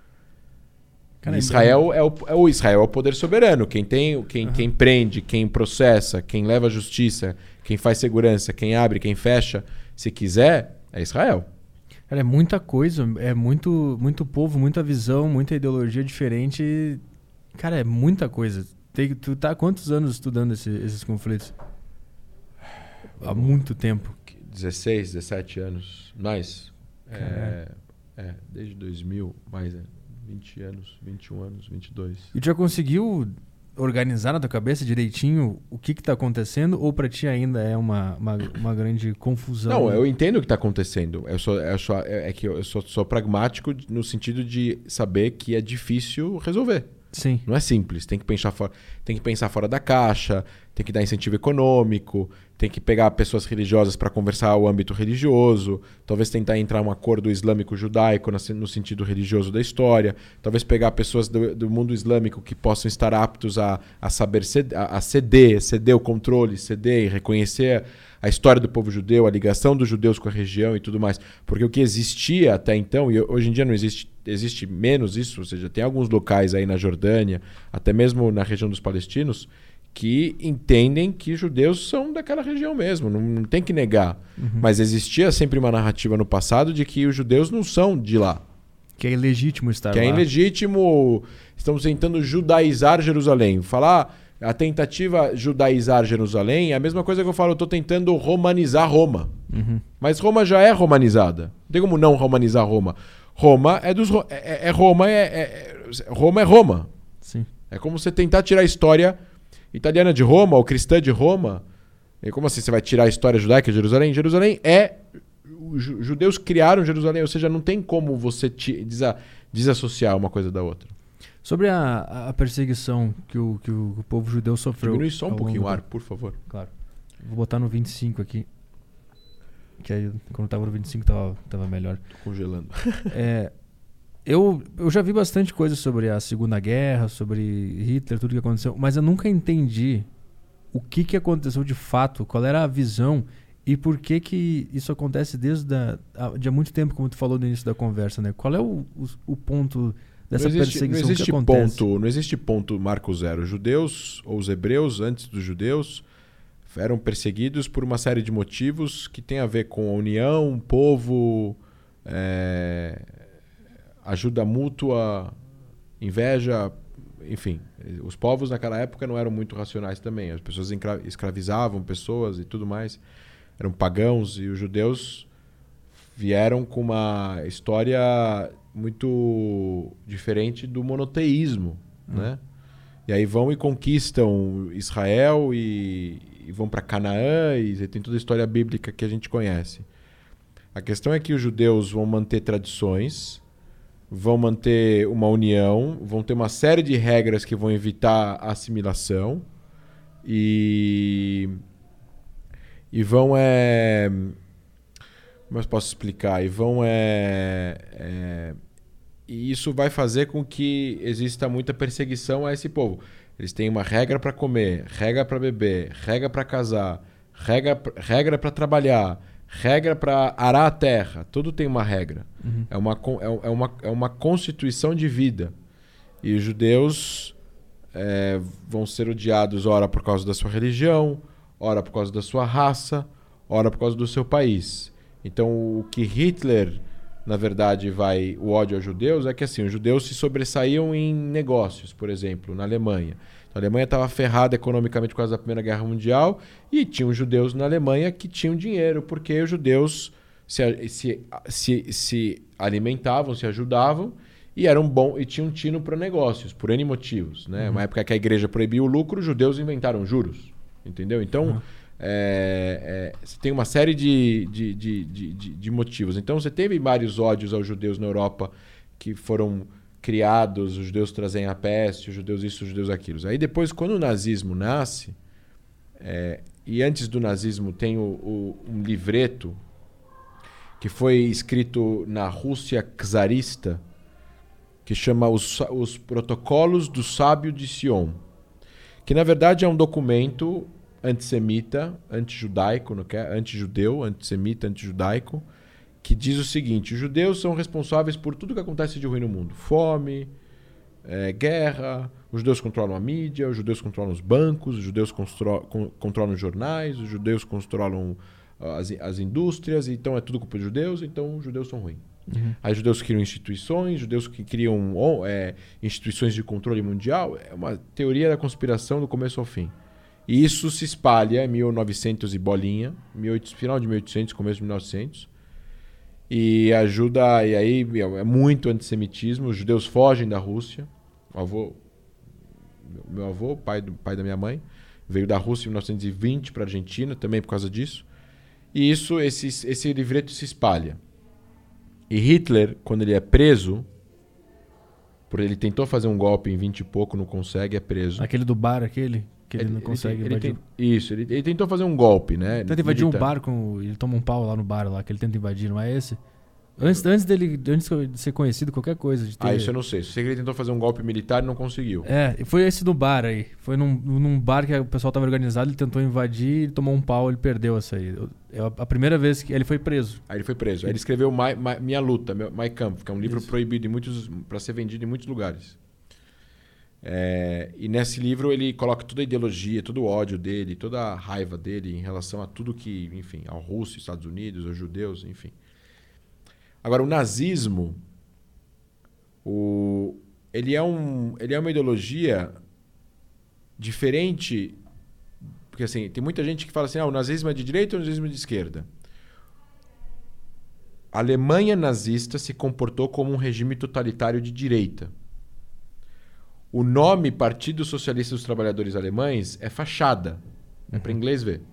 Israel é o poder soberano. Quem prende, quem processa, quem leva a justiça, quem faz segurança, quem abre, quem fecha, se quiser, é Israel. Cara, é muita coisa, é muito povo, muita visão, muita ideologia diferente. Cara, é muita coisa. Tu tá há quantos anos estudando esses conflitos? Há muito tempo. 16, 17 anos. Mais. Desde 2000, mais 20 anos, 21 anos, 22. E tu já conseguiu organizar na tua cabeça direitinho o que tá acontecendo, ou para ti ainda é uma grande confusão? Não, eu entendo o que tá acontecendo. Eu sou pragmático no sentido de saber que é difícil resolver. Sim. Não é simples. Tem que pensar fora da caixa, tem que dar incentivo econômico, tem que pegar pessoas religiosas para conversar o âmbito religioso, talvez tentar entrar um acordo islâmico-judaico no sentido religioso da história, talvez pegar pessoas do mundo islâmico que possam estar aptos a saber ceder o controle, ceder e reconhecer a história do povo judeu, a ligação dos judeus com a região e tudo mais. Porque o que existia até então, e hoje em dia não existe menos isso, ou seja, tem alguns locais aí na Jordânia, até mesmo na região dos palestinos, que entendem que judeus são daquela região mesmo, não tem que negar. Uhum. Mas existia sempre uma narrativa no passado de que os judeus não são de lá. Que é ilegítimo estar lá. Que é ilegítimo, estamos tentando judaizar Jerusalém. Falar a tentativa judaizar Jerusalém é a mesma coisa que eu falo, eu estou tentando romanizar Roma. Uhum. Mas Roma já é romanizada. Não tem como não romanizar Roma. Roma é dos... Roma é Roma. Sim. É como você tentar tirar a história italiana de Roma ou cristã de Roma. E como assim você vai tirar a história judaica de Jerusalém? Jerusalém os judeus criaram Jerusalém, ou seja, não tem como você desassociar uma coisa da outra. Sobre a perseguição que o povo judeu sofreu. Diminui só um ao pouquinho o longo ar, por favor. Claro. Vou botar no 25 aqui. Que aí, quando tava no 25, tava melhor. Tô congelando. Eu já vi bastante coisa sobre a Segunda Guerra, sobre Hitler, tudo que aconteceu, mas eu nunca entendi o que aconteceu de fato, qual era a visão e por que isso acontece desde há muito tempo, como tu falou no início da conversa, né? Qual é o ponto dessa perseguição que acontece? Não existe ponto marco zero. Os judeus, ou os hebreus, antes dos judeus, eram perseguidos por uma série de motivos que tem a ver com a união, povo, ajuda mútua, inveja, enfim. Os povos naquela época não eram muito racionais também. As pessoas escravizavam pessoas e tudo mais. Eram pagãos e os judeus vieram com uma história muito diferente do monoteísmo, né? E aí vão e conquistam Israel e vão para Canaã e tem toda a história bíblica que a gente conhece. A questão é que os judeus vão manter tradições, vão manter uma união, vão ter uma série de regras que vão evitar a assimilação e vão como eu posso explicar? E isso vai fazer com que exista muita perseguição a esse povo. Eles têm uma regra para comer, regra para beber, regra para casar, regra para trabalhar, regra para arar a terra. Tudo tem uma regra. Uhum. É uma constituição de vida. E os judeus vão ser odiados, ora por causa da sua religião, ora por causa da sua raça, ora por causa do seu país. Então, o que Hitler, na verdade, o ódio aos judeus é que assim, os judeus se sobressaíam em negócios, por exemplo, na Alemanha. Então, a Alemanha estava ferrada economicamente por causa da Primeira Guerra Mundial e tinham judeus na Alemanha que tinham dinheiro, porque os judeus se alimentavam, se ajudavam e tinham um tino para negócios, por N motivos. Né? Uma época que a igreja proibia o lucro, os judeus inventaram juros. Entendeu? Então, você tem uma série de motivos. Então, você teve vários ódios aos judeus na Europa que foram criados, os judeus trazem a peste, os judeus isso, os judeus aquilo. Aí depois, quando o nazismo nasce, e antes do nazismo tem um livreto que foi escrito na Rússia czarista, que chama os Protocolos do Sábio de Sion, que na verdade é um documento antissemita, antijudaico, antijudeu, antissemita, antijudaico, que diz o seguinte: os judeus são responsáveis por tudo que acontece de ruim no mundo. Fome, guerra, os judeus controlam a mídia, os judeus controlam os bancos, os judeus controlam os jornais, os judeus controlam as indústrias, então é tudo culpa dos judeus, então os judeus são ruins. Uhum. Aí os judeus criam instituições, judeus que criam instituições de controle mundial. É uma teoria da conspiração do começo ao fim. E isso se espalha em 1900 e bolinha, final de 1800, começo de 1900. E aí é muito antissemitismo. Os judeus fogem da Rússia. Meu avô, pai da minha mãe, veio da Rússia em 1920 para a Argentina, também por causa disso. E esse livreto se espalha. E Hitler, quando ele é preso, ele tentou fazer um golpe em 20 e pouco, não consegue, é preso. Aquele do bar, que ele não consegue invadir. Ele tentou fazer um golpe, né? Tenta invadir um bar, ele toma um pau lá no bar, lá, que ele tenta invadir, não é esse? Antes de ser conhecido, qualquer coisa. Isso eu não sei. Só sei que ele tentou fazer um golpe militar e não conseguiu. Foi esse do bar aí. Foi num bar que o pessoal estava organizado, ele tentou invadir, ele tomou um pau, ele perdeu essa aí. É a primeira vez que ele foi preso. Aí ele foi preso. Aí ele escreveu Minha Luta, Mein Kampf, que é um livro proibido para ser vendido em muitos lugares. E nesse livro ele coloca toda a ideologia, todo o ódio dele, toda a raiva dele em relação a tudo que, enfim, ao Rússia, Estados Unidos, aos judeus, enfim. Agora, o nazismo, ele é uma ideologia diferente, porque assim, tem muita gente que fala assim, o nazismo é de direita ou o nazismo é de esquerda? A Alemanha nazista se comportou como um regime totalitário de direita. O nome Partido Socialista dos Trabalhadores Alemães é fachada. É para inglês ver.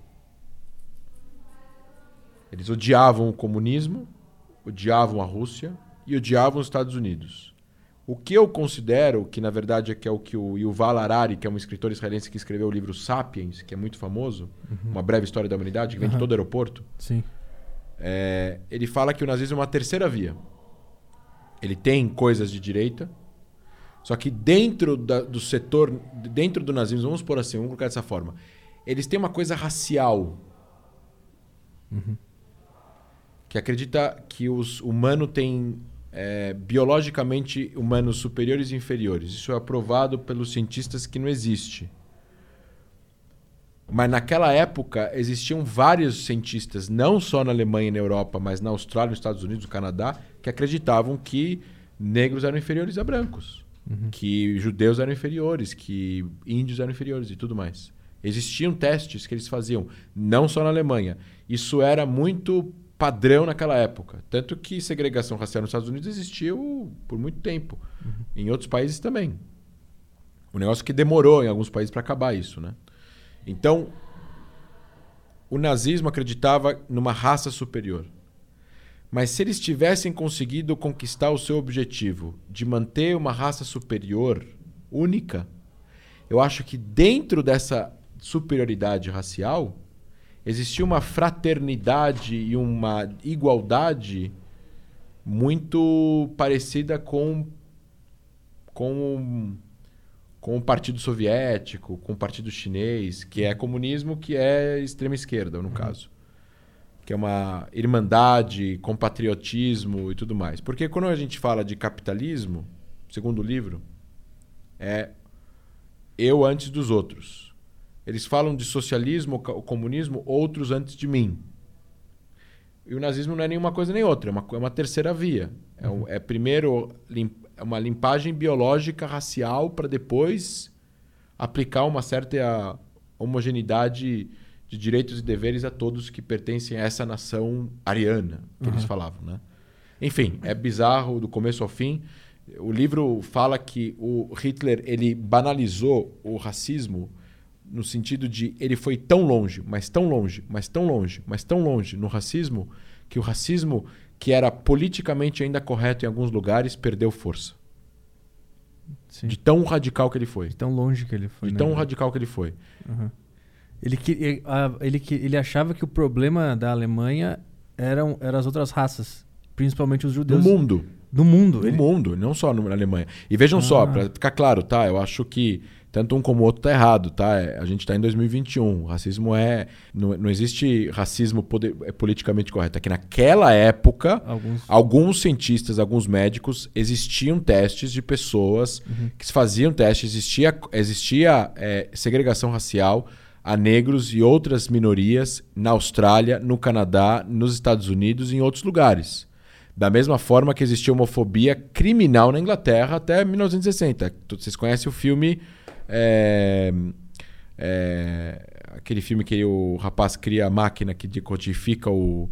Eles odiavam o comunismo, odiavam a Rússia e odiavam os Estados Unidos. O que eu considero, que na verdade é o que o Yuval Harari, que é um escritor israelense que escreveu o livro Sapiens, que é muito famoso, Uma Breve História da Humanidade, que vem de todo aeroporto, Sim. ele fala que o nazismo é uma terceira via. Ele tem coisas de direita, só que dentro do setor, dentro do nazismo, vamos pôr assim, vamos colocar dessa forma, eles têm uma coisa racial, que acredita que os humanos têm biologicamente humanos superiores e inferiores. Isso é aprovado pelos cientistas que não existe. Mas naquela época existiam vários cientistas, não só na Alemanha e na Europa, mas na Austrália, nos Estados Unidos, no Canadá, que acreditavam que negros eram inferiores a brancos, que judeus eram inferiores, que índios eram inferiores e tudo mais. Existiam testes que eles faziam, não só na Alemanha. Isso era muito padrão naquela época. Tanto que segregação racial nos Estados Unidos existiu por muito tempo. Em outros países também. Um negócio que demorou em alguns países para acabar isso, né? Então, o nazismo acreditava numa raça superior. Mas se eles tivessem conseguido conquistar o seu objetivo de manter uma raça superior única, eu acho que dentro dessa superioridade racial existia uma fraternidade e uma igualdade muito parecida com o Partido Soviético, com o Partido Chinês, que é comunismo, que é extrema esquerda, no caso. Que é uma irmandade, compatriotismo e tudo mais. Porque quando a gente fala de capitalismo, segundo o livro, é eu antes dos outros. Eles falam de socialismo ou comunismo, outros antes de mim. E o nazismo não é nenhuma coisa nem outra, é uma terceira via. Primeiro uma limpagem biológica racial para depois aplicar uma certa homogeneidade de direitos e deveres a todos que pertencem a essa nação ariana, que eles falavam, né? Enfim, é bizarro do começo ao fim. O livro fala que o Hitler ele banalizou o racismo no sentido de ele foi tão longe, mas tão longe, mas tão longe, mas tão longe no racismo, que o racismo, que era politicamente ainda correto em alguns lugares, perdeu força. Sim. De tão radical que ele foi. De tão longe que ele foi. De tão radical que ele foi. Ele achava que o problema da Alemanha eram as outras raças, principalmente os judeus. No mundo. Do mundo. No mundo, não só na Alemanha. E vejam só, para ficar claro, tá? Eu acho que tanto um como o outro tá errado, tá? A gente tá em 2021. O racismo não existe racismo politicamente correto. É que naquela época, alguns cientistas, alguns médicos, existiam testes de pessoas que se faziam testes. Existia segregação racial a negros e outras minorias na Austrália, no Canadá, nos Estados Unidos e em outros lugares. Da mesma forma que existia homofobia criminal na Inglaterra até 1960. Vocês conhecem o filme... aquele filme que o rapaz cria a máquina que decodifica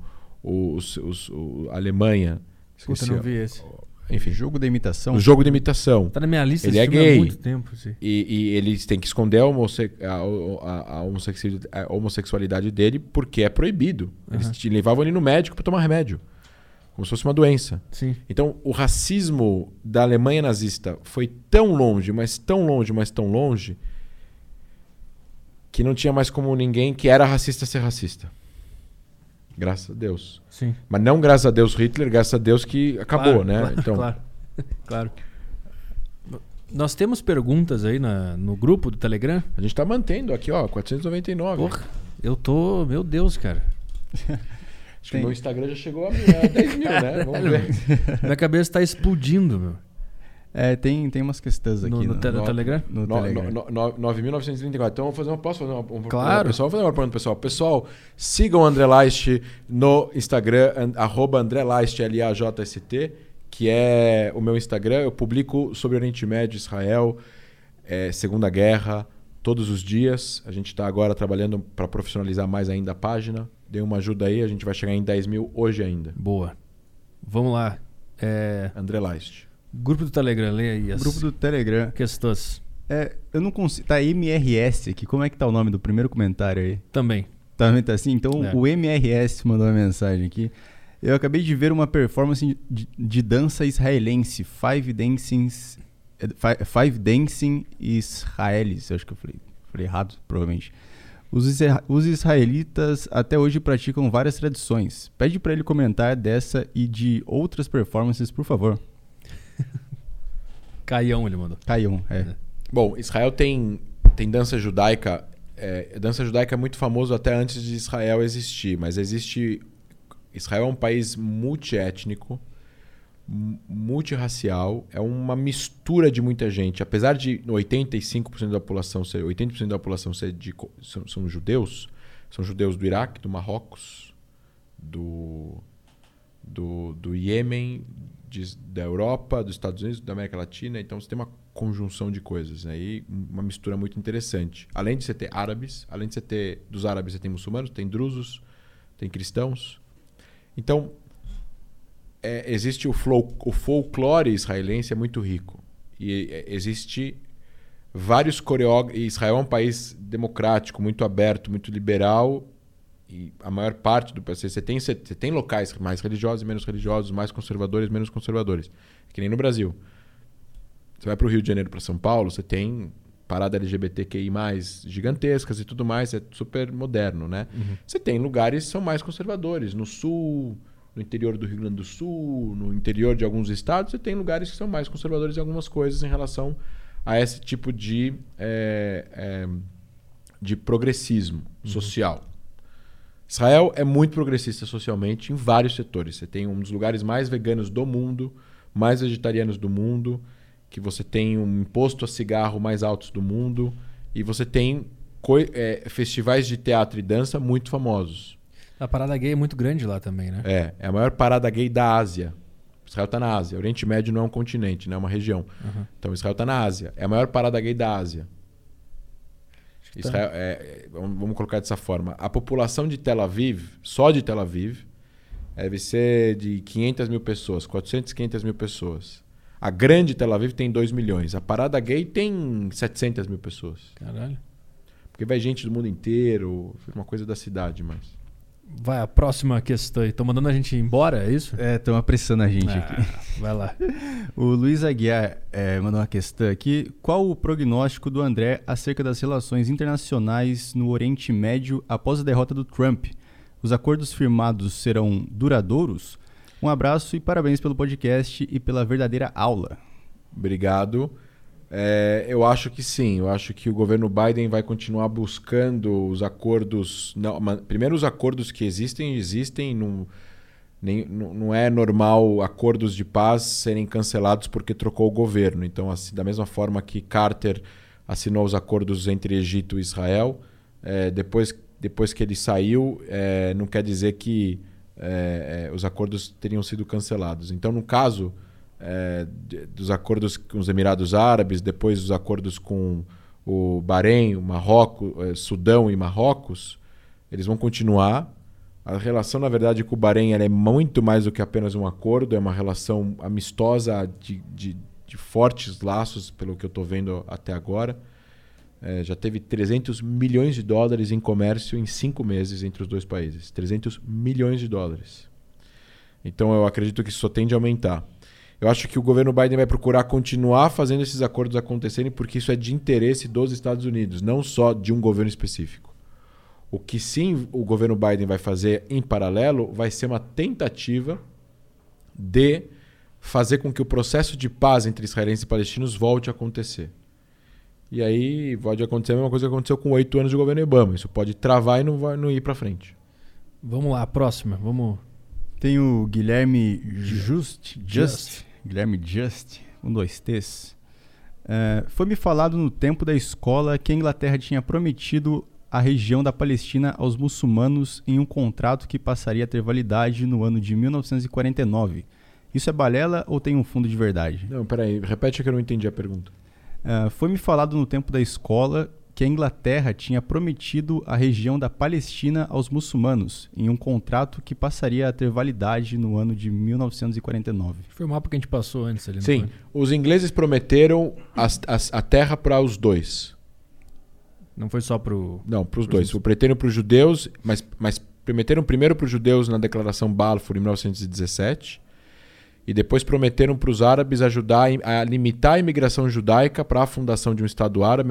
a Alemanha. Escuta, não vi esse. Enfim, Jogo da Imitação. O Jogo da Imitação. Tá na minha lista. Ele é gay. Há muito tempo, sim. E eles têm que esconder a homossexualidade dele porque é proibido. Eles levavam ele no médico para tomar remédio. Como se fosse uma doença. Sim. Então, o racismo da Alemanha nazista foi tão longe, mas tão longe, mas tão longe, que não tinha mais como ninguém que era racista ser racista. Graças a Deus. Sim. Mas não graças a Deus Hitler, graças a Deus que acabou, né? Claro, então... claro. Nós temos perguntas aí no grupo do Telegram? A gente tá mantendo aqui, ó, 499. Porra, eu tô... Meu Deus, cara. Acho que o meu Instagram já chegou a 10 mil, né? Vamos ver. Minha cabeça tá explodindo, meu. Tem umas questões aqui no Telegram? No Telegram. 9.934. Então, posso fazer uma claro. Pessoal, vou fazer uma pergunta pessoal. Pessoal, sigam o André Laist no Instagram, @André Laist, LAJST, que é o meu Instagram. Eu publico sobre Oriente Médio, Israel, Segunda Guerra, todos os dias. A gente está agora trabalhando para profissionalizar mais ainda a página. Dê uma ajuda aí, a gente vai chegar em 10 mil hoje ainda. Boa. Vamos lá. André Laist. Grupo do Telegram, leia aí as Grupo do Telegram. questões. Eu não consigo... Tá MRS aqui. Como é que tá o nome do primeiro comentário aí? Também Tá assim? Então o MRS mandou uma mensagem aqui. Eu acabei de ver uma performance de dança israelense, Five Dancing Israelis. Eu acho que eu falei errado, provavelmente. Os israelitas até hoje praticam várias tradições. Pede para ele comentar dessa e de outras performances, por favor. Caião ele mandou. Caião, Bom, Israel tem dança judaica. Dança judaica é muito famoso até antes de Israel existir, mas existe... Israel é um país multiétnico, multirracial, é uma mistura de muita gente. Apesar de 80% da população ser são judeus do Iraque, do Marrocos, do Iêmen, da Europa, dos Estados Unidos, da América Latina. Então você tem uma conjunção de coisas, né? E uma mistura muito interessante. Além de você ter árabes, dos árabes você tem muçulmanos, tem drusos, tem cristãos. Então existe o folclore israelense é muito rico. E existe vários coreógrafos. Israel é um país democrático, muito aberto, muito liberal. E a maior parte do país... Você tem locais mais religiosos e menos religiosos, mais conservadores e menos conservadores. Que nem no Brasil. Você vai para o Rio de Janeiro, para São Paulo, você tem parada LGBTQI+, gigantescas e tudo mais. É super moderno, né? Uhum. Você tem lugares que são mais conservadores. No sul... No interior do Rio Grande do Sul, no interior de alguns estados, você tem lugares que são mais conservadores em algumas coisas em relação a esse tipo de progressismo social. Israel é muito progressista socialmente em vários setores. Você tem um dos lugares mais veganos do mundo, mais vegetarianos do mundo, que você tem um imposto a cigarro mais altos do mundo, e você tem festivais de teatro e dança muito famosos. A parada gay é muito grande lá também, né? É a maior parada gay da Ásia. Israel está na Ásia. O Oriente Médio não é um continente, não é uma região. Uhum. Então Israel está na Ásia. É a maior parada gay da Ásia. Israel, vamos colocar dessa forma. A população de Tel Aviv, só de Tel Aviv, deve ser de 500 mil pessoas, 400, 500 mil pessoas. A grande Tel Aviv tem 2 milhões. A parada gay tem 700 mil pessoas. Caralho. Porque vai gente do mundo inteiro, uma coisa da cidade, mas... Vai, a próxima questão aí. Estão mandando a gente embora, é isso? Estão apressando a gente aqui. Vai lá. O Luiz Aguiar mandou uma questão aqui. Qual o prognóstico do André acerca das relações internacionais no Oriente Médio após a derrota do Trump? Os acordos firmados serão duradouros? Um abraço e parabéns pelo podcast e pela verdadeira aula. Obrigado. Eu acho que sim. Eu acho que o governo Biden vai continuar buscando os acordos. Primeiro, os acordos que existem. Não é normal acordos de paz serem cancelados porque trocou o governo. Então, assim, da mesma forma que Carter assinou os acordos entre Egito e Israel, depois que ele saiu, não quer dizer que os acordos teriam sido cancelados. Então, no caso... dos acordos com os Emirados Árabes, depois os acordos com o Bahrein, o Marrocos, Sudão e Marrocos, eles vão continuar. A relação, na verdade, com o Bahrein ela é muito mais do que apenas um acordo, é uma relação amistosa de fortes laços, pelo que eu estou vendo até agora. Já teve 300 milhões de dólares em comércio em 5 meses entre os dois países. 300 milhões de dólares. Então eu acredito que isso só tende a aumentar. Eu acho que o governo Biden vai procurar continuar fazendo esses acordos acontecerem porque isso é de interesse dos Estados Unidos, não só de um governo específico. O que sim o governo Biden vai fazer em paralelo vai ser uma tentativa de fazer com que o processo de paz entre israelenses e palestinos volte a acontecer. E aí pode acontecer a mesma coisa que aconteceu com 8 anos de governo Obama. Isso pode travar e não ir para frente. Vamos lá, a próxima. Vamos... Tem o Guilherme Just. Guilherme Just, 2 T's. Foi-me falado no tempo da escola que a Inglaterra tinha prometido a região da Palestina aos muçulmanos em um contrato que passaria a ter validade no ano de 1949. Isso é balela ou tem um fundo de verdade? Não, peraí, repete que eu não entendi a pergunta. Foi-me falado no tempo da escola que a Inglaterra tinha prometido a região da Palestina aos muçulmanos em um contrato que passaria a ter validade no ano de 1949. Foi o mapa que a gente passou antes ali. Sim, os ingleses prometeram a terra para os dois. Não foi só para o... Não, para os dois. Prometeram para os judeus, mas Prometeram primeiro para os judeus na Declaração Balfour, em 1917, e depois prometeram para os árabes ajudar a limitar a imigração judaica para a fundação de um Estado árabe, em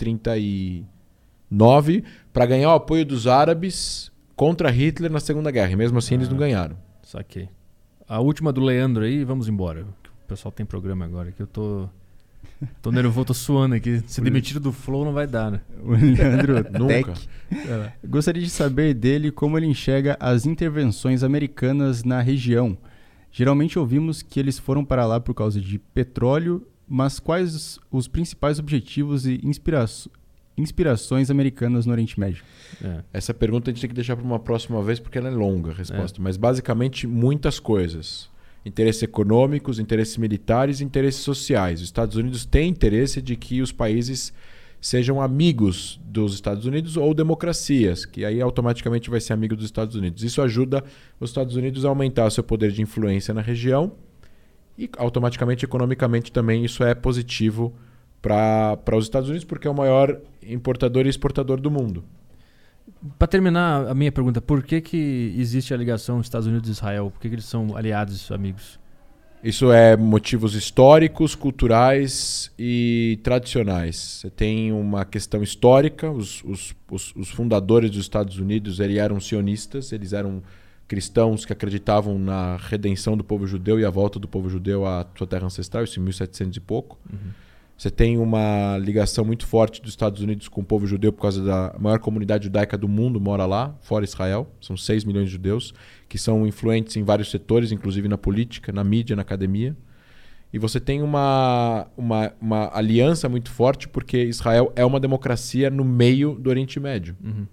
1939, para ganhar o apoio dos árabes contra Hitler na Segunda Guerra. E mesmo assim eles não ganharam. Saquei. A última do Leandro aí, vamos embora. O pessoal tem programa agora, que eu tô nervoso, tô suando aqui. Se demitido do Flow não vai dar, né? O Leandro Nunca. Tech. Gostaria de saber dele como ele enxerga as intervenções americanas na região. Geralmente ouvimos que eles foram para lá por causa de petróleo, mas quais os principais objetivos e inspirações americanas no Oriente Médio? Essa pergunta a gente tem que deixar para uma próxima vez porque ela é longa a resposta. Mas basicamente muitas coisas. Interesses econômicos, interesses militares e interesses sociais. Os Estados Unidos têm interesse de que os países sejam amigos dos Estados Unidos ou democracias, que aí automaticamente vai ser amigo dos Estados Unidos. Isso ajuda os Estados Unidos a aumentar o seu poder de influência na região e automaticamente, economicamente também, isso é positivo para os Estados Unidos porque é o maior importador e exportador do mundo. Para terminar a minha pergunta, por que existe a ligação Estados Unidos e Israel? Por que eles são aliados, amigos? Isso é motivos históricos, culturais e tradicionais. Você tem uma questão histórica. Os fundadores dos Estados Unidos eram sionistas, eles eram cristãos que acreditavam na redenção do povo judeu e a volta do povo judeu à sua terra ancestral, isso em 1700 e pouco. Você tem uma ligação muito forte dos Estados Unidos com o povo judeu por causa da maior comunidade judaica do mundo mora lá, fora Israel. São 6 milhões de judeus que são influentes em vários setores, inclusive na política, na mídia, na academia. E você tem uma aliança muito forte porque Israel é uma democracia no meio do Oriente Médio,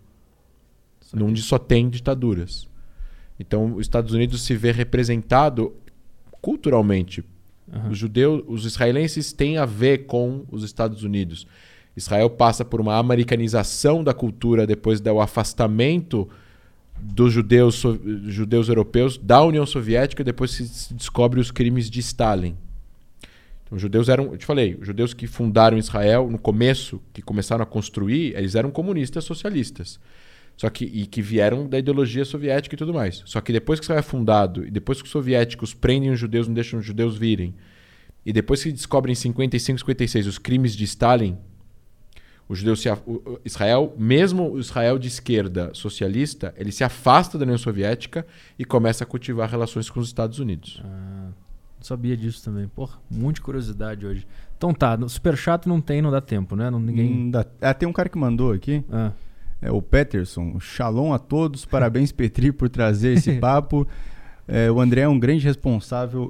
onde só tem ditaduras. Então, os Estados Unidos se vê representado culturalmente. Os israelenses têm a ver com os Estados Unidos. Israel passa por uma americanização da cultura depois do afastamento dos judeus europeus da União Soviética, depois se descobre os crimes de Stalin. Então, os judeus eram, eu te falei, os judeus que fundaram Israel no começo, que começaram a construir, eles eram comunistas socialistas. Que vieram da ideologia soviética e tudo mais. Só que depois que Israel é fundado, e depois que os soviéticos prendem os judeus, não deixam os judeus virem, e depois que descobrem em 55, 56 os crimes de Stalin, os judeus Israel, mesmo o Israel de esquerda socialista, ele se afasta da União Soviética e começa a cultivar relações com os Estados Unidos. Não sabia disso também. Porra, um monte de curiosidade hoje. Então tá, no Superchat não dá tempo, né? Ninguém... tem um cara que mandou aqui. É o Peterson. Shalom a todos, parabéns Petri por trazer esse papo. O André é um grande responsável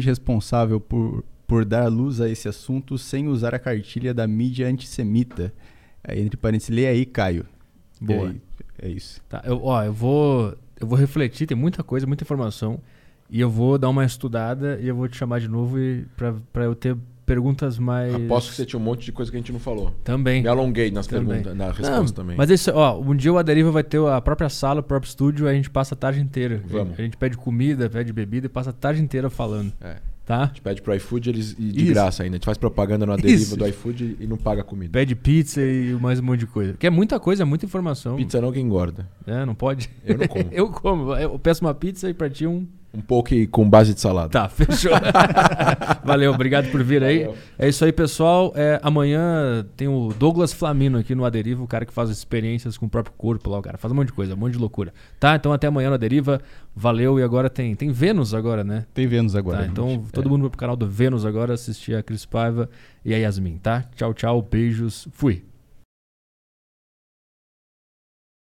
por dar luz a esse assunto sem usar a cartilha da mídia antissemita. Entre parênteses, lê aí, Caio. Boa. Aí, é isso. Tá, eu vou refletir, tem muita coisa, muita informação, e eu vou dar uma estudada e eu vou te chamar de novo para eu ter perguntas mais... Aposto que você tinha um monte de coisa que a gente não falou. Também. Me alonguei nas perguntas, na resposta também. Mas isso, um dia o Aderiva vai ter a própria sala, o próprio estúdio, aí a gente passa a tarde inteira. Vamos. A gente pede comida, pede bebida e passa a tarde inteira falando. Tá? A gente pede pro iFood de graça ainda. A gente faz propaganda na Aderiva do iFood e não paga comida. Pede pizza e mais um monte de coisa. Porque é muita coisa, muita informação. Pizza não que engorda. Não pode? Eu não como. Eu como. Eu peço uma pizza e pra ti um poke com base de salada. Tá, fechou. Valeu, obrigado por vir aí. Valeu. É isso aí, pessoal. Amanhã tem o Douglas Flamino aqui no Aderiva, o cara que faz experiências com o próprio corpo lá, o cara faz um monte de coisa, um monte de loucura. Tá, então até amanhã no Aderiva. Valeu, e agora tem Vênus agora, né? Tem Vênus agora. Tá, então todo mundo vai pro canal do Vênus agora assistir a Cris Paiva e a Yasmin, tá? Tchau, tchau, beijos, fui.